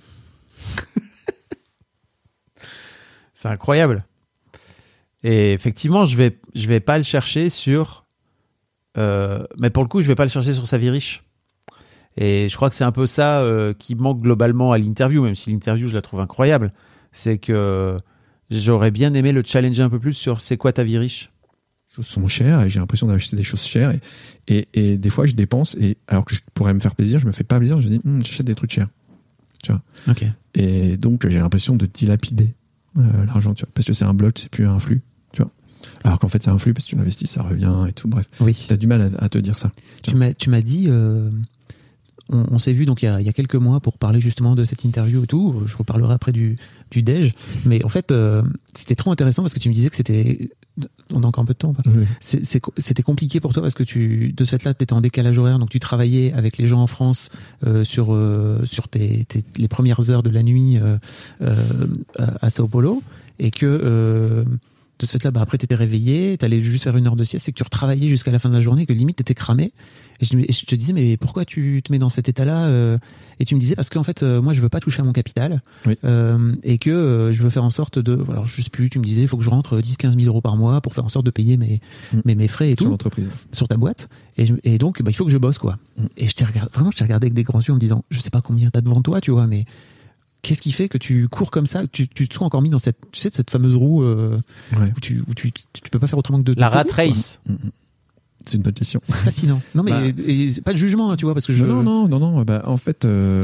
C'est incroyable. Et effectivement, je vais pas le chercher sur... mais pour le coup, je vais pas le chercher sur sa vie riche. Et je crois que c'est un peu ça qui manque globalement à l'interview, même si l'interview, je la trouve incroyable. C'est que j'aurais bien aimé le challenger un peu plus sur c'est quoi ta vie riche. Les choses sont chères et j'ai l'impression d'acheter des choses chères et des fois je dépense et alors que je pourrais me faire plaisir, je me fais pas plaisir, je me dis j'achète des trucs chers. Tu vois. Ok. Et donc j'ai l'impression de dilapider l'argent, tu vois, parce que c'est un bloc, c'est plus un flux, tu vois. Alors qu'en fait c'est un flux parce que tu investis, ça revient et tout. Bref. Oui. T'as du mal à te dire ça. Tu m'as dit, on s'est vu donc il y a quelques mois pour parler justement de cette interview et tout. Je reparlerai après du déj. Mais en fait, c'était trop intéressant parce que tu me disais que c'était... On a encore un peu de temps. Oui. C'était compliqué pour toi parce que de ce fait-là, tu étais en décalage horaire, donc tu travaillais avec les gens en France sur les premières heures de la nuit à Sao Paulo, et que de ce fait-là, après, tu étais réveillé, tu allais juste faire une heure de sieste, c'est que tu retravaillais jusqu'à la fin de la journée, que limite, tu étais cramé. Et je te disais, mais pourquoi tu te mets dans cet état-là Et tu me disais, parce qu'en fait, moi, je veux pas toucher à mon capital. Oui. Et que je veux faire en sorte alors je sais plus, tu me disais, il faut que je rentre 10-15 000 euros par mois pour faire en sorte de payer mes frais et tout. Sur l'entreprise. Sur ta boîte. Et donc, il faut que je bosse, quoi. Et je t'ai regardé avec des grands yeux en me disant, je sais pas combien t'as devant toi, tu vois, mais qu'est-ce qui fait que tu cours comme ça, tu te sois encore mis dans cette fameuse roue où tu peux pas faire autrement que de La rat courir, race. C'est une bonne question. C'est fascinant. Non, mais et c'est pas de jugement, hein, tu vois, parce que Non. Bah, en fait,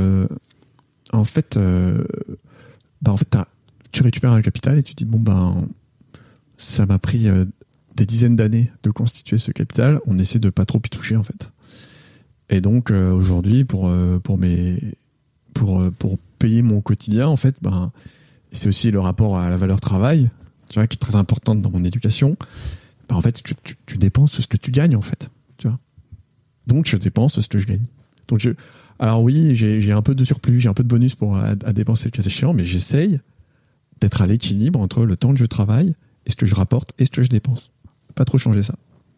tu récupères un capital et tu dis ça m'a pris des dizaines d'années de constituer ce capital. On essaie de pas trop y toucher en fait. Et donc aujourd'hui, pour payer mon quotidien, en fait, c'est aussi le rapport à la valeur travail, tu vois, qui est très importante dans mon éducation. En fait, tu dépenses ce que tu gagnes, en fait. Tu vois. Donc, je dépense ce que je gagne. Donc, alors oui, j'ai un peu de surplus, j'ai un peu de bonus à dépenser le cas échéant, mais j'essaye d'être à l'équilibre entre le temps que je travaille et ce que je rapporte et ce que je dépense. Pas trop changer ça.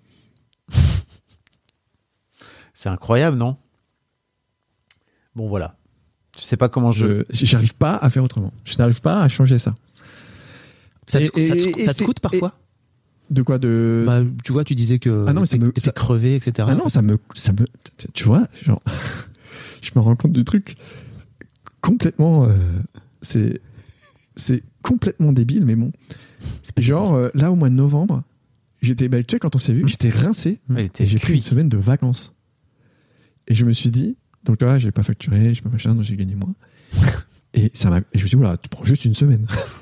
C'est incroyable, non? Bon, voilà. Je sais pas comment j'arrive pas à faire autrement. Je n'arrive pas à changer ça. Ça te coûte parfois? De quoi tu vois, tu disais que t'étais crevé, etc. Ah non, ça me tu vois, genre je me rends compte du truc complètement c'est complètement débile, mais bon. Genre là au mois de novembre, j'étais tu sais, quand on s'est vu, j'étais rincé et j'ai pris une semaine de vacances. Et je me suis dit, donc là, j'ai pas facturé, j'ai pas machin, donc j'ai gagné moins. Et je me suis dit, oula, tu prends juste une semaine.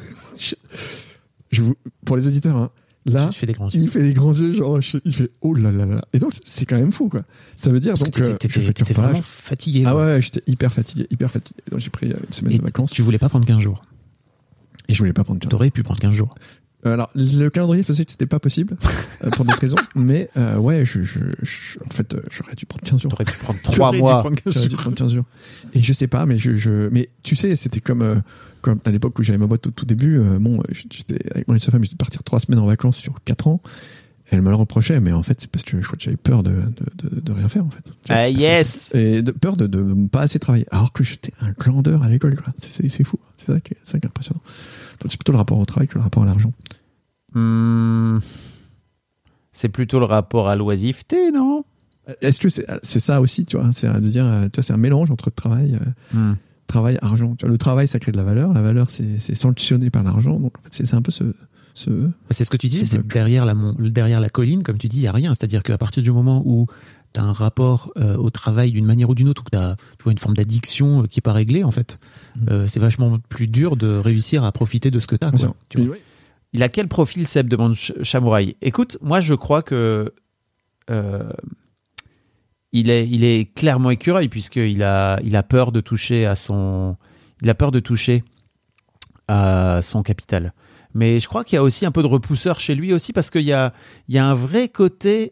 Pour les auditeurs, hein, là, il fait des grands yeux, genre, il fait oh là là là. Et donc, c'est quand même fou, quoi. Ça veut dire parce donc que t'étais vraiment fatigué. Ah ouais, j'étais hyper fatigué. Donc, j'ai pris une semaine de vacances. Tu voulais pas prendre 15 jours. Et je voulais pas prendre 15 jours. T'aurais pu prendre 15 jours. Alors, le calendrier faisait que c'était pas possible, pour d'autres raisons, mais ouais, en fait, j'aurais dû prendre 15 jours. T'aurais dû prendre 3 mois. J'aurais dû prendre 15 jours. Et je sais pas, mais mais tu sais, c'était comme à l'époque où j'avais ma boîte au tout début, j'étais avec mon ex-femme, j'étais partir 3 semaines en vacances sur 4 ans. Elle me le reprochait, mais en fait, c'est parce que je crois que j'avais peur de rien faire, en fait. Ah, yes! Et peur de pas assez travailler. Alors que j'étais un glandeur à l'école, quoi. C'est fou. C'est ça qui est impressionnant. Donc, c'est plutôt le rapport au travail que le rapport à l'argent. C'est plutôt le rapport à l'oisiveté, non? Est-ce que c'est ça aussi, tu vois? C'est de dire, tu vois, c'est un mélange entre travail, argent. Tu vois, le travail, ça crée de la valeur. La valeur, c'est sanctionné par l'argent. Donc, en fait, c'est un peu c'est ce que tu dis, c'est derrière la colline, comme tu dis, il n'y a rien. C'est-à-dire qu'à partir du moment où tu as un rapport au travail d'une manière ou d'une autre, ou que tu vois une forme d'addiction qui n'est pas réglée, en fait, c'est vachement plus dur de réussir à profiter de ce que tu as. Il a quel profil, Seb, demande Chamouraï? Écoute, moi je crois que il est clairement écureuil puisqu'il a peur de toucher à son capital. Mais je crois qu'il y a aussi un peu de repousseur chez lui aussi parce qu'il y a un vrai côté.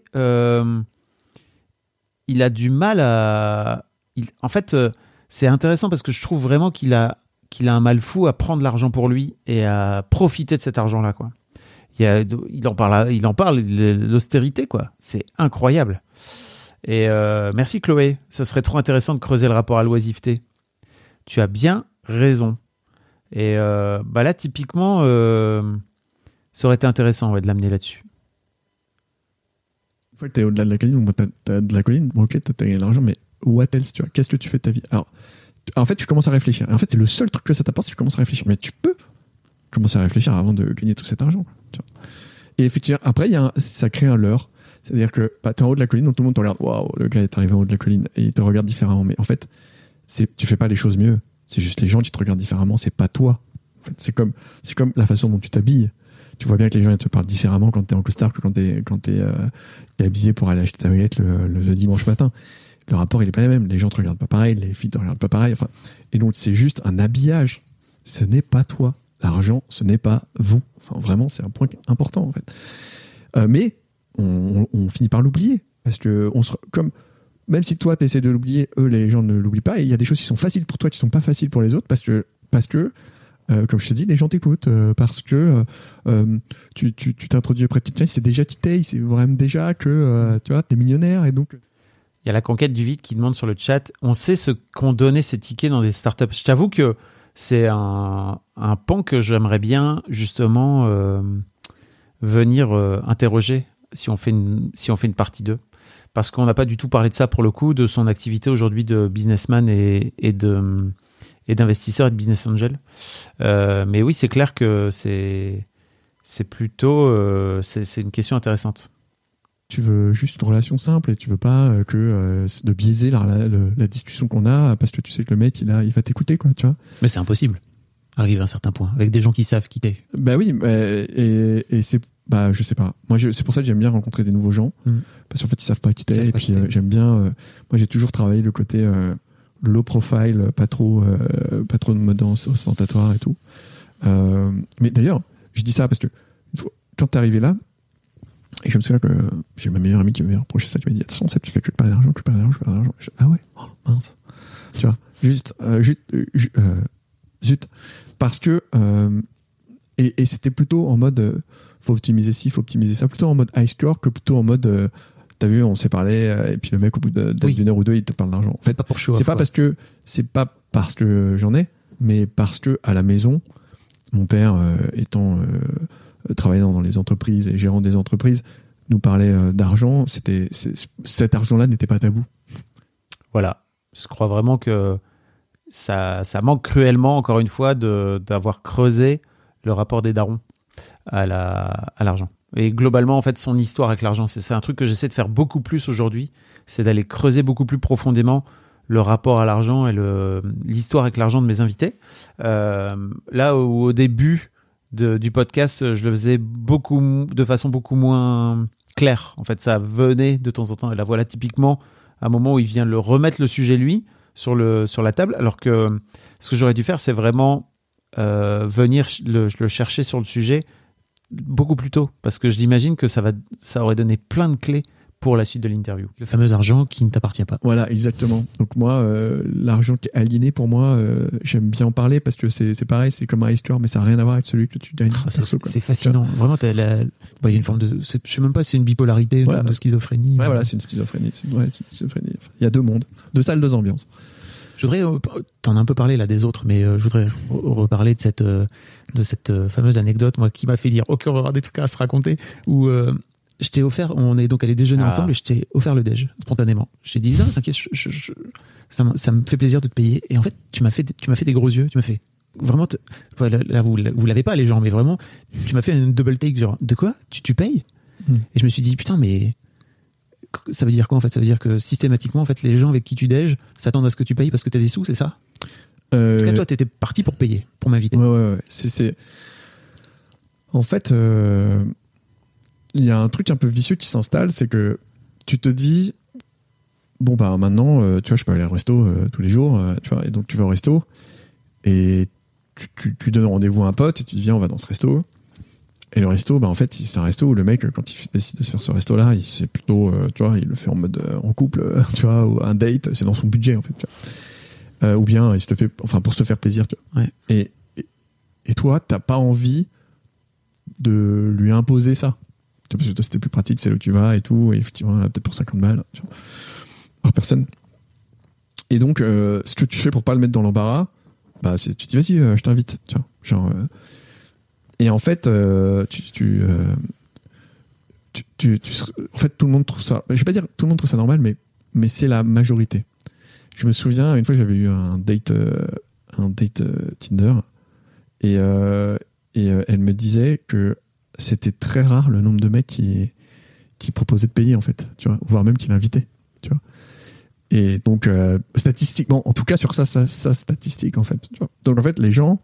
Il a du mal à. En fait, c'est intéressant parce que je trouve vraiment qu'il a un mal fou à prendre l'argent pour lui et à profiter de cet argent-là, quoi. Il en parle, l'austérité, quoi. C'est incroyable. Et merci Chloé. Ça serait trop intéressant de creuser le rapport à l'oisiveté. Tu as bien raison. Et là, typiquement, ça aurait été intéressant de l'amener là-dessus. Une fois que t'es au-delà de la colline, t'as de la colline, bon, ok, t'as gagné de l'argent, mais what else, tu vois, qu'est-ce que tu fais de ta vie? Alors, en fait, tu commences à réfléchir. En fait, c'est le seul truc que ça t'apporte, c'est que tu commences à réfléchir. Mais tu peux commencer à réfléchir avant de gagner tout cet argent. Tu vois. Et effectivement, après, ça crée un leurre. C'est-à-dire que t'es en haut de la colline, donc tout le monde te regarde. Waouh, le gars est arrivé en haut de la colline et il te regarde différemment. Mais en fait, tu fais pas les choses mieux. C'est juste les gens qui te regardent différemment. C'est pas toi. En fait, c'est comme la façon dont tu t'habilles. Tu vois bien que les gens ils te parlent différemment quand t'es en costard que quand t'es habillé pour aller acheter ta baguette le dimanche matin. Le rapport il est pas le même. Les gens te regardent pas pareil, les filles te regardent pas pareil. Enfin, et donc c'est juste un habillage. Ce n'est pas toi. L'argent, ce n'est pas vous. Enfin, vraiment, c'est un point important en fait. Mais on finit par l'oublier parce que même si toi t'essaies de l'oublier, eux les gens ne l'oublient pas. Et il y a des choses qui sont faciles pour toi qui sont pas faciles pour les autres parce que comme je te dis, les gens t'écoutent parce que tu t'introduis auprès de quelqu'un, c'est déjà Titeil, c'est vraiment déjà que tu vois, t'es millionnaire et donc. Il y a la conquête du vide qui demande sur le chat. On sait ce qu'ont donné ces tickets dans des startups. Je t'avoue que c'est un pan que j'aimerais bien justement venir interroger si on fait une partie 2. Parce qu'on n'a pas du tout parlé de ça pour le coup, de son activité aujourd'hui de businessman et d'investisseur et de business angel. Mais oui, c'est clair que c'est plutôt c'est une question intéressante. Tu veux juste une relation simple et tu veux pas de biaiser la discussion qu'on a parce que tu sais que le mec il va t'écouter, quoi, tu vois. Mais c'est impossible. Arrive à un certain point avec des gens qui savent qui t'es. Bah oui, et c'est je sais pas. Moi c'est pour ça que j'aime bien rencontrer des nouveaux gens parce qu'en fait ils savent pas qui t'es et puis j'aime bien moi j'ai toujours travaillé le côté low profile, pas trop de mode ostentatoire et tout. Mais d'ailleurs, je dis ça parce que quand t'es arrivé là, et je me souviens que j'ai ma meilleure amie qui m'avait reproché ça, qui m'a dit attention, tu fais que de parler d'argent, ah ouais, oh, mince. Tu vois, zut. Parce que et c'était plutôt en mode faut optimiser ci, faut optimiser ça, plutôt en mode high score que plutôt en mode t'as vu, on s'est parlé et puis le mec au bout d'une heure ou deux il te parle d'argent. En fait, c'est pas pour show off, c'est pas parce que j'en ai, mais parce que à la maison, mon père travaillant dans les entreprises et gérant des entreprises nous parlait d'argent. Cet argent-là n'était pas tabou. Voilà, je crois vraiment que ça manque cruellement encore une fois d'avoir creusé le rapport des darons à l'argent. Et globalement, en fait, son histoire avec l'argent, c'est un truc que j'essaie de faire beaucoup plus aujourd'hui, c'est d'aller creuser beaucoup plus profondément le rapport à l'argent et l'histoire avec l'argent de mes invités. Là où au début du podcast, je le faisais de façon beaucoup moins claire. En fait, ça venait de temps en temps. Et là, voilà typiquement un moment où il vient remettre le sujet, lui, sur la table, alors que ce que j'aurais dû faire, c'est vraiment venir le chercher sur le sujet beaucoup plus tôt, parce que je l'imagine que ça aurait donné plein de clés pour la suite de l'interview. Le fameux argent qui ne t'appartient pas. Voilà, exactement. Donc moi, l'argent qui est aliéné, pour moi, j'aime bien en parler parce que c'est pareil, c'est comme un histoire, mais ça n'a rien à voir avec celui que tu gagnes. C'est fascinant. Vraiment, il y a une forme de... Je ne sais même pas si c'est une bipolarité, une forme de schizophrénie. Ouais, voilà, c'est une schizophrénie. Il y a deux mondes, deux salles, deux ambiances. Je voudrais, t'en as un peu parlé là des autres, mais je voudrais reparler de cette fameuse anecdote, moi, qui m'a fait dire, ok, on va avoir des trucs à se raconter, où je t'ai offert, on est donc allé déjeuner ensemble et je t'ai offert le déj, spontanément. Je t'ai dit, non, t'inquiète, ça me fait plaisir de te payer. Et en fait, tu m'as fait des gros yeux, tu m'as fait, vraiment, là, vous l'avez pas les gens, mais vraiment, tu m'as fait un double take, genre, de quoi? Tu payes? Et je me suis dit, putain, mais ça veut dire quoi en fait? Ça veut dire que systématiquement en fait les gens avec qui tu déj s'attendent à ce que tu payes parce que t'as des sous, c'est ça? En tout cas, toi t'étais parti pour payer, pour m'inviter. Ouais. C'est... En fait, il y a un truc un peu vicieux qui s'installe, c'est que tu te dis bon, bah maintenant, tu vois, je peux aller au resto tous les jours, tu vois, et donc tu vas au resto, et tu donnes rendez-vous à un pote, et tu dis, viens, on va dans ce resto. Et le resto, bah en fait, c'est un resto où le mec, quand il décide de se faire ce resto-là, c'est plutôt, tu vois, il le fait en mode en couple, tu vois, ou un date, c'est dans son budget, en fait, tu vois. Ou bien, il se le fait, enfin, pour se faire plaisir, tu vois. Ouais. Et toi, t'as pas envie de lui imposer ça. Parce que toi, c'était plus pratique, c'est là où tu vas et tout, et effectivement, peut-être pour 50 balles, tu vois, par personne. Et donc, ce que tu fais pour pas le mettre dans l'embarras, bah, tu dis, vas-y, je t'invite, tu vois, genre, et en fait, en fait, tout le monde trouve ça, je vais pas dire tout le monde trouve ça normal, mais c'est la majorité. Je me souviens, une fois, j'avais eu un date Tinder, et elle me disait que c'était très rare le nombre de mecs qui proposaient de payer, en fait, tu vois, voire même qui l'invitaient, tu vois. Et donc, statistiquement, en tout cas sur ça statistique, en fait, tu vois. Donc, en fait, les gens,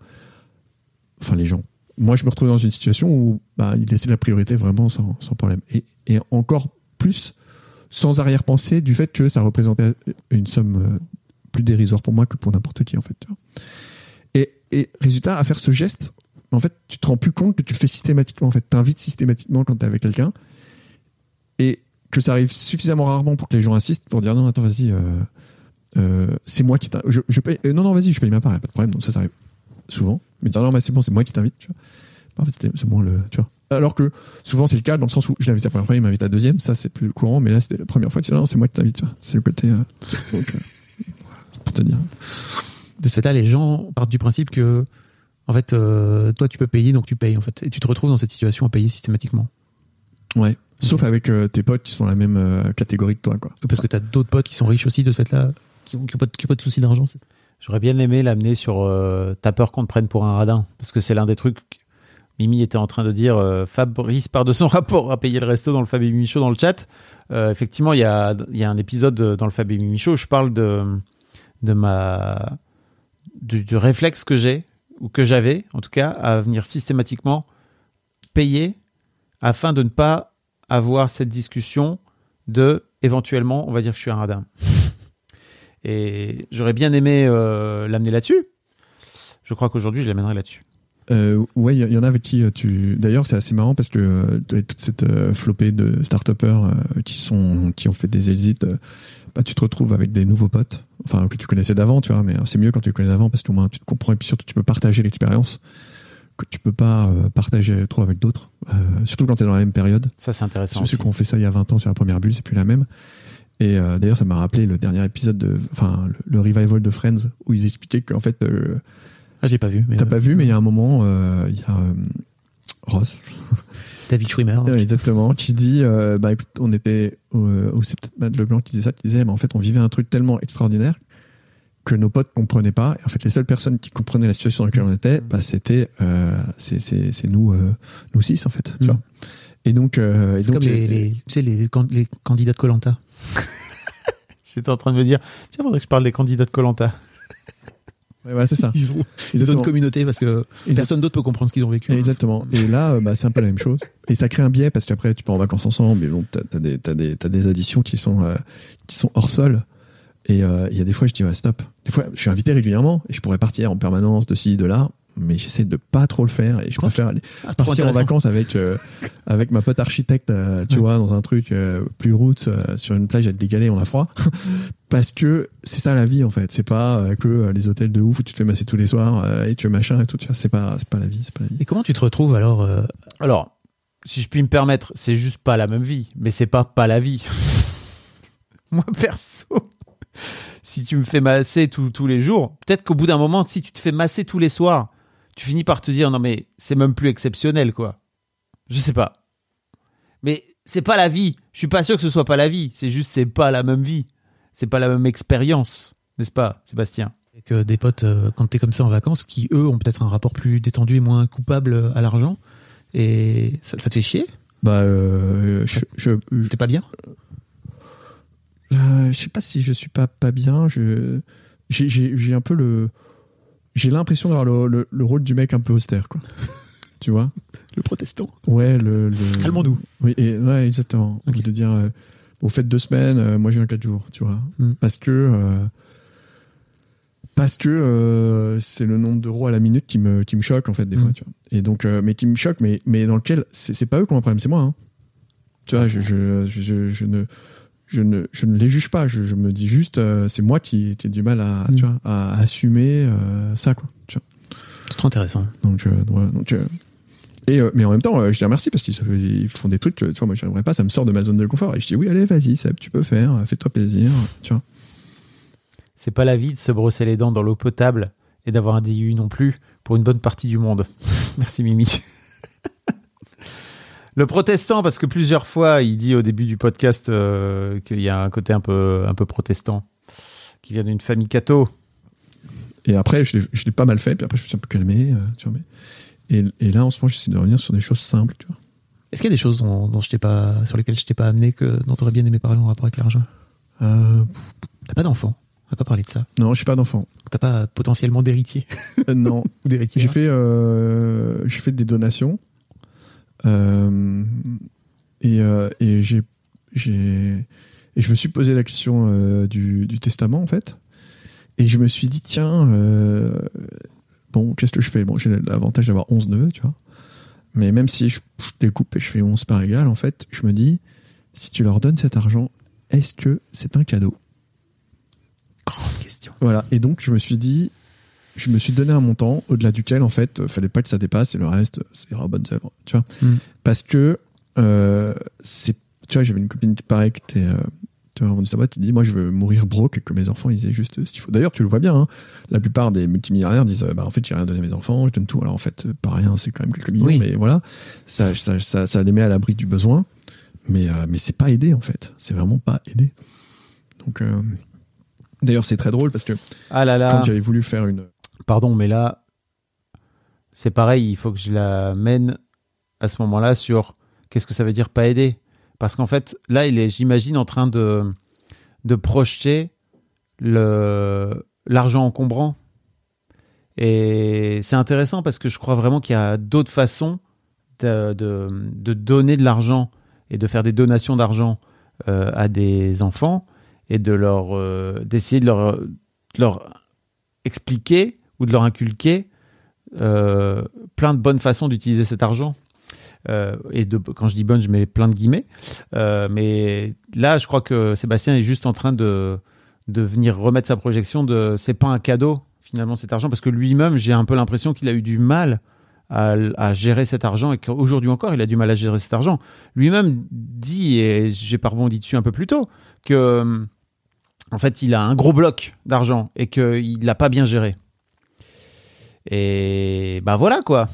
moi, je me retrouve dans une situation où bah, il laissait la priorité vraiment sans problème. Et encore plus sans arrière-pensée du fait que ça représentait une somme plus dérisoire pour moi que pour n'importe qui, en fait. Tu vois. Et résultat, à faire ce geste, en fait, tu te rends plus compte que tu le fais systématiquement. En fait, t'invites systématiquement quand t'es avec quelqu'un, et que ça arrive suffisamment rarement pour que les gens insistent pour dire non, attends, vas-y, c'est moi qui t'invite. Je paye. Non, vas-y, je paye ma part, y a pas de problème. Donc ça arrive souvent. Mais dire non, mais c'est bon, c'est moi qui t'invite, tu vois. En fait, c'est moi le, tu vois. Alors que souvent c'est le cas dans le sens où je l'invite la première fois, il m'invite la deuxième, ça c'est plus courant, mais là c'était la première fois, tu dis non, c'est moi qui t'invite, tu vois. C'est le côté. Donc, pour te dire. De ce fait-là, les gens partent du principe que, en fait, toi tu peux payer, donc tu payes, en fait. Et tu te retrouves dans cette situation à payer systématiquement. Ouais. Sauf avec tes potes qui sont dans la même catégorie que toi, quoi. Parce que t'as d'autres potes qui sont riches aussi de ce fait-là, qui n'ont pas de soucis d'argent. J'aurais bien aimé l'amener sur t'as peur qu'on te prenne pour un radin, parce que c'est l'un des trucs. Mimi était en train de dire, Fabrice part de son rapport à payer le resto dans le Fab et Mimi Show dans le chat. Effectivement, il y a un épisode dans le Fab et Mimi Show où je parle du réflexe que j'ai, ou que j'avais en tout cas, à venir systématiquement payer afin de ne pas avoir cette discussion de éventuellement on va dire que je suis un radin. Et j'aurais bien aimé l'amener là-dessus. Je crois qu'aujourd'hui je l'amènerai là-dessus. Ouais, il y en a avec qui d'ailleurs c'est assez marrant parce que toute cette flopée de start-upers qui ont fait des exits, bah, tu te retrouves avec des nouveaux potes, enfin que tu connaissais d'avant, tu vois, mais c'est mieux quand tu les connais d'avant parce qu'au moins tu te comprends et puis surtout tu peux partager l'expérience que tu peux pas partager trop avec d'autres, surtout quand tu es dans la même période. Ça c'est intéressant. Ceux qui ont fait ça il y a 20 ans sur la première bulle, c'est plus la même. Et d'ailleurs ça m'a rappelé le dernier épisode le revival de Friends où ils expliquaient qu'en fait je l'ai pas vu. T'as pas vu, mais il y a un moment, il y a Ross. David Schwimmer. Exactement, qui dit, bah écoute, on était, ou c'est peut-être Matt Leblanc qui disait ça, qui disait, bah en fait, on vivait un truc tellement extraordinaire que nos potes comprenaient pas. Et en fait, les seules personnes qui comprenaient la situation dans laquelle on était, bah c'était, c'est nous six en fait. Tu vois. Et donc, c'est comme tu sais, les candidats de Koh-Lanta. J'étais en train de me dire, tiens, faudrait que je parle des candidats de Koh-Lanta. Ouais, c'est ça. Ils ont une communauté parce que personne d'autre peut comprendre ce qu'ils ont vécu. Exactement. Et là, bah, c'est un peu la même chose. Et ça crée un biais parce qu'après, tu pars en vacances ensemble. Et bon, t'as des additions qui sont hors sol. Et il y a des fois, je dis, ouais, stop. Des fois, je suis invité régulièrement et je pourrais partir en permanence de ci, de là. Mais j'essaie de pas trop le faire et je préfère aller partir en vacances avec ma pote architecte, tu vois, dans un truc plus roots, sur une plage à te dégaler, on a froid. Parce que c'est ça la vie en fait, c'est pas que les hôtels de ouf où tu te fais masser tous les soirs et tu machin et tout, tu vois, c'est pas la vie, c'est pas la vie. Et comment tu te retrouves alors si je puis me permettre, c'est juste pas la même vie, mais c'est pas la vie. Moi perso, si tu me fais masser tous les jours, peut-être qu'au bout d'un moment, si tu te fais masser tous les soirs, tu finis par te dire non mais c'est même plus exceptionnel quoi. Je sais pas. Mais c'est pas la vie. Je suis pas sûr que ce soit pas la vie. C'est juste c'est pas la même vie. C'est pas la même expérience, n'est-ce pas, Sébastien? Et que des potes quand t'es comme ça en vacances, qui eux ont peut-être un rapport plus détendu et moins coupable à l'argent, et ça te fait chier? Bah t'es pas bien? Je sais pas si je suis pas bien. J'ai un peu j'ai l'impression d'avoir le rôle du mec un peu austère, quoi. Tu vois, le protestant. Ouais, Calmons-nous. Oui, ouais, exactement. Okay. De dire, Vous faites 2 semaines, moi j'ai un 4 jours, tu vois. Parce que c'est le nombre d'euros à la minute qui me choque en fait des fois, tu vois. Et donc mais qui me choque, mais dans lequel c'est pas eux qui ont un problème, c'est moi. Hein. Tu vois, je ne les juge pas. Je me dis juste, c'est moi qui ai du mal à tu vois, à assumer ça, quoi. Tu vois. C'est trop intéressant. Donc voilà. Mais en même temps, je les remercie parce qu'ils font des trucs que, tu vois, moi j'aimerais pas, ça me sort de ma zone de confort. Et je dis oui, allez, vas-y, Seb, tu peux faire, fais-toi plaisir, tu vois. C'est pas la vie de se brosser les dents dans l'eau potable et d'avoir un DU non plus pour une bonne partie du monde. Merci Mimi. Le protestant, parce que plusieurs fois, il dit au début du podcast qu'il y a un côté un peu protestant, qui vient d'une famille catho. Et après, je l'ai pas mal fait, puis après je me suis un peu calmé, tu vois. Et là, en ce moment, j'essaie de revenir sur des choses simples, tu vois. Est-ce qu'il y a des choses sur lesquelles je t'ai pas amené, dont tu aurais bien aimé parler en rapport avec l'argent? T'as pas d'enfant? On va pas parler de ça. Non, je n'ai pas d'enfant. T'as pas potentiellement d'héritier? Non. D'héritier. J'ai fait des donations. Et je me suis posé la question du testament, en fait. Et je me suis dit, tiens, bon, qu'est-ce que je fais? Bon, j'ai l'avantage d'avoir 11 neveux, tu vois. Mais même si je découpe et je fais 11 par égal, en fait, je me dis, si tu leur donnes cet argent, est-ce que c'est un cadeau? Grande question. Voilà. Et donc, je me suis donné un montant au-delà duquel, en fait, fallait pas que ça dépasse et le reste, c'est à bonnes œuvres, tu vois. Parce que, tu vois, j'avais une copine qui paraît qui était, tu vois, sa boîte, qui dit, moi, je veux mourir broke et que mes enfants, ils aient juste ce qu'il faut. D'ailleurs, tu le vois bien, hein, la plupart des multimilliardaires disent, en fait, j'ai rien donné à mes enfants, je donne tout. Alors, en fait, pas rien, c'est quand même quelques millions, mais voilà. Ça les met à l'abri du besoin. Mais c'est pas aidé, en fait. C'est vraiment pas aidé. Donc, d'ailleurs, c'est très drôle parce que quand j'avais voulu faire une... Pardon, mais là, c'est pareil, il faut que je la mène à ce moment-là sur qu'est-ce que ça veut dire pas aider. Parce qu'en fait, là, il est, j'imagine, en train de projeter l'argent encombrant. Et c'est intéressant parce que je crois vraiment qu'il y a d'autres façons de donner de l'argent et de faire des donations d'argent à des enfants et d'essayer de leur expliquer ou de leur inculquer plein de bonnes façons d'utiliser cet argent. Quand je dis bonne, je mets plein de guillemets. Mais là, je crois que Sébastien est juste en train de venir remettre sa projection de c'est pas un cadeau finalement cet argent, parce que lui-même, j'ai un peu l'impression qu'il a eu du mal à gérer cet argent et qu'aujourd'hui encore, il a du mal à gérer cet argent. Lui-même dit, et j'ai pas rebondi dessus un peu plus tôt, que en fait, il a un gros bloc d'argent et qu'il l'a pas bien géré. Et bah voilà quoi.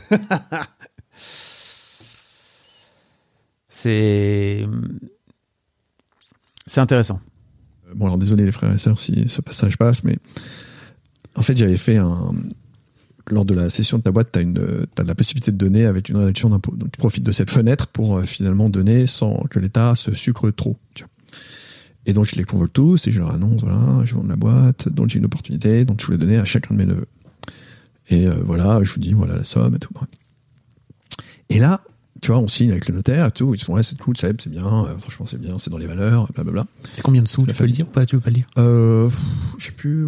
C'est intéressant. Bon, alors désolé les frères et sœurs si ce passage passe, mais en fait, j'avais fait lors de la session de ta boîte, t'as la possibilité de donner avec une réduction d'impôt. Donc, tu profites de cette fenêtre pour finalement donner sans que l'État se sucre trop. Tu vois. Et donc, je les convoque tous et je leur annonce, voilà, je vends la boîte, donc j'ai une opportunité, donc je voulais donner à chacun de mes neveux. Et voilà, je vous dis, voilà la somme et tout. Et là, tu vois, on signe avec le notaire et tout. Ils sont là, c'est cool, c'est bien, franchement, c'est bien, c'est dans les valeurs, blablabla. C'est combien de sous? Tu peux le dire ou pas? Tu veux pas le dire? Je sais plus.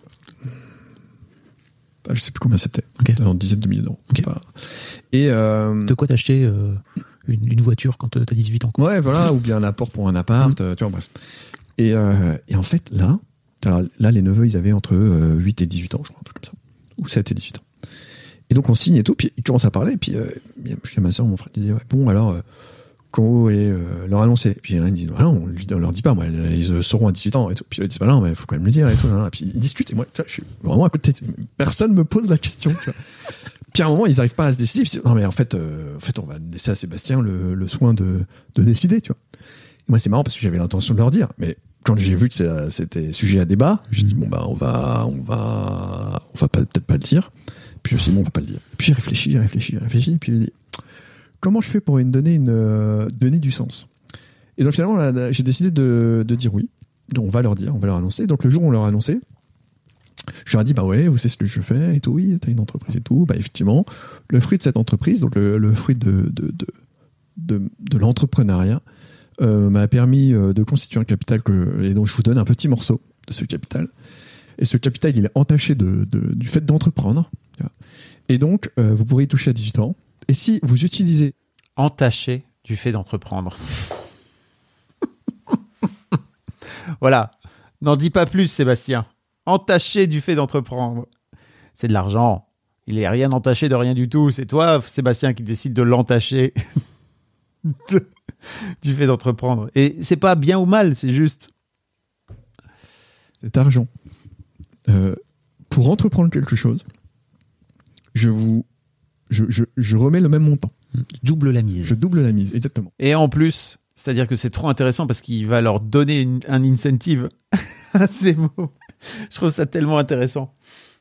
Je sais plus combien c'était. Okay. En dizaines de milliers d'euros. Okay. Et de quoi t'acheter une voiture quand t'as 18 ans, quoi. Ouais, voilà, ou bien un apport pour un appart, tu vois, bref. Et en fait, là, les neveux, ils avaient entre 8 et 18 ans, je crois, un truc comme ça. Ou 7 et 18 ans. Et donc, on signe et tout, puis ils commencent à parler, et puis je dis à ma soeur, mon frère, il dit, ouais, bon, alors, comment est leur annoncer? Puis il dit, non, on leur dit pas, moi, ils seront à 18 ans et tout. Puis ils disent, bah non, mais il faut quand même le dire et tout. Et puis ils discutent, et moi, tu vois, je suis vraiment à côté. Personne me pose la question, tu vois. Puis à un moment, ils n'arrivent pas à se décider. Puis, non, mais en fait, on va laisser à Sébastien le soin de décider, tu vois. Et moi, c'est marrant parce que j'avais l'intention de leur dire, mais quand j'ai vu que c'était sujet à débat, j'ai dit, bon, bah, on va peut-être pas le dire. Puis je me suis dit, bon, on va pas le dire. Puis j'ai réfléchi. Puis j'ai dit, comment je fais pour donner du sens? Et donc finalement, là, j'ai décidé de dire oui. Donc on va leur dire, on va leur annoncer. Donc le jour où on leur a annoncé, je leur ai dit, bah ouais, vous savez ce que je fais et tout, oui, t'as une entreprise et tout. Bah effectivement, le fruit de cette entreprise, donc le fruit de l'entrepreneuriat, m'a permis de constituer un capital et donc je vous donne un petit morceau de ce capital. Et ce capital, il est entaché du fait d'entreprendre. Et donc, vous pourrez y toucher à 18 ans. Et si vous utilisez... Entaché du fait d'entreprendre. Voilà. N'en dis pas plus, Sébastien. Entaché du fait d'entreprendre. C'est de l'argent. Il n'est rien entaché de rien du tout. C'est toi, Sébastien, qui décide de l'entacher du fait d'entreprendre. Et c'est pas bien ou mal, c'est juste... Cet argent, pour entreprendre quelque chose, je remets le même montant. Double la mise. Je double la mise, exactement. Et en plus, c'est-à-dire que c'est trop intéressant parce qu'il va leur donner un incentive à ces mots. Je trouve ça tellement intéressant.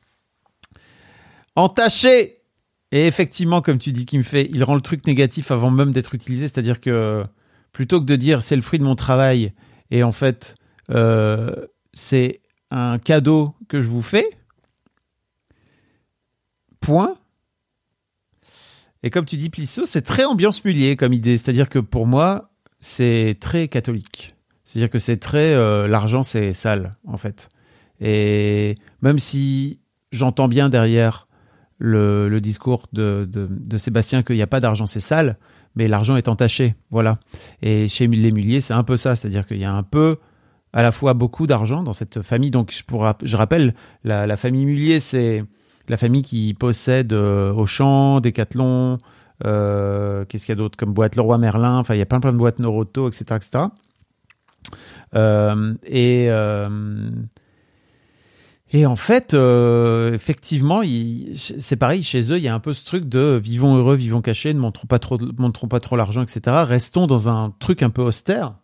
Entaché. Et effectivement, comme tu dis, il rend le truc négatif avant même d'être utilisé. C'est-à-dire que plutôt que de dire c'est le fruit de mon travail et en fait c'est un cadeau que je vous fais, point. Et comme tu dis, Plissot, c'est très ambiance Mullier comme idée. C'est-à-dire que pour moi, c'est très catholique. C'est-à-dire que c'est très... l'argent, c'est sale, en fait. Et même si j'entends bien derrière le discours de Sébastien qu'il n'y a pas d'argent, c'est sale, mais l'argent est entaché. Voilà. Et chez les Mullier, c'est un peu ça. C'est-à-dire qu'il y a un peu, à la fois, beaucoup d'argent dans cette famille. Donc, je rappelle, la famille Mullier, c'est... la famille qui possède Auchan, Decathlon, qu'est-ce qu'il y a d'autre comme boîte, Leroy Merlin, enfin il y a plein de boîtes Noroto, etc. etc. Et en fait, effectivement, c'est pareil, chez eux, il y a un peu ce truc de vivons heureux, vivons cachés, ne montrons pas trop l'argent, etc. Restons dans un truc un peu austère.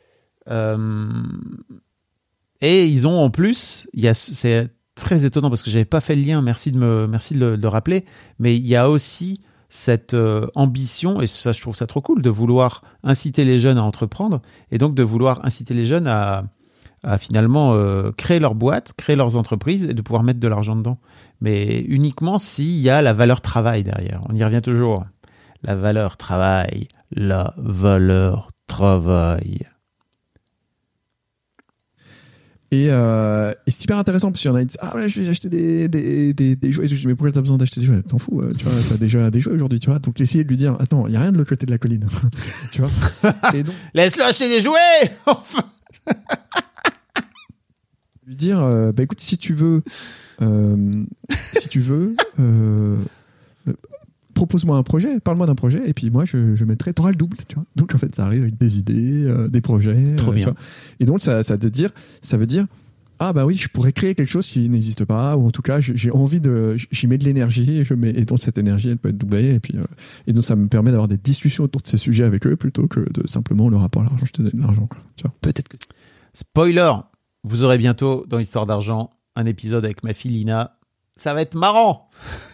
Et ils ont en plus, c'est très étonnant parce que j'avais pas fait le lien, merci de le rappeler, mais il y a aussi cette ambition, et ça je trouve ça trop cool, de vouloir inciter les jeunes à entreprendre et donc de vouloir inciter les jeunes à finalement créer leur boîte, créer leurs entreprises et de pouvoir mettre de l'argent dedans. Mais uniquement s'il y a la valeur travail derrière. On y revient toujours. La valeur travail. La valeur travail. Et c'est hyper intéressant parce qu'il y en a qui disent ah ouais je vais acheter des jouets. Je dis mais pourquoi t'as besoin d'acheter des jouets? T'en fous, tu vois, t'as déjà des jouets aujourd'hui, tu vois. Donc j'essayais de lui dire attends, il y a rien de l'autre côté de la colline, tu vois. Et donc laisse-le acheter des jouets. Enfin. Lui dire bah écoute si tu veux propose-moi un projet, parle-moi d'un projet et puis moi je mettrai, t'auras le double, tu vois. Donc en fait ça arrive avec des idées, des projets. Trop bien. Tu vois. Et donc ça veut dire ah bah oui je pourrais créer quelque chose qui n'existe pas ou en tout cas j'ai envie j'y mets de l'énergie et donc cette énergie elle peut être doublée et puis et donc ça me permet d'avoir des discussions autour de ces sujets avec eux plutôt que de simplement le rapport à l'argent, je te donne de l'argent quoi, tu vois. Peut-être que... Spoiler, vous aurez bientôt dans Histoire d'argent un épisode avec ma fille Lina. Ça va être marrant.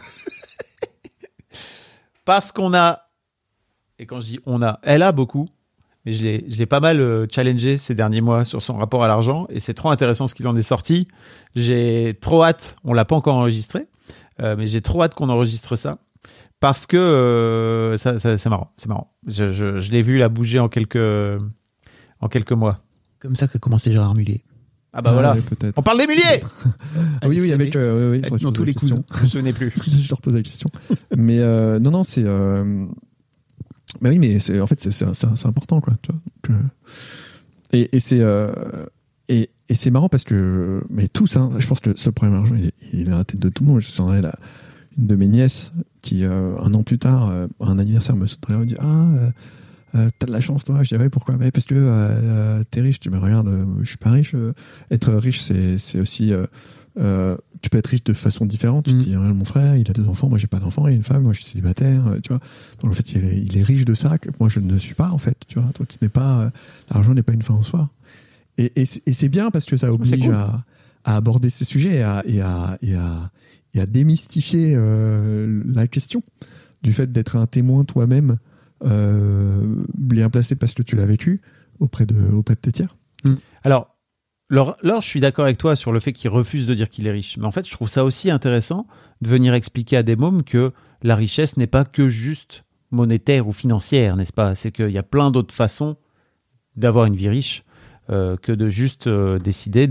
Parce qu'on a, et quand je dis on a, elle a beaucoup, mais je l'ai pas mal challengé ces derniers mois sur son rapport à l'argent, et c'est trop intéressant ce qu'il en est sorti. J'ai trop hâte, on l'a pas encore enregistré, mais j'ai trop hâte qu'on enregistre ça, parce que c'est marrant, c'est marrant. Je l'ai vu la bouger en quelques mois. Comme ça qu'a commencé Gérard Mullier. Ah bah voilà, ouais, peut-être. On parle des Mulliers. Ah oui avec dans tous les cousins. Je me souvenais plus. Je te repose la question. Mais non c'est bah oui mais c'est en fait c'est important quoi, tu vois. Donc, et c'est marrant parce que mais tous hein, je pense que ce problème d'argent il est dans la tête de tout le monde. Je sens une de mes nièces qui un an plus tard un anniversaire me sauterait et dit t'as de la chance toi. Je dirais pourquoi? Mais parce que t'es riche. Tu me regardes, je suis pas riche. Être riche c'est aussi tu peux être riche de façon différente. Tu te dis mon frère il a 2 enfants, moi j'ai pas d'enfants, il a une femme, moi je suis célibataire, tu vois. Donc en fait il est riche de ça que moi je ne suis pas en fait, tu vois. Donc ce n'est pas l'argent n'est pas une fin en soi. Et c'est bien parce que ça oblige cool. à aborder ces sujets et à démystifier la question du fait d'être un témoin toi-même bien placé parce que tu l'as vécu auprès de tes tiers. Alors Laure, je suis d'accord avec toi sur le fait qu'il refuse de dire qu'il est riche. Mais en fait, je trouve ça aussi intéressant de venir expliquer à des mômes que la richesse n'est pas que juste monétaire ou financière, n'est-ce pas? C'est qu'il y a plein d'autres façons d'avoir une vie riche que de juste décider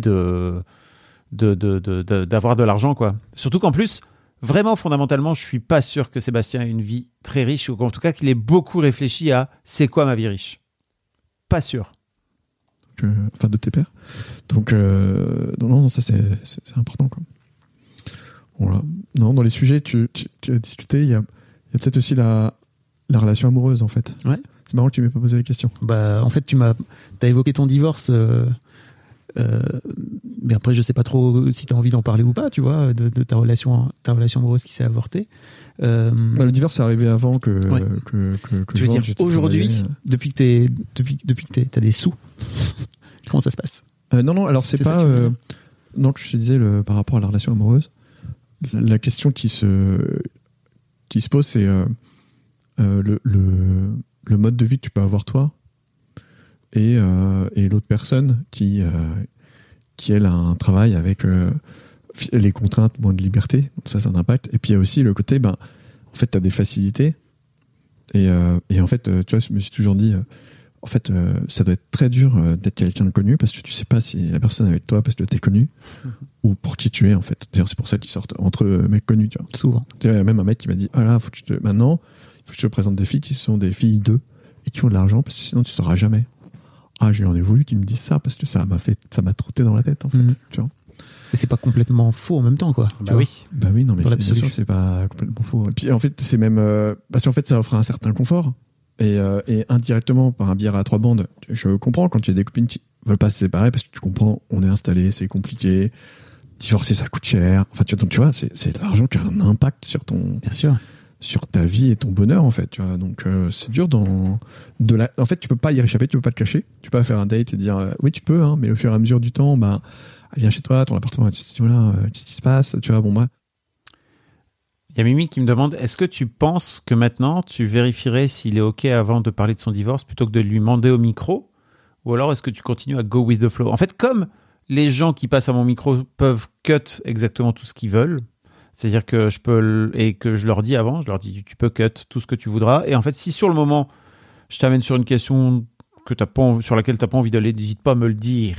d'avoir de l'argent, quoi. Surtout qu'en plus, vraiment, fondamentalement, je suis pas sûr que Sébastien ait une vie très riche, ou en tout cas qu'il ait beaucoup réfléchi à c'est quoi ma vie riche. Pas sûr. Enfin, de tes pères. Donc, non, ça c'est important, quoi. Voilà. Non, dans les sujets, tu as discuté, il y a peut-être aussi la relation amoureuse, en fait. Ouais. C'est marrant que tu m'aies pas posé la question. En fait, t'as évoqué ton divorce, mais après, je sais pas trop si t'as envie d'en parler ou pas, tu vois, de ta relation amoureuse qui s'est avortée. Le divorce est arrivé avant que tu veux dire aujourd'hui, depuis que t'as des sous, comment ça se passe? Non, alors c'est pas. Donc je te disais par rapport à la relation amoureuse, la question qui se pose, c'est le mode de vie que tu peux avoir toi et l'autre personne qui elle a un travail avec les contraintes, moins de liberté, donc ça a un impact. Et puis il y a aussi le côté, en fait tu as des facilités et en fait tu vois, je me suis toujours dit en fait ça doit être très dur d'être quelqu'un de connu parce que tu sais pas si la personne est avec toi parce que t'es connu ou pour qui tu es, en fait. D'ailleurs c'est pour ça qu'ils sortent entre mecs connus, tu vois. Souvent. Il y a même un mec qui m'a dit maintenant il faut que je te présente des filles qui sont des filles d'eux et qui ont de l'argent parce que sinon tu sauras jamais. Je lui en ai voulu qu'ils me disent ça parce que ça m'a trotté dans la tête, en fait. Tu vois. Et c'est pas complètement faux en même temps, quoi. Oui. Bah oui, non, mais bien sûr, c'est pas complètement faux. Et puis en fait, c'est même parce qu'en fait, ça offre un certain confort et indirectement par un biais à 3 bandes. Je comprends quand j'ai des copines qui veulent pas se séparer parce que tu comprends, on est installé, c'est compliqué, divorcer ça coûte cher. Enfin, tu vois, c'est de l'argent qui a un impact sur ton. Bien sûr. Sur ta vie et ton bonheur, en fait, tu vois. Donc c'est dur en fait tu peux pas y échapper, tu peux pas te cacher, tu peux pas faire un date et dire oui tu peux, mais au fur et à mesure du temps, viens chez toi, ton appartement, voilà, qu'est-ce qui se passe, tu vois. Bon, il y a Mimi qui me demande, est-ce que tu penses que maintenant tu vérifierais s'il est ok avant de parler de son divorce plutôt que de lui demander au micro, ou alors est-ce que tu continues à go with the flow? En fait, comme les gens qui passent à mon micro peuvent cut exactement tout ce qu'ils veulent, c'est-à-dire que et que je leur dis tu peux cut tout ce que tu voudras, et en fait si sur le moment je t'amène sur une question sur laquelle t'as pas envie d'aller, n'hésite pas à me le dire.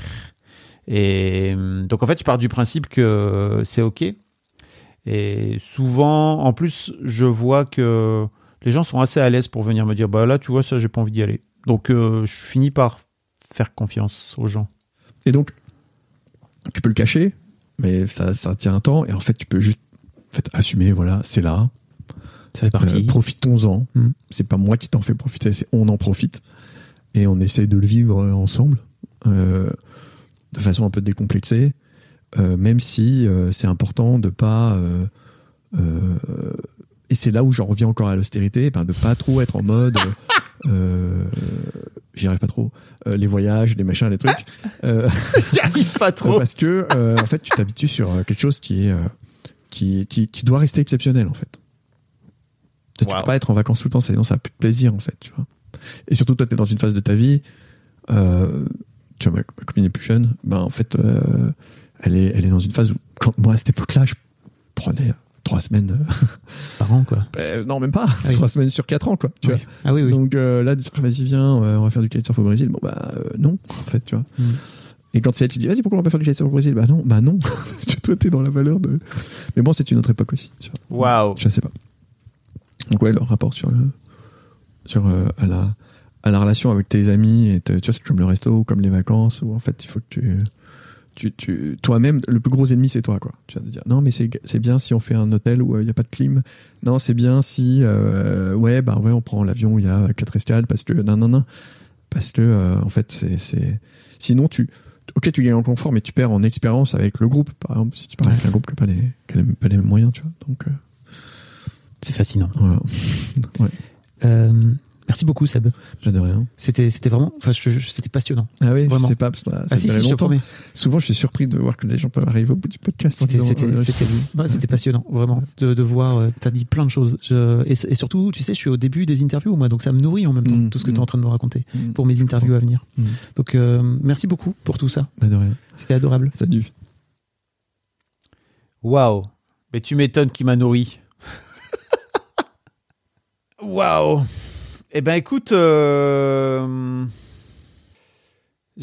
Et donc en fait je pars du principe que c'est ok, et souvent en plus je vois que les gens sont assez à l'aise pour venir me dire là tu vois ça j'ai pas envie d'y aller, donc je finis par faire confiance aux gens. Et donc tu peux le cacher mais ça tient un temps, et en fait tu peux juste assumer, voilà, c'est là. Ça fait partie. Profitons-en. C'est pas moi qui t'en fais profiter, c'est on en profite. Et on essaye de le vivre ensemble, de façon un peu décomplexée, même si c'est important de pas... et c'est là où j'en reviens encore à l'austérité, de pas trop être en mode... j'y arrive pas trop. Les voyages, les machins, les trucs. J'y arrive pas trop. Parce que, en fait, tu t'habitues sur quelque chose qui est... Qui doit rester exceptionnel, en fait. Tu peux pas être en vacances tout le temps, sinon ça n'a plus de plaisir, en fait, tu vois. Et surtout, toi, t'es dans une phase de ta vie, tu vois, ma copine est plus jeune, en fait, elle est dans une phase où, moi, à cette époque-là, je prenais 3 semaines... Par an, quoi. Non, même pas. 3 semaines sur 4 ans, quoi, tu vois. Ah oui. Donc là, vas-y, viens, on va faire du kitesurf au Brésil. Non, en fait, tu vois. Et quand c'est elle qui dit, vas-y, pourquoi on va pas faire du kitesurf au Brésil? Non. Toi, t'es dans la valeur de... Mais bon, c'est une autre époque aussi. Waouh. Je sais pas. Donc ouais, le rapport à la relation avec tes amis, et tu vois, c'est comme le resto ou comme les vacances, où en fait, il faut que tu toi-même, le plus gros ennemi, c'est toi, quoi. Tu vas te dire, non, mais c'est bien si on fait un hôtel où il y a pas de clim. Non, c'est bien si, on prend l'avion, il y a 4 escales, parce que, non. Parce que, en fait, c'est, sinon tu gagnes en confort, mais tu perds en expérience avec le groupe. Par exemple, si tu pars avec un groupe qui n'a pas les mêmes moyens, tu vois. Donc, c'est fascinant. Voilà. Ouais. Merci beaucoup, Seb. De rien. C'était vraiment, c'était passionnant. Ah oui, vraiment. Je sais pas, parce que ça si, durait je te longtemps. promets. Souvent, je suis surpris de voir que les gens peuvent arriver au bout du podcast. C'était passionnant, vraiment, de voir. T'as dit plein de choses. Et surtout, tu sais, je suis au début des interviews, moi, donc ça me nourrit en même temps, tout ce que t'es en train de me raconter pour mes interviews à venir. Donc, merci beaucoup pour tout ça. De rien. C'était adorable. Salut. Waouh. Mais tu m'étonnes qui m'a nourri. Waouh. Eh ben écoute,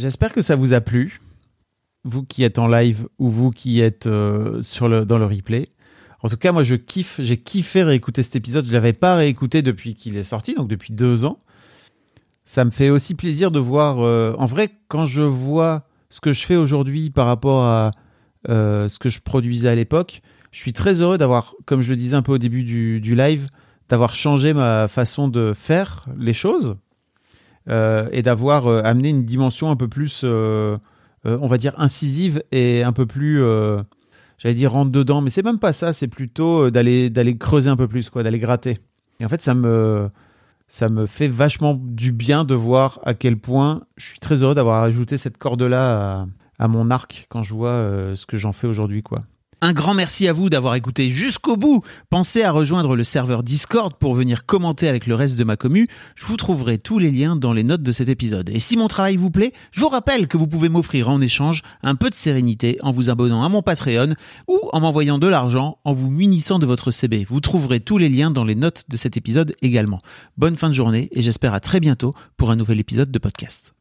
J'espère que ça vous a plu, vous qui êtes en live ou vous qui êtes dans le replay. En tout cas, moi, j'ai kiffé réécouter cet épisode. Je ne l'avais pas réécouté depuis qu'il est sorti, donc depuis 2 ans. Ça me fait aussi plaisir de voir... en vrai, quand je vois ce que je fais aujourd'hui par rapport à ce que je produisais à l'époque, je suis très heureux d'avoir, comme je le disais un peu au début du live, d'avoir changé ma façon de faire les choses et d'avoir amené une dimension un peu plus, on va dire, incisive et un peu plus, j'allais dire rentre dedans, mais c'est même pas ça, c'est plutôt d'aller creuser un peu plus, quoi, d'aller gratter. Et en fait, ça me fait vachement du bien de voir à quel point je suis très heureux d'avoir ajouté cette corde-là à mon arc quand je vois ce que j'en fais aujourd'hui, quoi. Un grand merci à vous d'avoir écouté jusqu'au bout. Pensez à rejoindre le serveur Discord pour venir commenter avec le reste de ma commu. Je vous trouverai tous les liens dans les notes de cet épisode. Et si mon travail vous plaît, je vous rappelle que vous pouvez m'offrir en échange un peu de sérénité en vous abonnant à mon Patreon ou en m'envoyant de l'argent en vous munissant de votre CB. Vous trouverez tous les liens dans les notes de cet épisode également. Bonne fin de journée et j'espère à très bientôt pour un nouvel épisode de podcast.